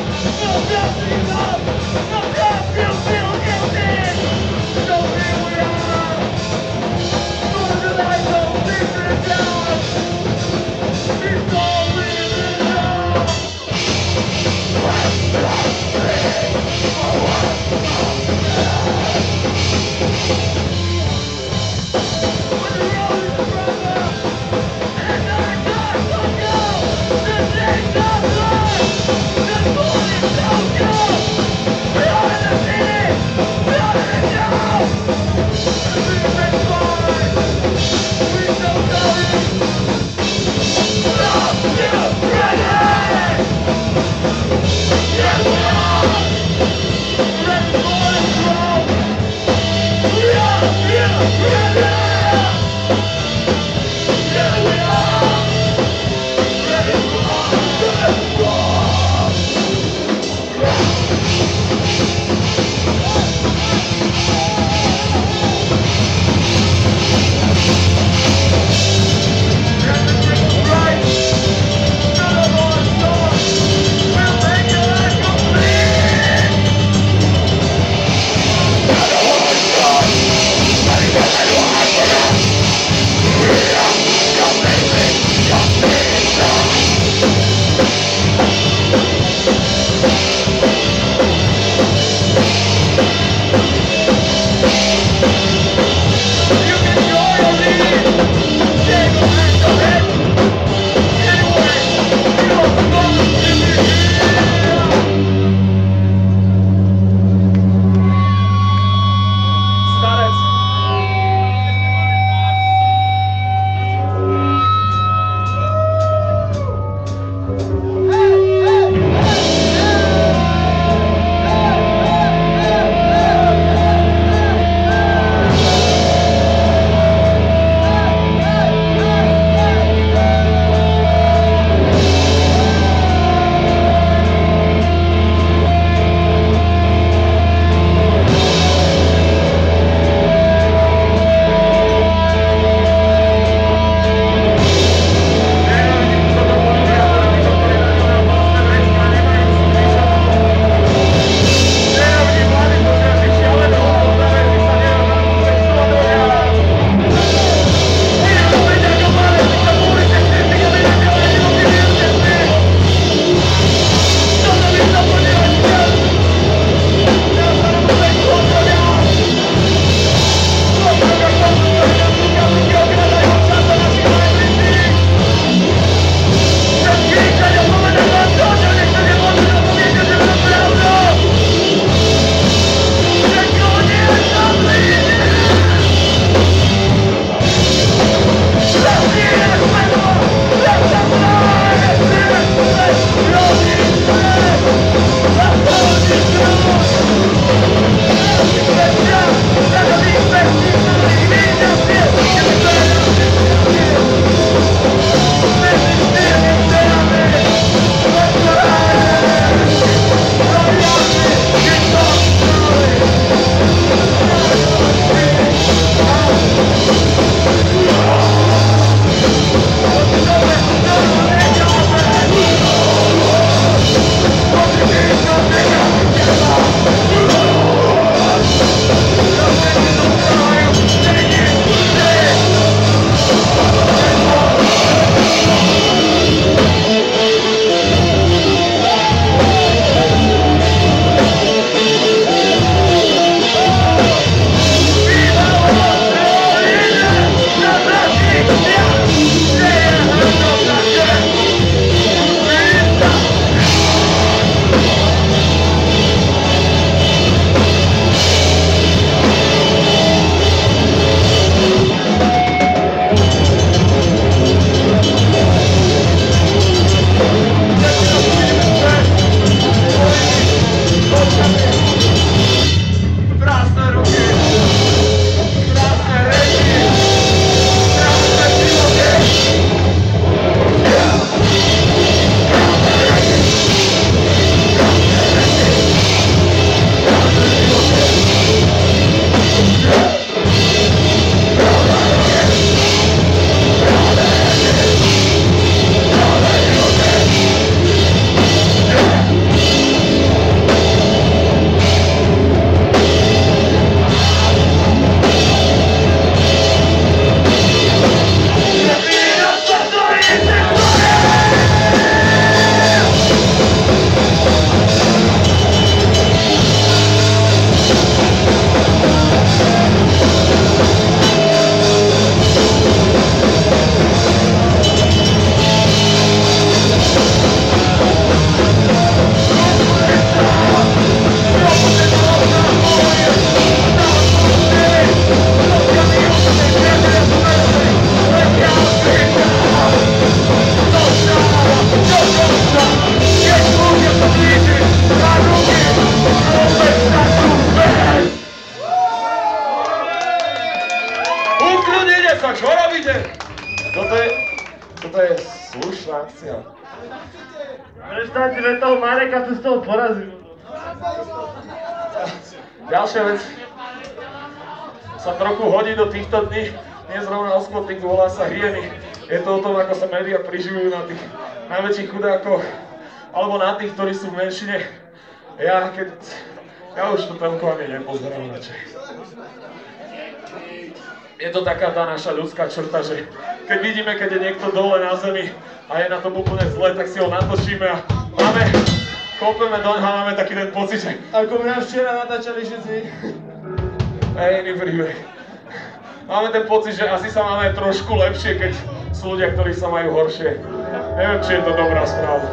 Don't feel guilty. Don't feel guilty. akcia. Prestaňte, že toho Mareka tu z toho porazil. Ďalšia vec sa trochu hodí do týchto dní, nie zrovna o squattingu, volá sa hyeny. Je to o tom, ako sa médiá priživujú na tých najväčších chudákoch, alebo na tých, ktorí sú v menšine. Ja, keď... Ja už to telko ani nepozerám radšej. Je to taká tá naša ľudská črta, že keď vidíme, keď je niekto dole na zemi a je na tom úplne zle, tak si ho natočíme a máme, kopeme doň a máme taký ten pocit, že... Ako mňa včera natáčali všetci. Hej, iný príbeh. Máme ten pocit, že asi sa máme trošku lepšie, keď sú ľudia, ktorí sa majú horšie. Neviem, či je to dobrá správa.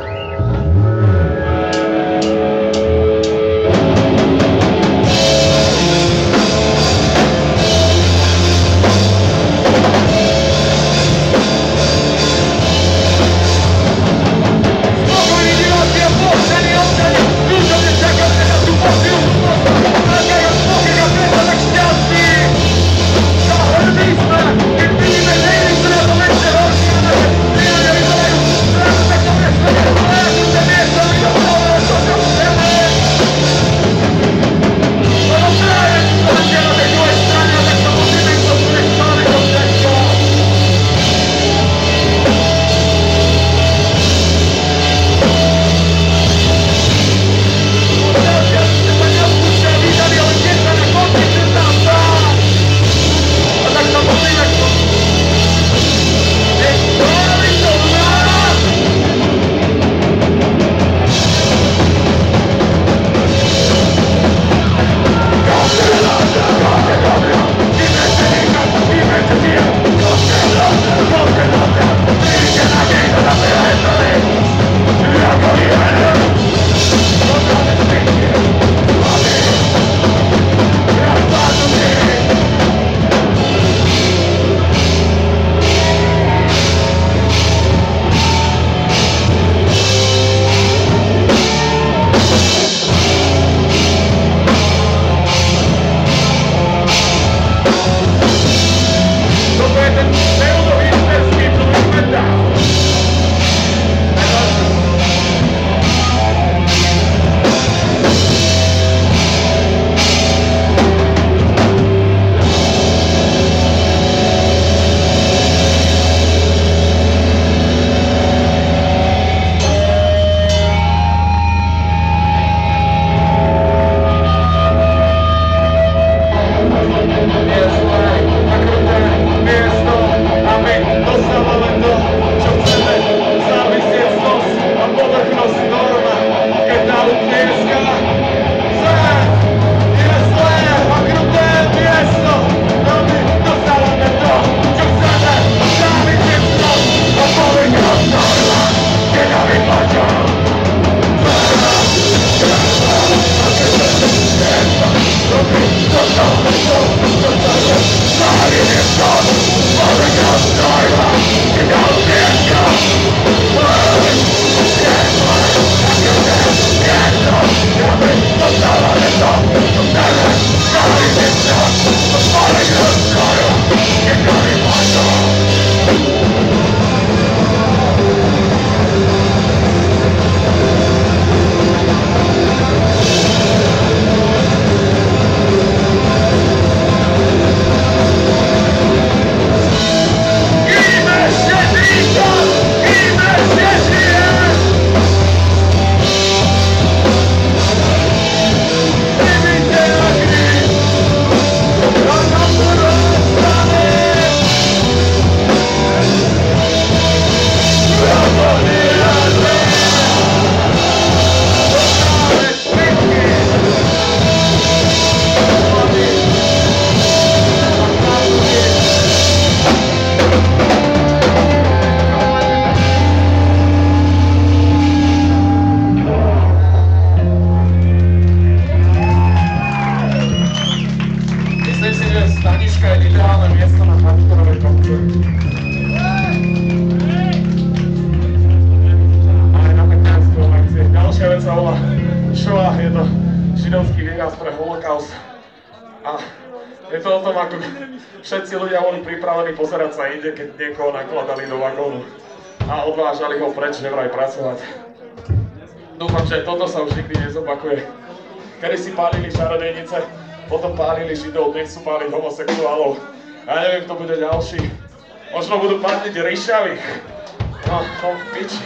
Všetci ľudia boli pripravení pozerať sa inde, keď niekoho nakladali do vagónu. a odvážali ho preč, že vraj pracovať. Dúfam, že toto sa už nikdy nezopakuje. Kedy si pálili čarodejnice, potom pálili židov, nechcú páliť homosexuálov. Ja neviem, kto bude ďalší. Možno budú páliť ríšavých. No, to v piči.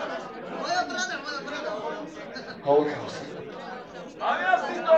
Holokaust. A ja si to!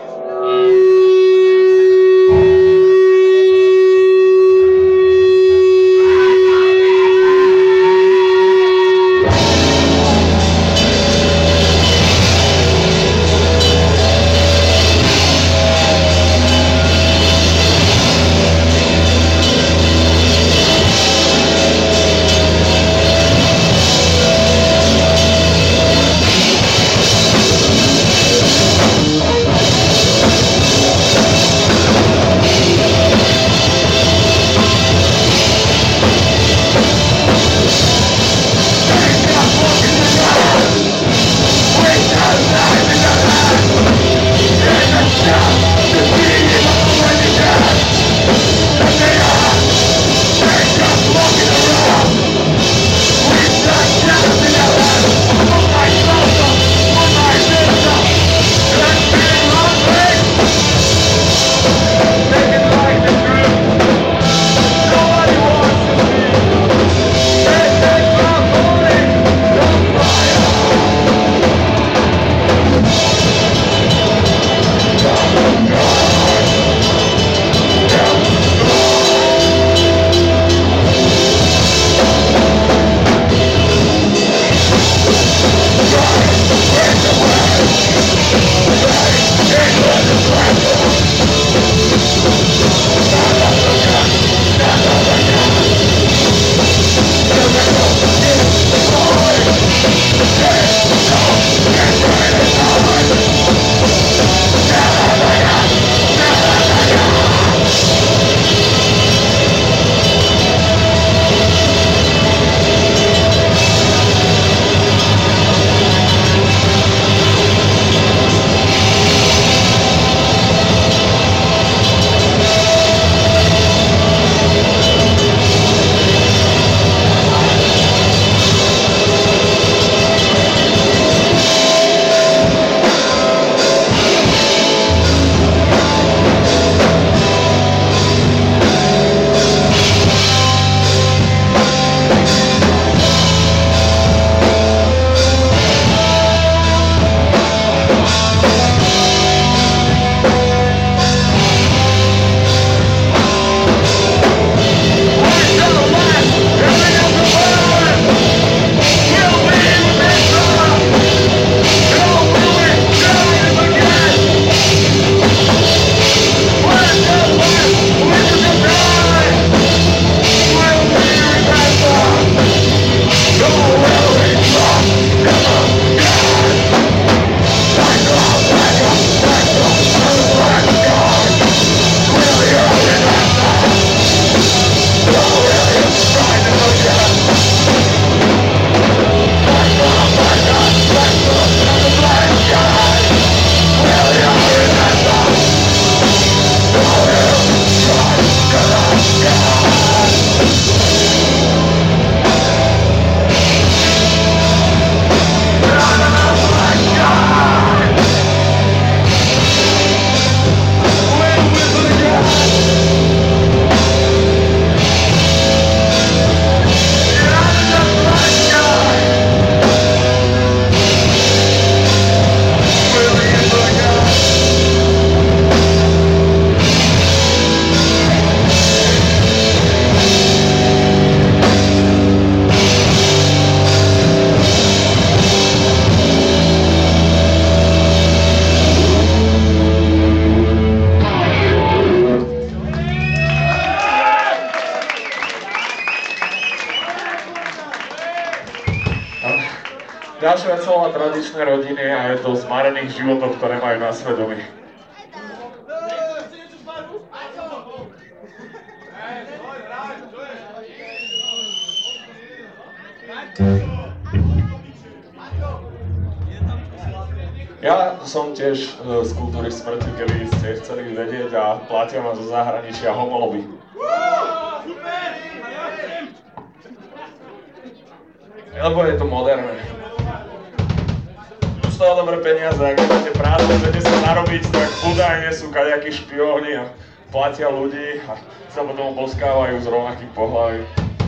Ďalšia celá tradičné rodiny a je to o zmarených životoch, ktoré majú na svedomí. Ja som tiež z kultúry smrti, keby ste chceli vedieť a platia ma zo zahraničia homolobby. Lebo je to moderné. Už toho dobré peniaze, ak nemáte prácu, chcete sa narobiť, tak údajne sú kaďakí špióni a platia ľudí a sa potom boskávajú z rovnakých pohlaví.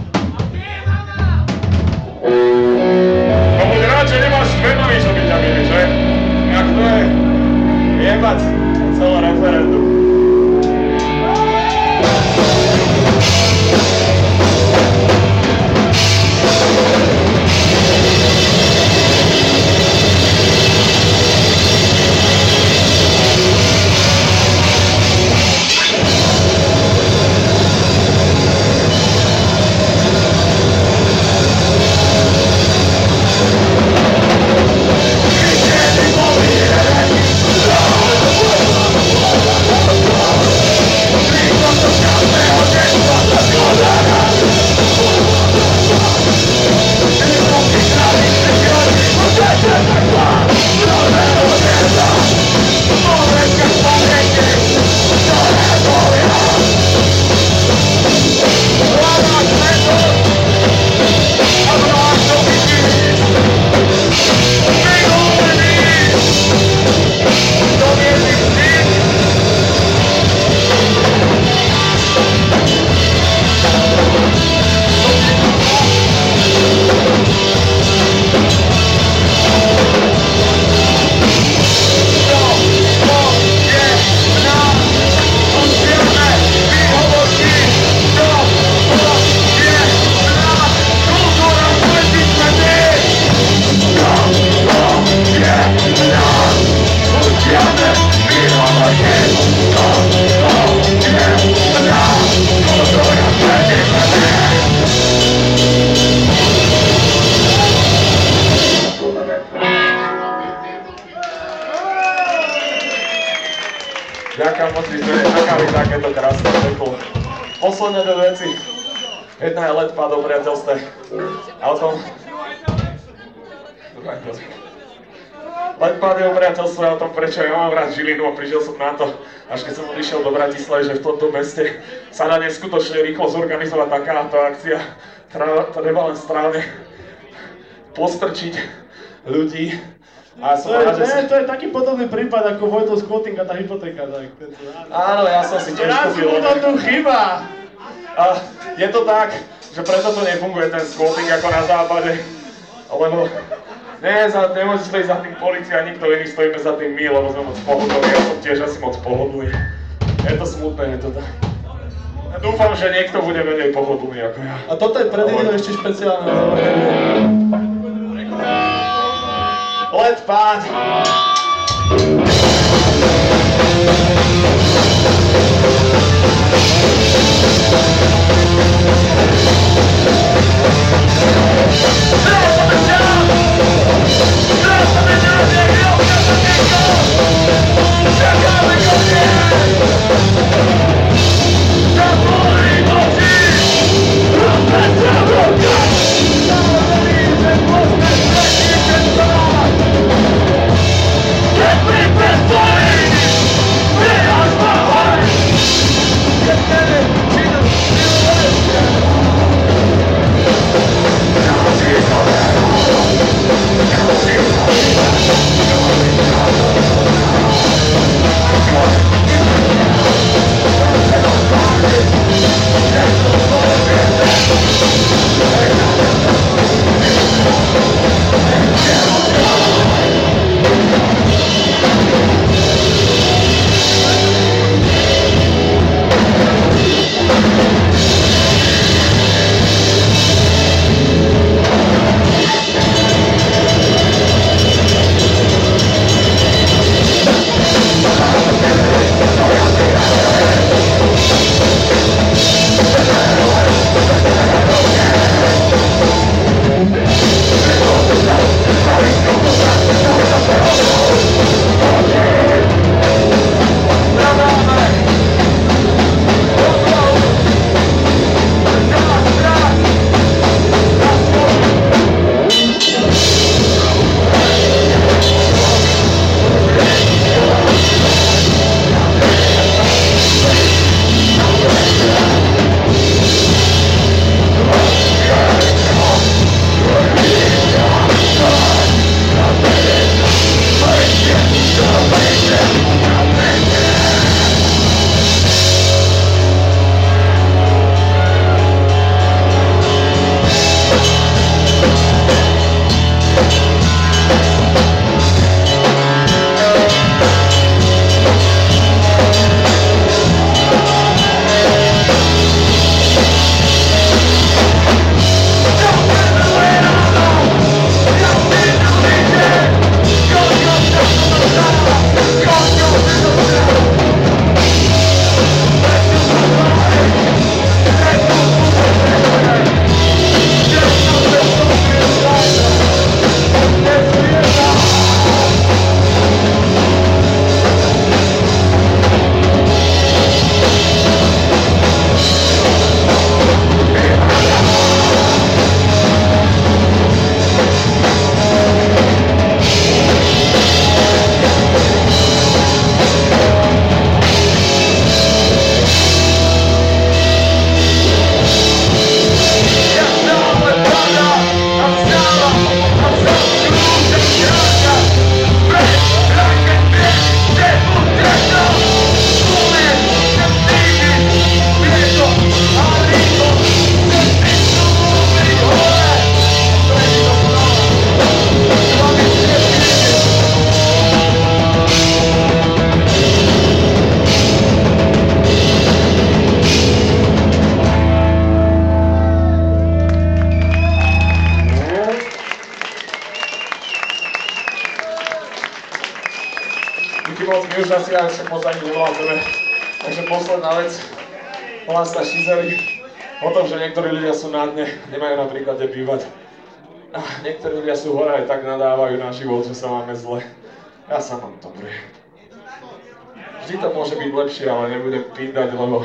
No buď rád, že nemáš Benovi, čo by ťa byli, že? Jak to je? Jebať celé referendum. Ďakujem moc, že ste nechali takéto krásne peklo. Posledné dve veci. Jedna je Let pad o priateľstve. A o tom... Let pad je o priateľstve a o tom, prečo ja mám rád Žilinu a prišiel som na to, až keď som odišiel do Bratislavy, že v tomto meste sa dá neskutočne rýchlo zorganizovať takáto akcia. Treba len správne postrčiť ľudí. A to, je, to, je, to je taký podobný prípad ako Vojtov squatting a tá hypotéka. Tak, áno, ja som si tiež kúpil. Raz mu to tu chýba. A je to tak, že preto to nefunguje ten squatting ako na západe. Lebo nie, za, nemôže stojí za tým polícia, nikto iný, stojíme za tým my, lebo sme moc pohodlní. Ja som tiež asi moc pohodlný. Je to smutné, je to tak. A dúfam, že niekto bude menej pohodlný ako ja. A toto je pre Divino ešte špeciálne. Let pad! Get Díky moc, my už asi aj však moc ani nevládzeme. Takže posledná vec, volá sa Šizery. O tom, že niektorí ľudia sú na dne, nemajú napríklad kde bývať. A niektorí ľudia sú hore aj tak nadávajú na život, že sa máme zle. Ja sa mám dobre. Vždy to môže byť lepšie, ale nebudem pindať, lebo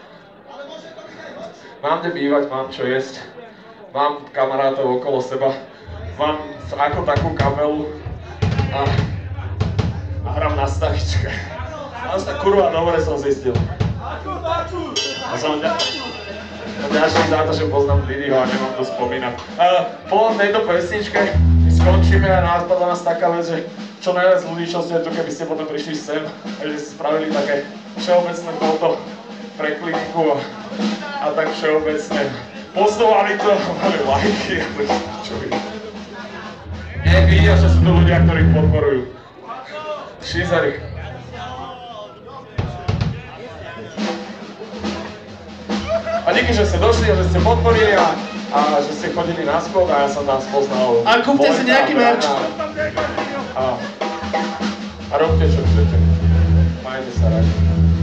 mám kde bývať, mám čo jesť, mám kamarátov okolo seba, mám ako takú kapelu a, a hram na stavičke. A už tak kurva dobre som zistil. A som ďačný za to, že poznám Didyho a nemám to spomínať. Uh, po tejto pesničke my skončíme a napadla nás taká vec, že čo najviac ľudí, čo ste tu, keby ste potom prišli sem a že ste spravili také všeobecné toto pre kliniku a, a tak všeobecne postovali to a mali lajky a to čo vy. Nech vidia, že sú to ľudia, ktorí podporujú. Šizery. A díky, že ste došli a že ste podporili a, a že ste chodili na skok a ja som tam spoznal. A kúpte si nejaký merch. A, a robte čo chcete. Majte sa radi.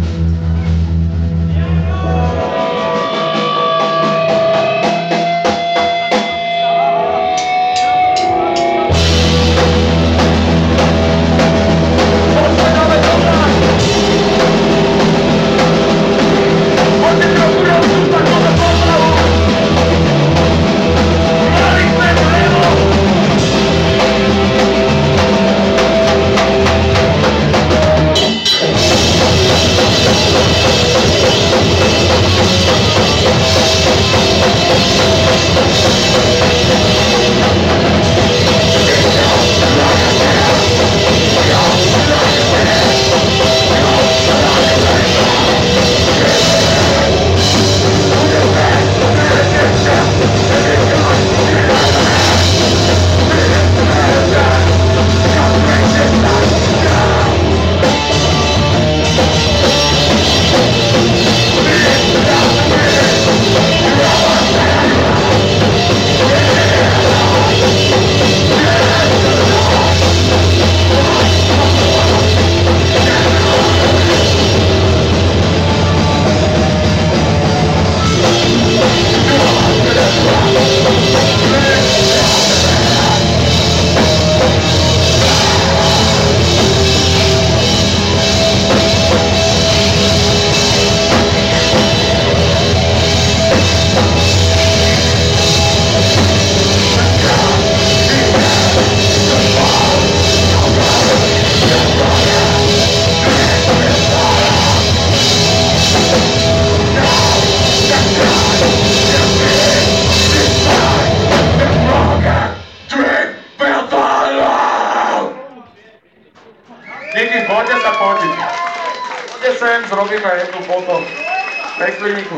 Zrobíme jednu foto pre kliniku.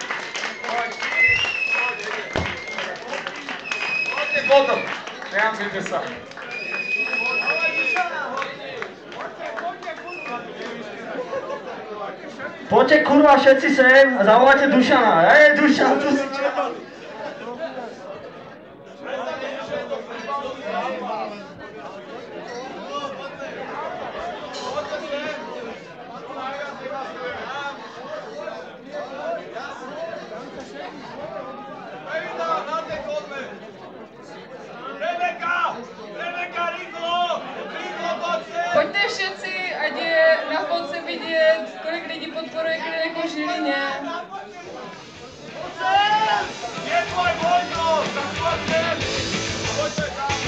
Poďte foto, nehamzite sa. Poďte kurva všetci sem a zavolajte Dušana. Ej, Dušan, tu si čo? Pojďte všetci, ať je na fotce vidět, kolik lidí podporuje kliniku v Žilině. Je tvoj vojno, tak pojďte! Pojďte tam!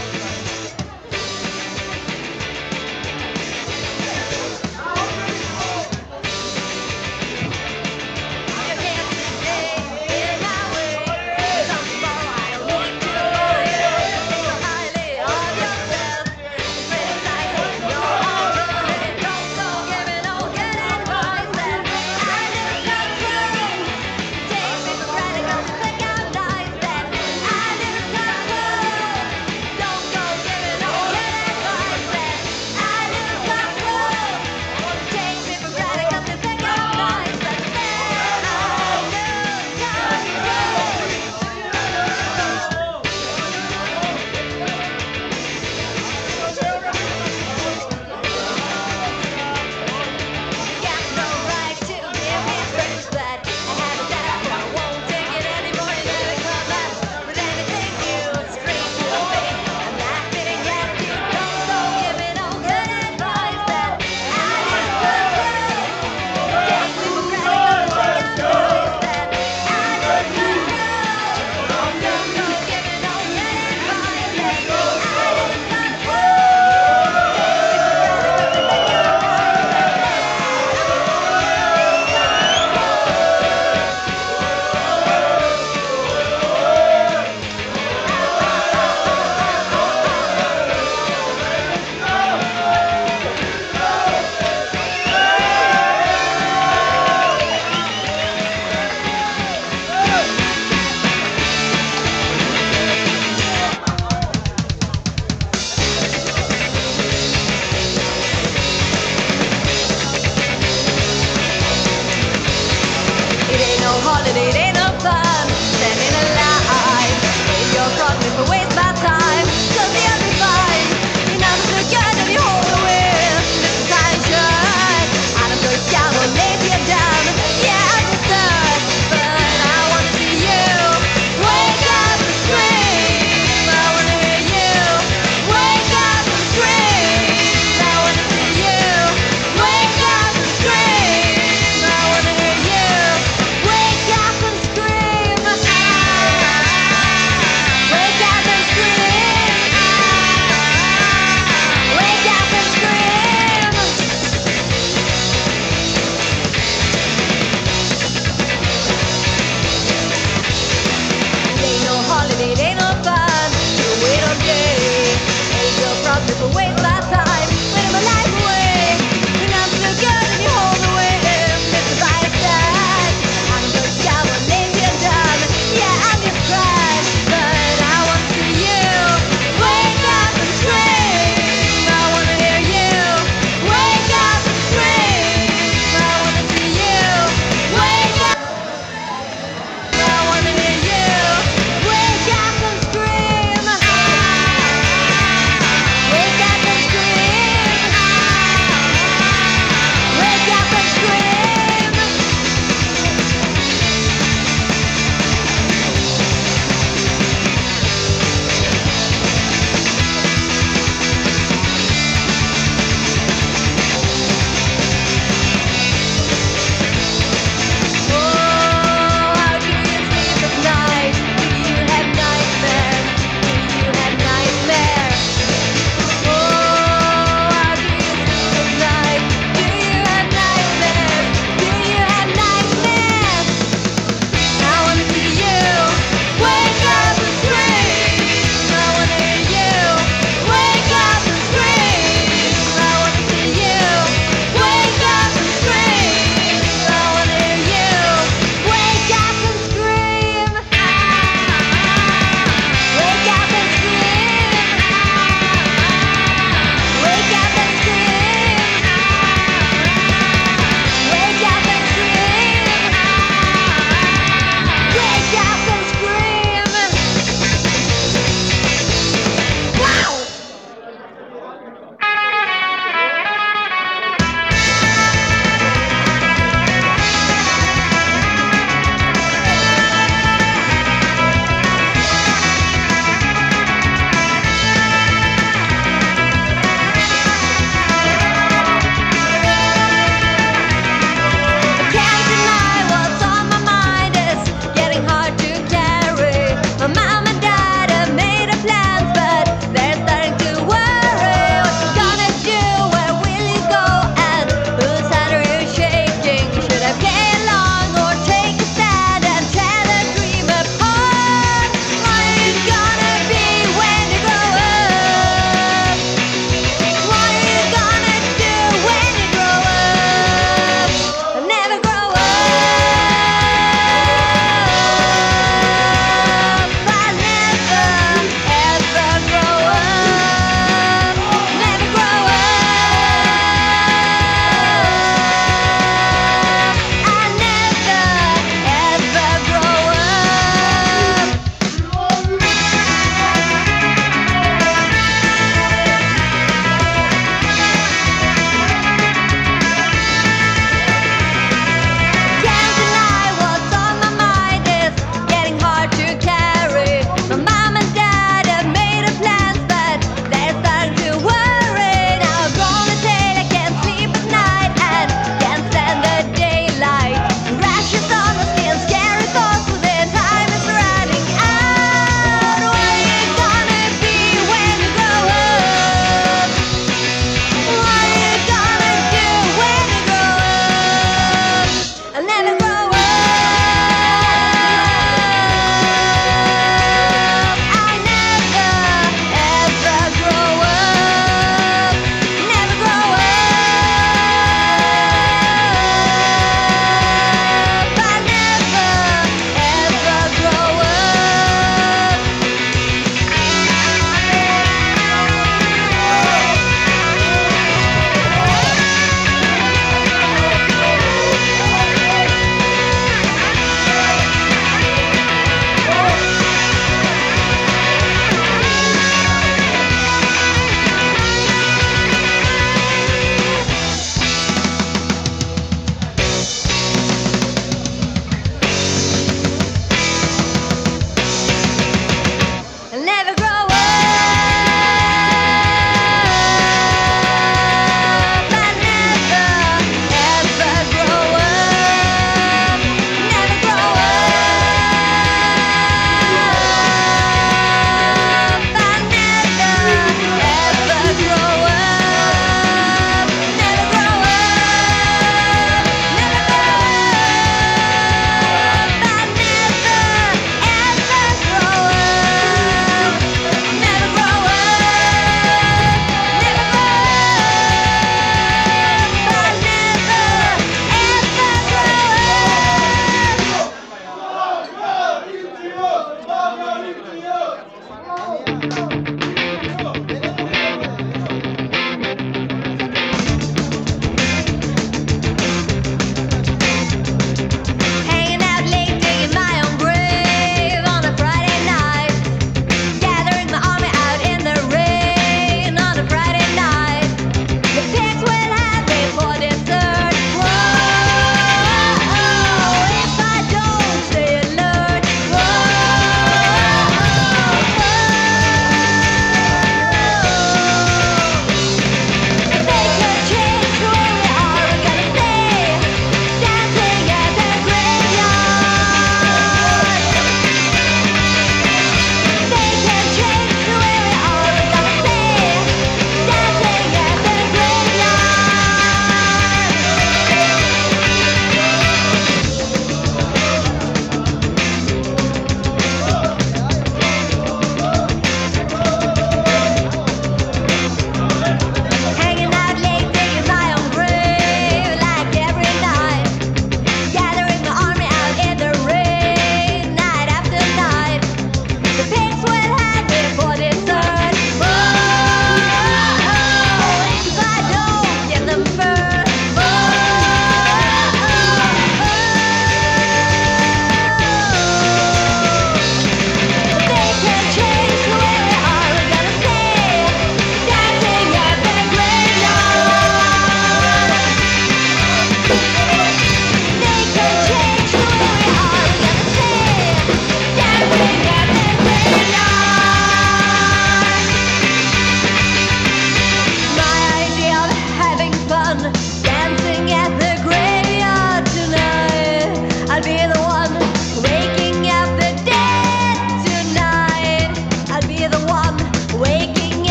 Take me for granted, 'cause you think I'm nice, then I didn't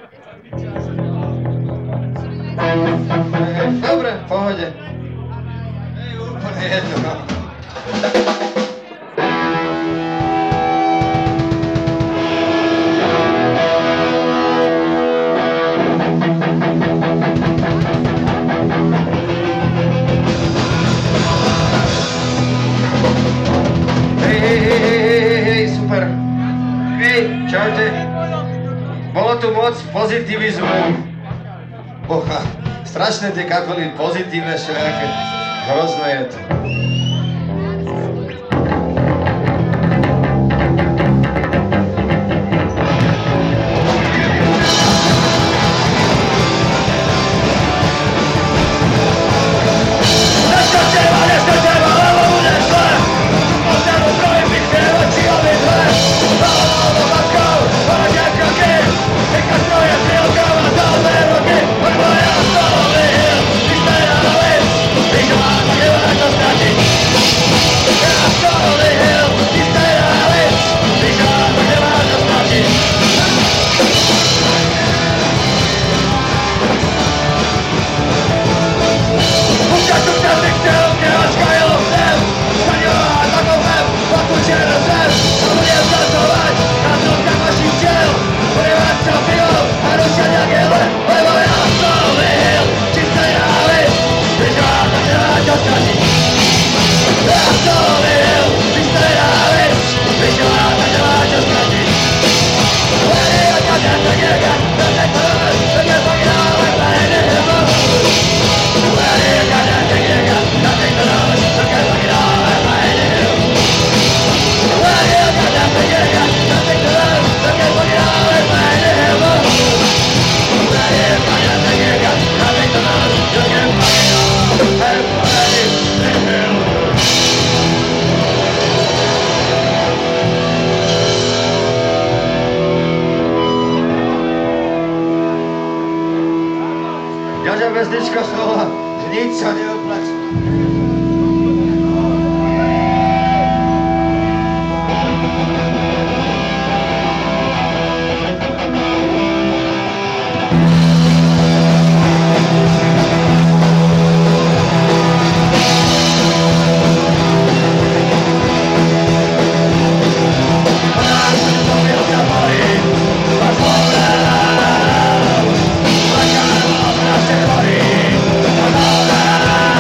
Dobre, v pohode. Hej, úplne jedno, no. Hej, hej, hej, hej, hej, hej, super. Hej, čaute. Bolo tu moc pozitivizmu. Boha, strašné tie kapely, pozitívne, všelijaké, hrozné je to. Ďaďa Bezdička slova, že nič sa neoplatí. Like I'm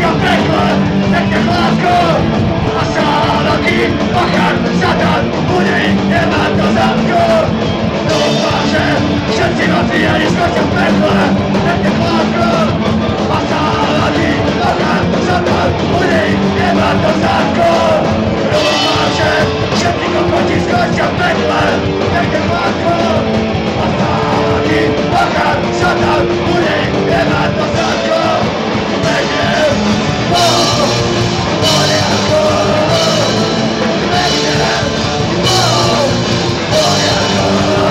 skočia v pekle, nechne chládku. A sálaky, pachar, satan, bude ich nemať do zadku. Dúfam, že všetci mafijani skočia v pekle, nechne chládku. A sálaky, pachar, satan, bude ich nemať do zadku. Dúfam, že všetci kokoti skočia v pekle, nechne chládku. A sálaky, pachar, satan, bude ich nemať do zadku. Pekne, oh, poriadku. Pekne, oh, poriadku.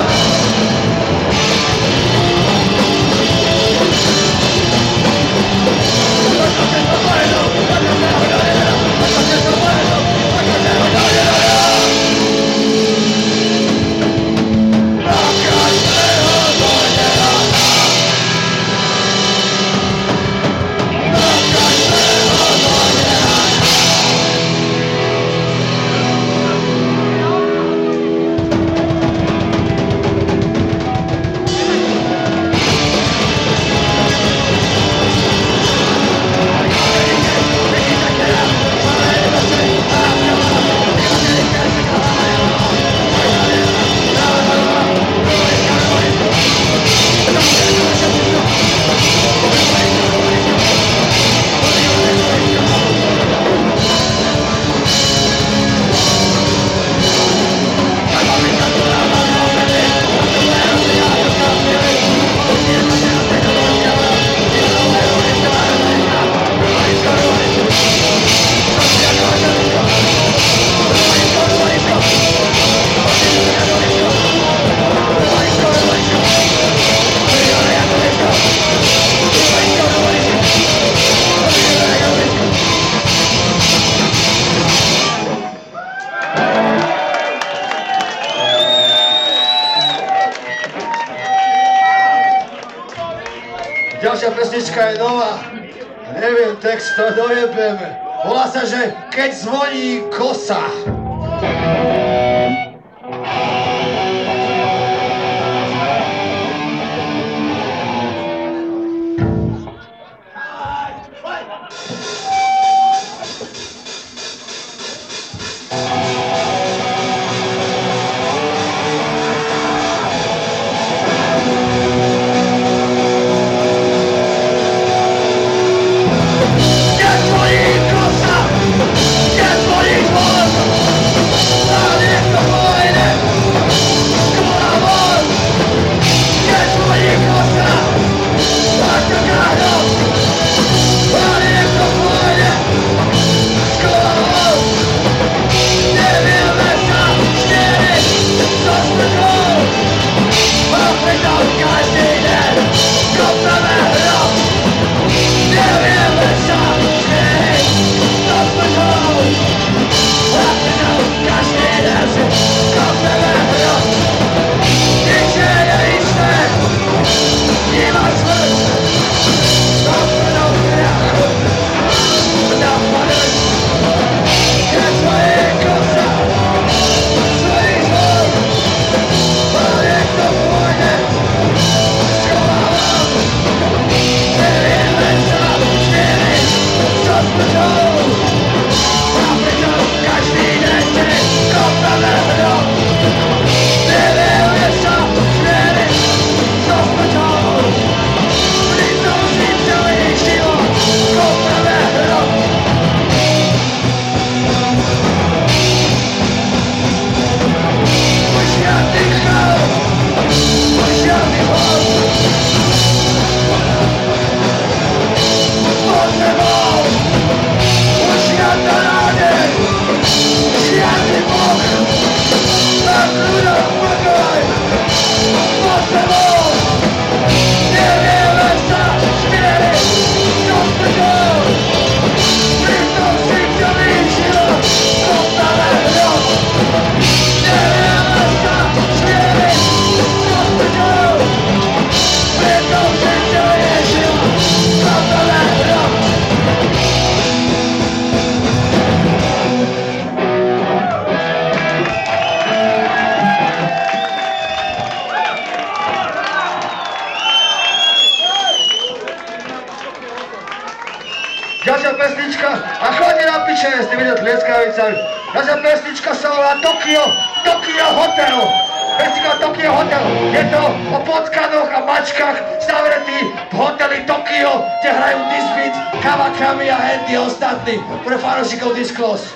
Ďalšia pesnička je nová. Neviem text, to dojebeme. Volá sa, že Keď zvoní kosa. Ďalšia pesnička, a chodí na piče, ste videli tlieskavicami. Ďalšia pesnička sa volá Tokio, Tokio Hotel. Pesnička Tokio Hotel. Je to o potkanoch a mačkách zavretí v hoteli Tokio, kde hrajú Disbeat, Kawakami a Handy a ostatní pre fanúšikov Disclose.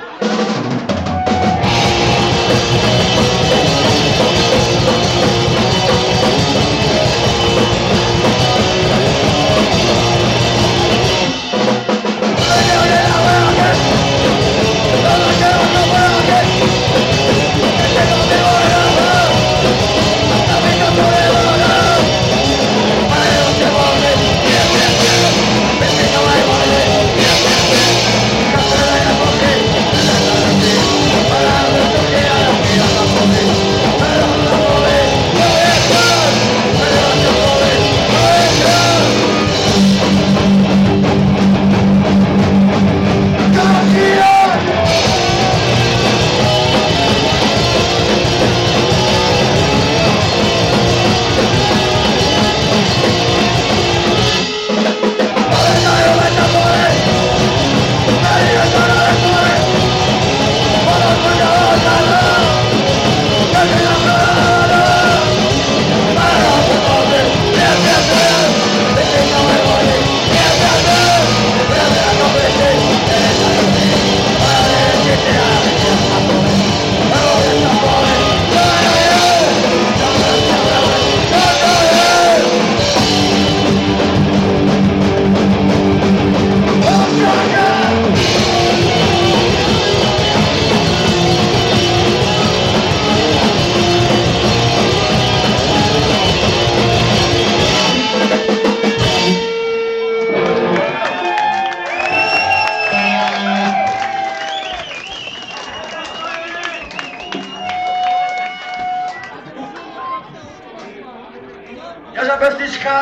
Ďalšia pesnička.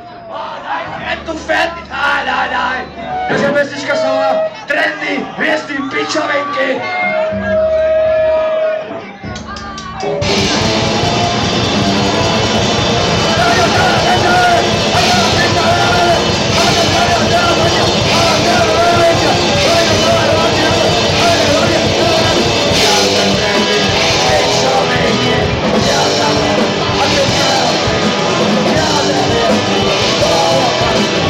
Je tu fet. Aj, aj, aj. Ďalšia pesnička sa volá Trendy, hviezdy, pičovinky.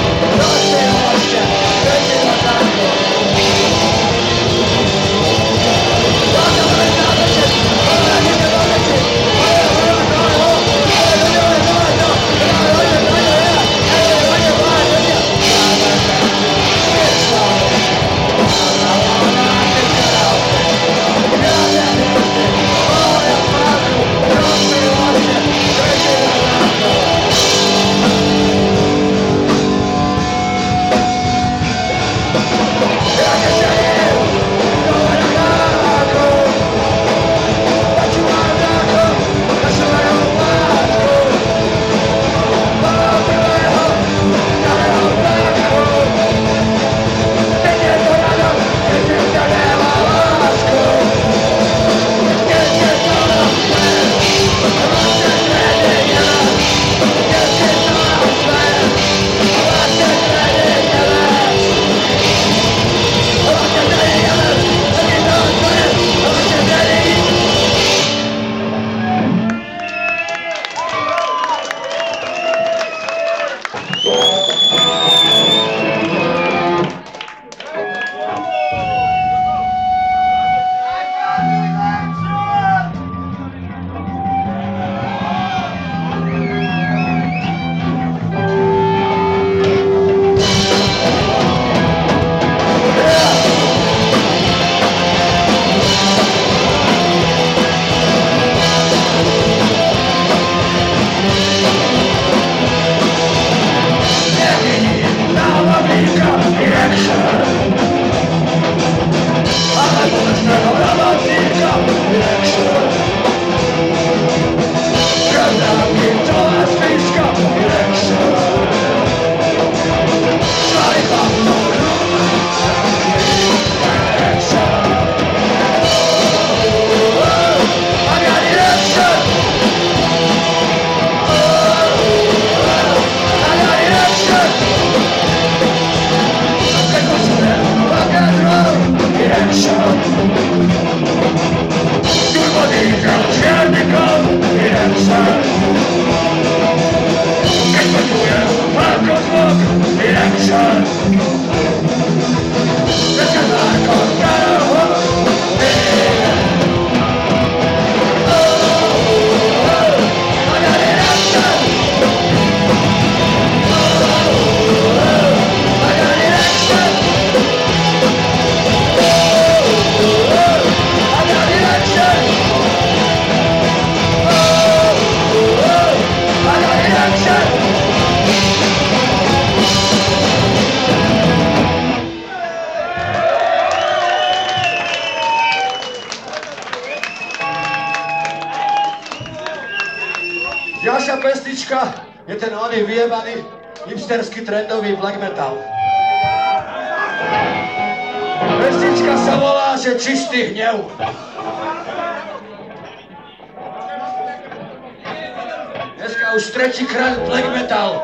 Thank you. pesnička je ten oný vyjebaný hipsterský trendový black metal. Pesnička sa volá, že Čistý hnev. Dneska už tretíkrát black metal.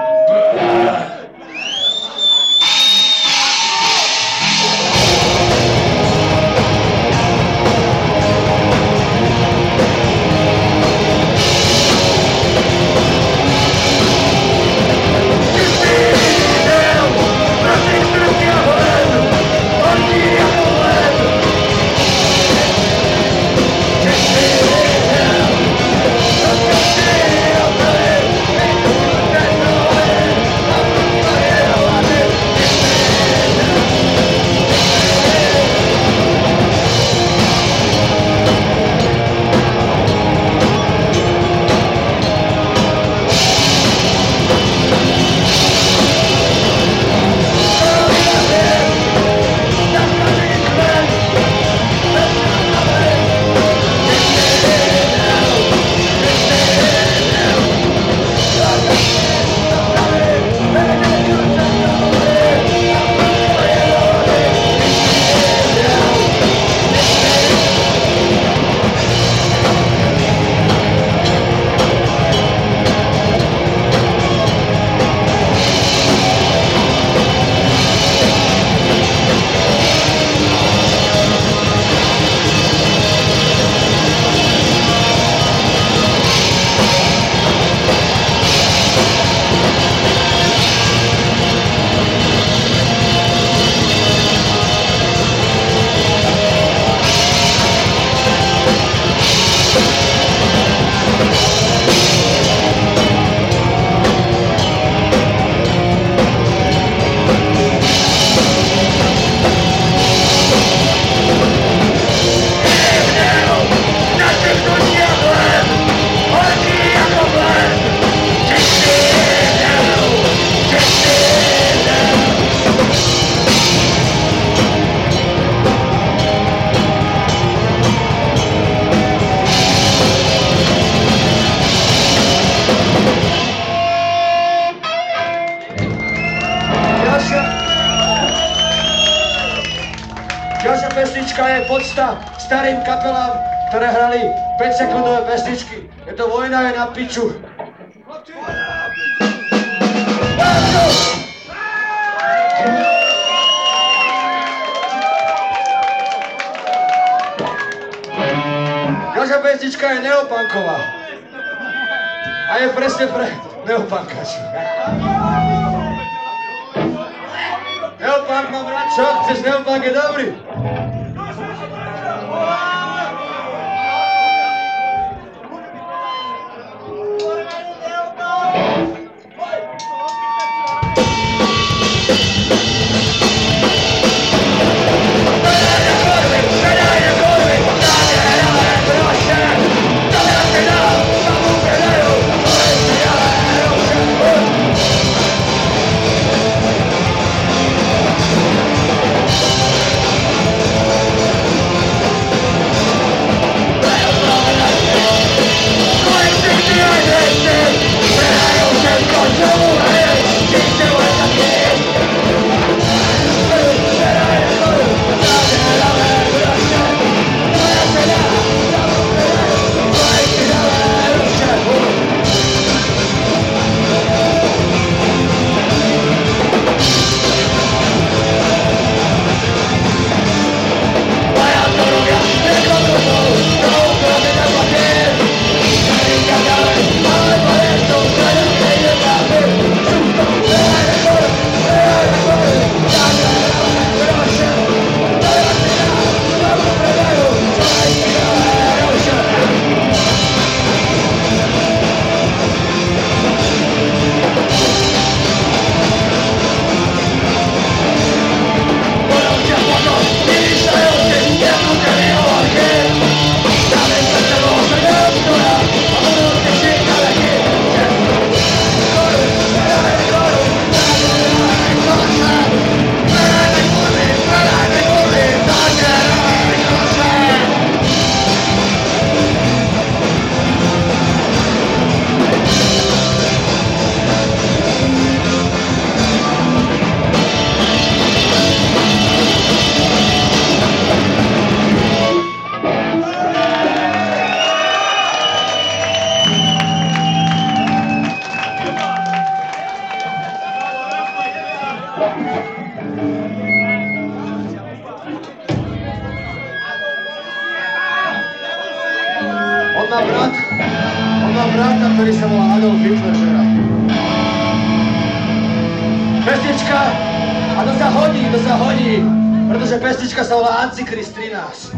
Ďalšia pesnička je podsta starým kapelám, ktoré hrali päť sekundové pesničky. Je to Vojna je na piču. Ďalšia pesnička je neopunková. A je presne pre neopunkačov. Neopunk mám rád, čo? Chceš neopunk, je dobrý. Thank On má brat, on má brata, ktorý sa volá Adolf Hitler, žera. Pesnička, a to sa hodí, to sa hodí, pretože pesnička sa volá Antikrist trinásť.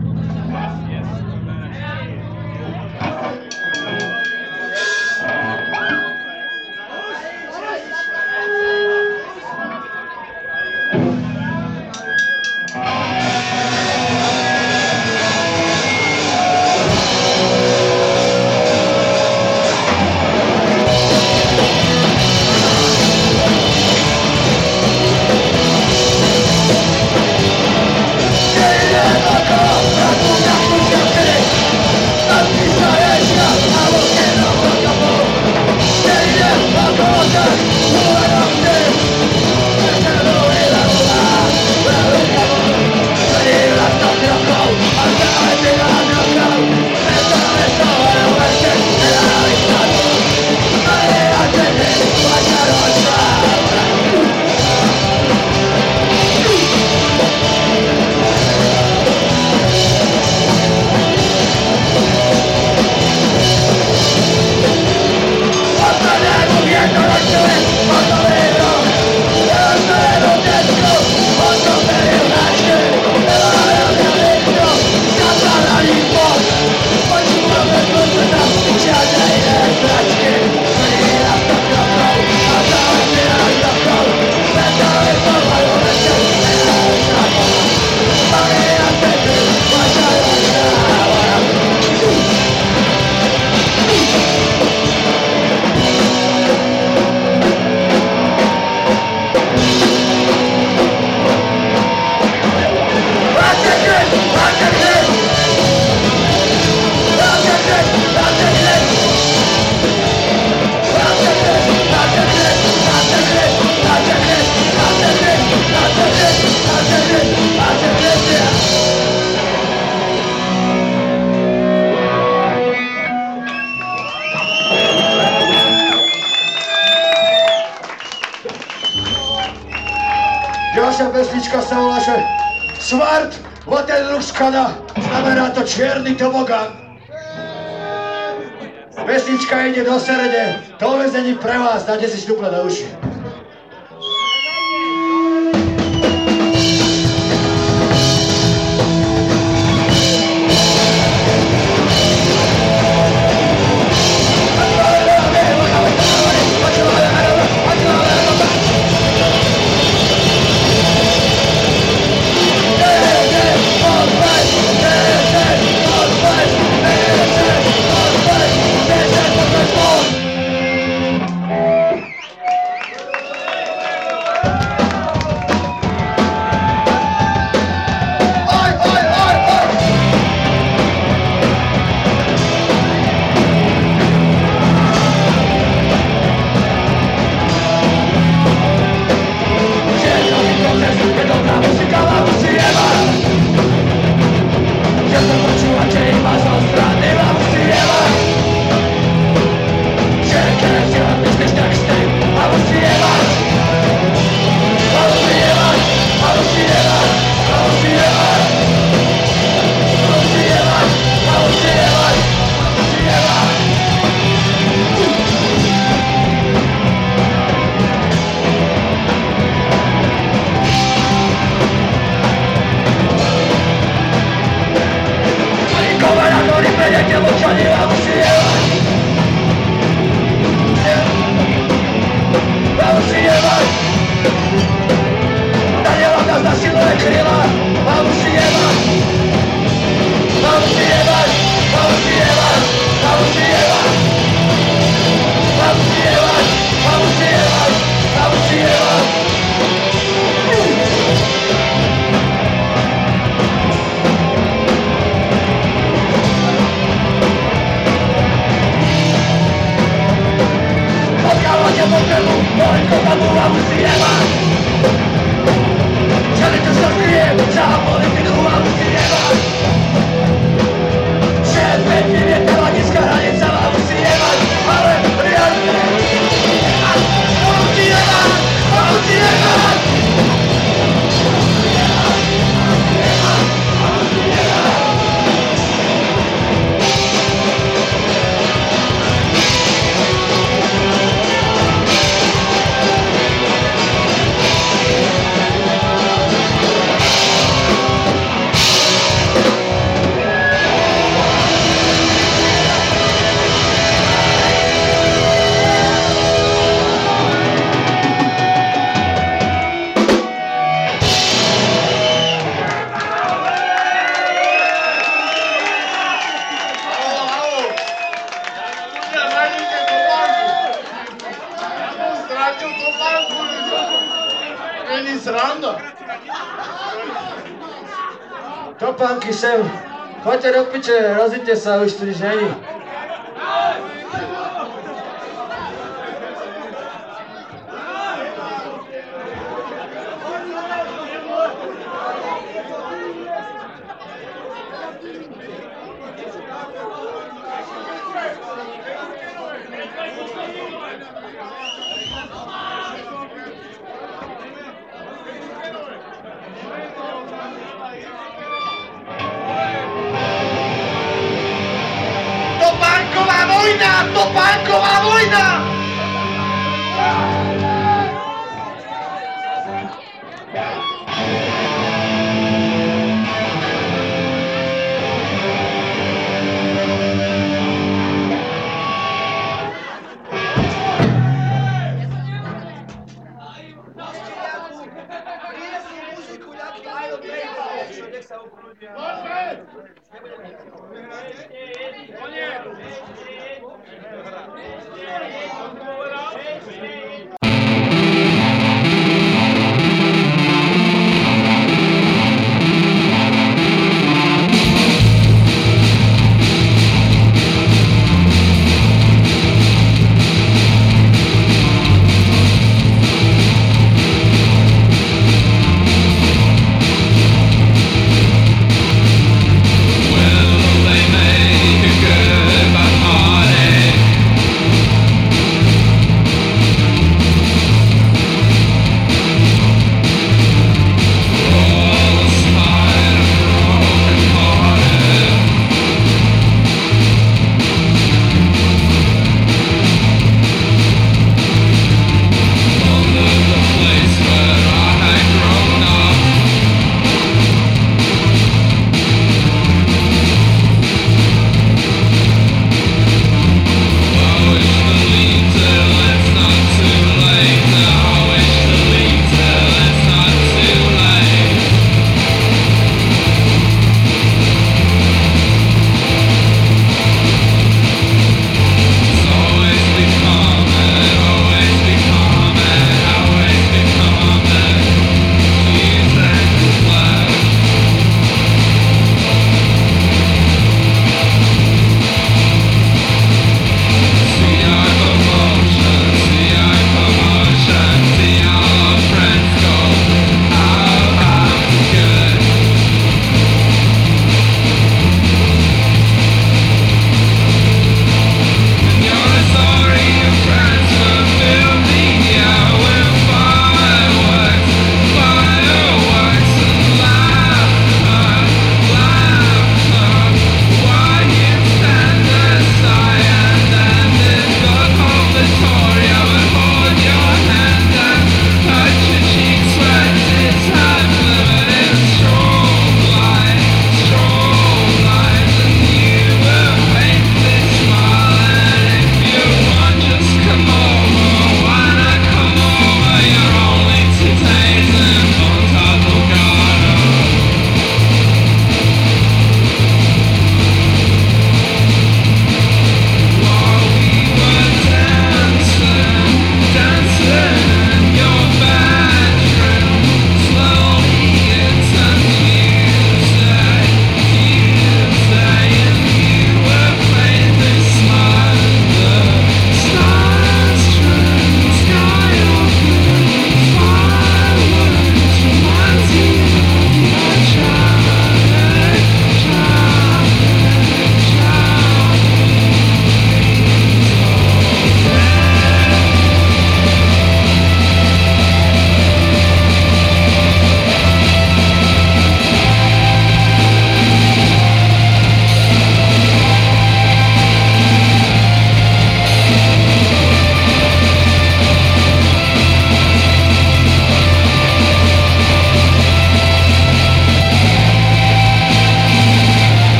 Ďalšia pesnička sa volá, že Svart Votenruškana, znamená to čierny tobogán. Pesnička ide do srede, to vezení pre vás, dáte si štuple do uši. Topánky sem. Choďte do piče, rozíďte sa, už tu nič není. Topánková vojna! Topánková vojna!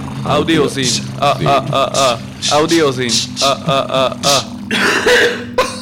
Audiozine. A, a, a, a. Audiozine. A, a, a, a.